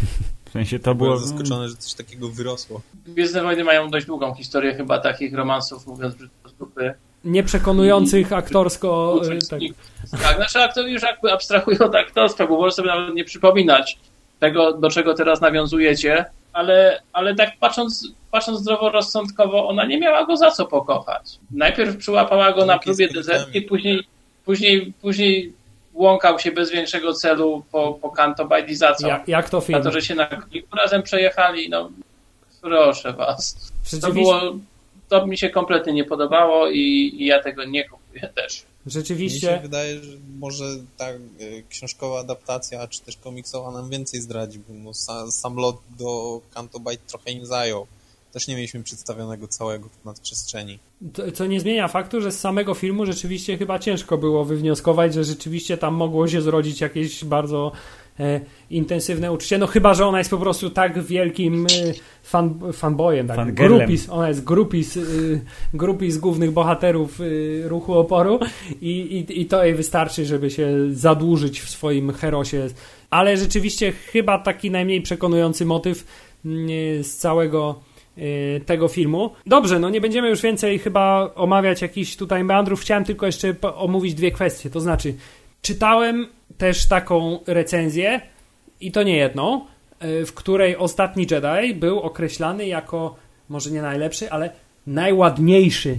W sensie to było... Byłem zaskoczony, że coś takiego wyrosło. Gwiezdne Wojny mają dość długą historię chyba takich romansów, mówiąc brzydko z dupy. Nieprzekonujących aktorsko... Y, tak. tak, znaczy aktorzy już jakby abstrahują od aktorstwa, bo można sobie nawet nie przypominać tego, do czego teraz nawiązujecie, ale, ale tak patrząc, patrząc zdroworozsądkowo, ona nie miała go za co pokochać. Najpierw przyłapała go na próbie dezertki, później, później, później łąkał się bez większego celu po, po kantobajdizacją. Jak, jak to film? Na to, że się na kliku razem przejechali, no proszę was. To było, to mi się kompletnie nie podobało i, i ja tego nie kupuję też. Rzeczywiście. Mi się wydaje, że może ta książkowa adaptacja, czy też komiksowa nam więcej zdradzi, bo no, sam, sam lot do Canto Bight trochę im zajął. Też nie mieliśmy przedstawionego całego nadprzestrzeni. To, co nie zmienia faktu, że z samego filmu rzeczywiście chyba ciężko było wywnioskować, że rzeczywiście tam mogło się zrodzić jakieś bardzo e, intensywne uczucie. No chyba, że ona jest po prostu tak wielkim e, fan, fanboyem. Tak? Grupis, ona jest grupis, e, grupis głównych bohaterów e, ruchu oporu i, i, i to jej wystarczy, żeby się zadłużyć w swoim herosie. Ale rzeczywiście chyba taki najmniej przekonujący motyw e, z całego tego filmu. Dobrze, no nie będziemy już więcej chyba omawiać jakichś tutaj meandrów. Chciałem tylko jeszcze omówić dwie kwestie. To znaczy, czytałem też taką recenzję i to nie jedną, w której Ostatni Jedi był określany jako, może nie najlepszy, ale najładniejszy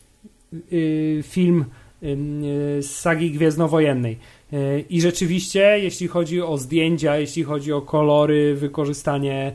film z sagi gwiezdnowojennej. I rzeczywiście, jeśli chodzi o zdjęcia, jeśli chodzi o kolory, wykorzystanie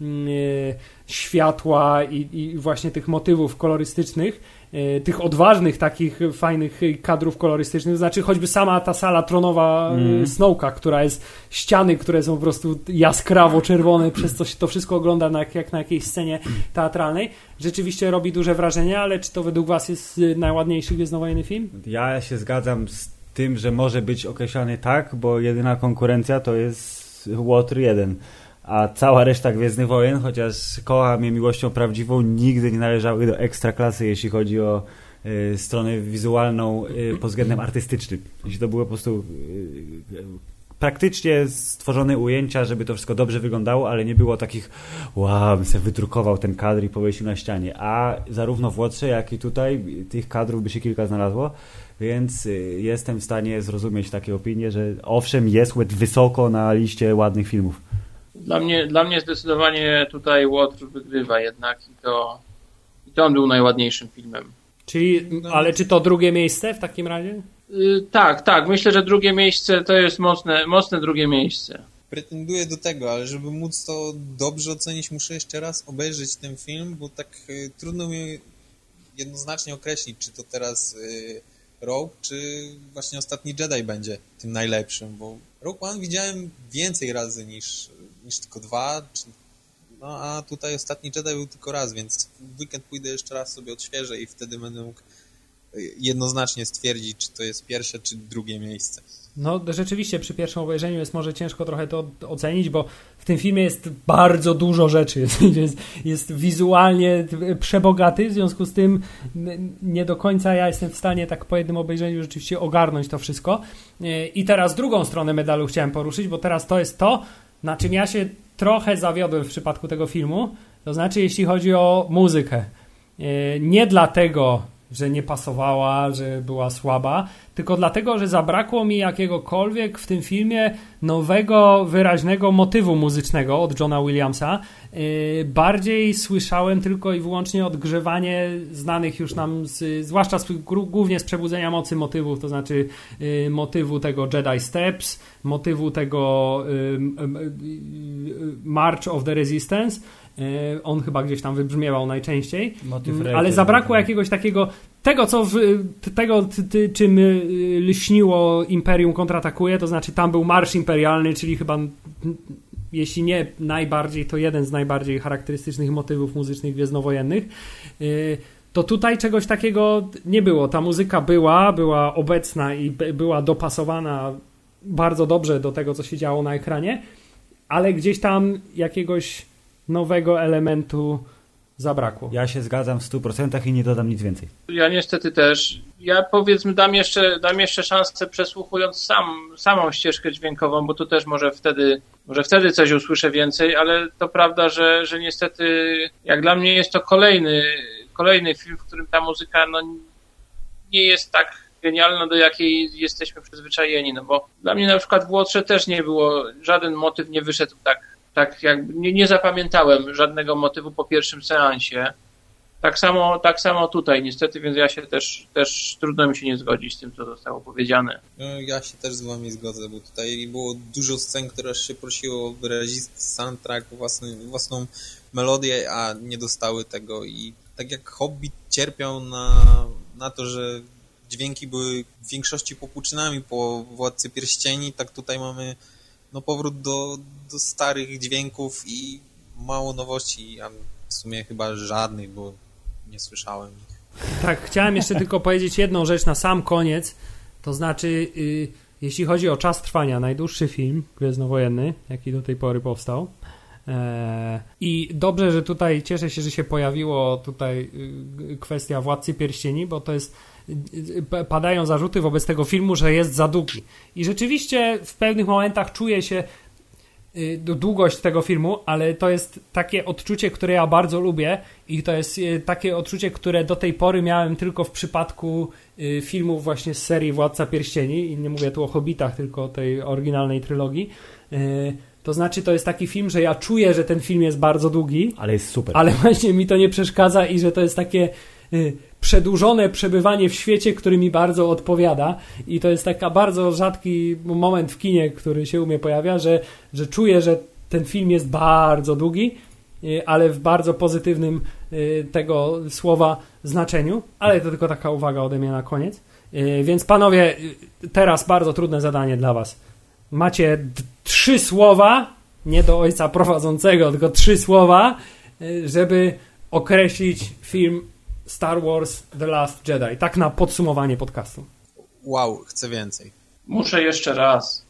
światła i, i właśnie tych motywów kolorystycznych, tych odważnych takich fajnych kadrów kolorystycznych, to znaczy choćby sama ta sala tronowa mm. Snowka, która jest, ściany, które są po prostu jaskrawo czerwone, przez co się to wszystko ogląda na, jak na jakiejś scenie teatralnej, rzeczywiście robi duże wrażenie, ale czy to według was jest najładniejszy gwiezdnowojenny film? Ja się zgadzam z tym, że może być określany tak, bo jedyna konkurencja to jest Łotr jeden. A cała reszta Gwiezdnych Wojen, chociaż kocham je miłością prawdziwą, nigdy nie należały do ekstraklasy, jeśli chodzi o y, stronę wizualną y, pod względem artystycznym. Jeśli to były po prostu y, y, praktycznie stworzone ujęcia, żeby to wszystko dobrze wyglądało, ale nie było takich wow, bym sobie wydrukował ten kadr i powiesił na ścianie. A zarówno w Łotrze, jak i tutaj tych kadrów by się kilka znalazło, więc y, jestem w stanie zrozumieć takie opinie, że owszem, jest wysoko na liście ładnych filmów. Dla mnie, dla mnie zdecydowanie tutaj Łotr wygrywa jednak i to, i to on był najładniejszym filmem. Czyli, ale czy to drugie miejsce w takim razie? Yy, tak, tak. Myślę, że drugie miejsce to jest mocne, mocne drugie miejsce. Pretenduję do tego, ale żeby móc to dobrze ocenić, muszę jeszcze raz obejrzeć ten film, bo tak y, trudno mi jednoznacznie określić, czy to teraz y, Rogue, czy właśnie Ostatni Jedi będzie tym najlepszym, bo Rogue One widziałem więcej razy niż niż tylko dwa, czy No a tutaj Ostatni Jedi był tylko raz, więc w weekend pójdę jeszcze raz sobie odświeżę i wtedy będę mógł jednoznacznie stwierdzić, czy to jest pierwsze, czy drugie miejsce. No rzeczywiście przy pierwszym obejrzeniu jest może ciężko trochę to ocenić, bo w tym filmie jest bardzo dużo rzeczy. Jest, jest wizualnie przebogaty, w związku z tym nie do końca ja jestem w stanie tak po jednym obejrzeniu rzeczywiście ogarnąć to wszystko. I teraz drugą stronę medalu chciałem poruszyć, bo teraz to jest to, na czym ja się trochę zawiodłem w przypadku tego filmu, to znaczy jeśli chodzi o muzykę. Nie dlatego, że nie pasowała, że była słaba, tylko dlatego, że zabrakło mi jakiegokolwiek w tym filmie nowego, wyraźnego motywu muzycznego od Johna Williamsa. Yy, bardziej słyszałem tylko i wyłącznie odgrzewanie znanych już nam, z, zwłaszcza z, głównie z Przebudzenia Mocy motywów, to znaczy yy, motywu tego Jedi Steps, motywu tego yy, yy, March of the Resistance. On chyba gdzieś tam wybrzmiewał najczęściej, ale zabrakło jakiegoś takiego tego, co w, tego ty, ty, czym lśniło Imperium kontratakuje, to znaczy tam był marsz imperialny, czyli chyba jeśli nie najbardziej, to jeden z najbardziej charakterystycznych motywów muzycznych gwiezdnowojennych. To tutaj czegoś takiego nie było. Ta muzyka była, była obecna i była dopasowana bardzo dobrze do tego, co się działo na ekranie, ale gdzieś tam jakiegoś nowego elementu zabrakło. Ja się zgadzam w stu procentach i nie dodam nic więcej. Ja niestety też. Ja powiedzmy dam jeszcze, dam jeszcze szansę przesłuchując sam, samą ścieżkę dźwiękową, bo tu też może wtedy, może wtedy coś usłyszę więcej, ale to prawda, że, że niestety jak dla mnie jest to kolejny, kolejny film, w którym ta muzyka no, nie jest tak genialna, do jakiej jesteśmy przyzwyczajeni, no bo dla mnie na przykład w Łotrze też nie było, żaden motyw nie wyszedł tak Tak jak nie, nie zapamiętałem żadnego motywu po pierwszym seansie. Tak samo, tak samo tutaj niestety, więc ja się też, też trudno mi się nie zgodzić z tym, co zostało powiedziane. No, ja się też z wami zgodzę, bo tutaj było dużo scen, które się prosiło o wyrazisty soundtrack, własny, własną melodię, a nie dostały tego i tak jak Hobbit cierpiał na, na to, że dźwięki były w większości popłuczynami po Władcy Pierścieni, tak tutaj mamy no powrót do, do starych dźwięków i mało nowości, a w sumie chyba żadnych, bo nie słyszałem ich. Tak, chciałem jeszcze tylko powiedzieć jedną rzecz na sam koniec, to znaczy yy, jeśli chodzi o czas trwania, najdłuższy film gwiezdnowojenny, jaki do tej pory powstał. Eee, I dobrze, że tutaj cieszę się, że się pojawiło tutaj yy, kwestia Władcy Pierścieni, bo to jest padają zarzuty wobec tego filmu, że jest za długi. I rzeczywiście w pewnych momentach czuję się y, długość tego filmu, ale to jest takie odczucie, które ja bardzo lubię i to jest y, takie odczucie, które do tej pory miałem tylko w przypadku y, filmów właśnie z serii Władca Pierścieni i nie mówię tu o Hobbitach, tylko o tej oryginalnej trylogii. Y, to znaczy to jest taki film, że ja czuję, że ten film jest bardzo długi, ale jest super. Ale właśnie mi to nie przeszkadza i że to jest takie y, przedłużone przebywanie w świecie, który mi bardzo odpowiada i to jest taka bardzo rzadki moment w kinie, który się u mnie pojawia, że, że czuję, że ten film jest bardzo długi, ale w bardzo pozytywnym tego słowa znaczeniu, ale to tylko taka uwaga ode mnie na koniec. Więc panowie, teraz bardzo trudne zadanie dla was. Macie d- trzy słowa, nie do ojca prowadzącego, tylko trzy słowa, żeby określić film Star Wars The Last Jedi. Tak na podsumowanie podcastu. Wow, chcę więcej. Muszę jeszcze raz.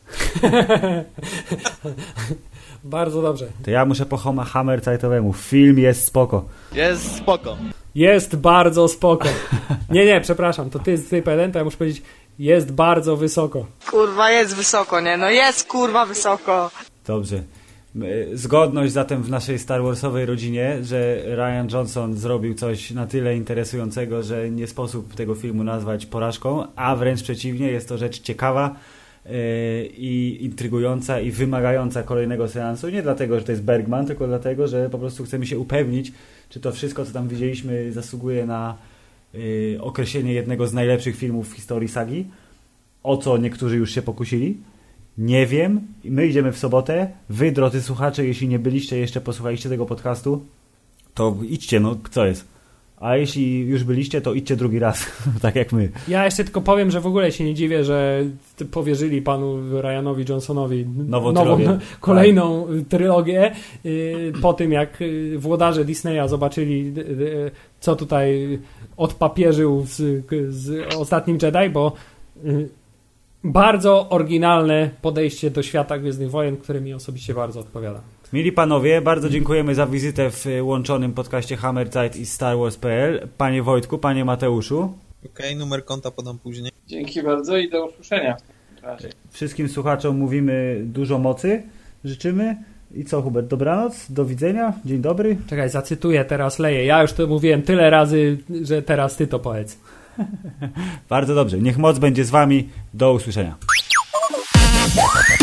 Bardzo dobrze. To ja muszę po Hammerzajtowemu. Film jest spoko. Jest spoko. Jest bardzo spoko. Nie, nie, przepraszam. To ty jest tutaj jeden, to ja muszę powiedzieć jest bardzo wysoko. Kurwa, jest wysoko, nie? No jest kurwa wysoko. Dobrze. Zgodność zatem w naszej Star Warsowej rodzinie, że Rian Johnson zrobił coś na tyle interesującego, że nie sposób tego filmu nazwać porażką, a wręcz przeciwnie, jest to rzecz ciekawa yy, i intrygująca i wymagająca kolejnego seansu. Nie dlatego, że to jest Bergman, tylko dlatego, że po prostu chcemy się upewnić, czy to wszystko, co tam widzieliśmy, zasługuje na yy, określenie jednego z najlepszych filmów w historii sagi, o co niektórzy już się pokusili. Nie wiem. My idziemy w sobotę. Wy, drodzy słuchacze, jeśli nie byliście jeszcze, posłuchaliście tego podcastu, to idźcie, no co jest? A jeśli już byliście, to idźcie drugi raz, tak jak my. Ja jeszcze tylko powiem, że w ogóle się nie dziwię, że powierzyli panu Ryanowi Johnsonowi nową, nową trylogię. kolejną tak. trylogię yy, po tym, jak yy, włodarze Disneya zobaczyli, yy, co tutaj odpapieżył z, z Ostatnim Jedi, bo yy, bardzo oryginalne podejście do świata Gwiezdnych Wojen, które mi osobiście bardzo odpowiada. Mili panowie, bardzo dziękujemy za wizytę w łączonym podcaście Hammerzeit i Star Wars kropka pe el. Panie Wojtku, panie Mateuszu. Okej, okay, numer konta podam później. Dzięki bardzo i do usłyszenia. Wszystkim słuchaczom mówimy dużo mocy, życzymy. I co, Hubert, dobranoc, do widzenia, dzień dobry. Czekaj, zacytuję teraz Leję. Ja już to mówiłem tyle razy, że teraz ty to powiedz. Bardzo dobrze, niech moc będzie z wami, do usłyszenia.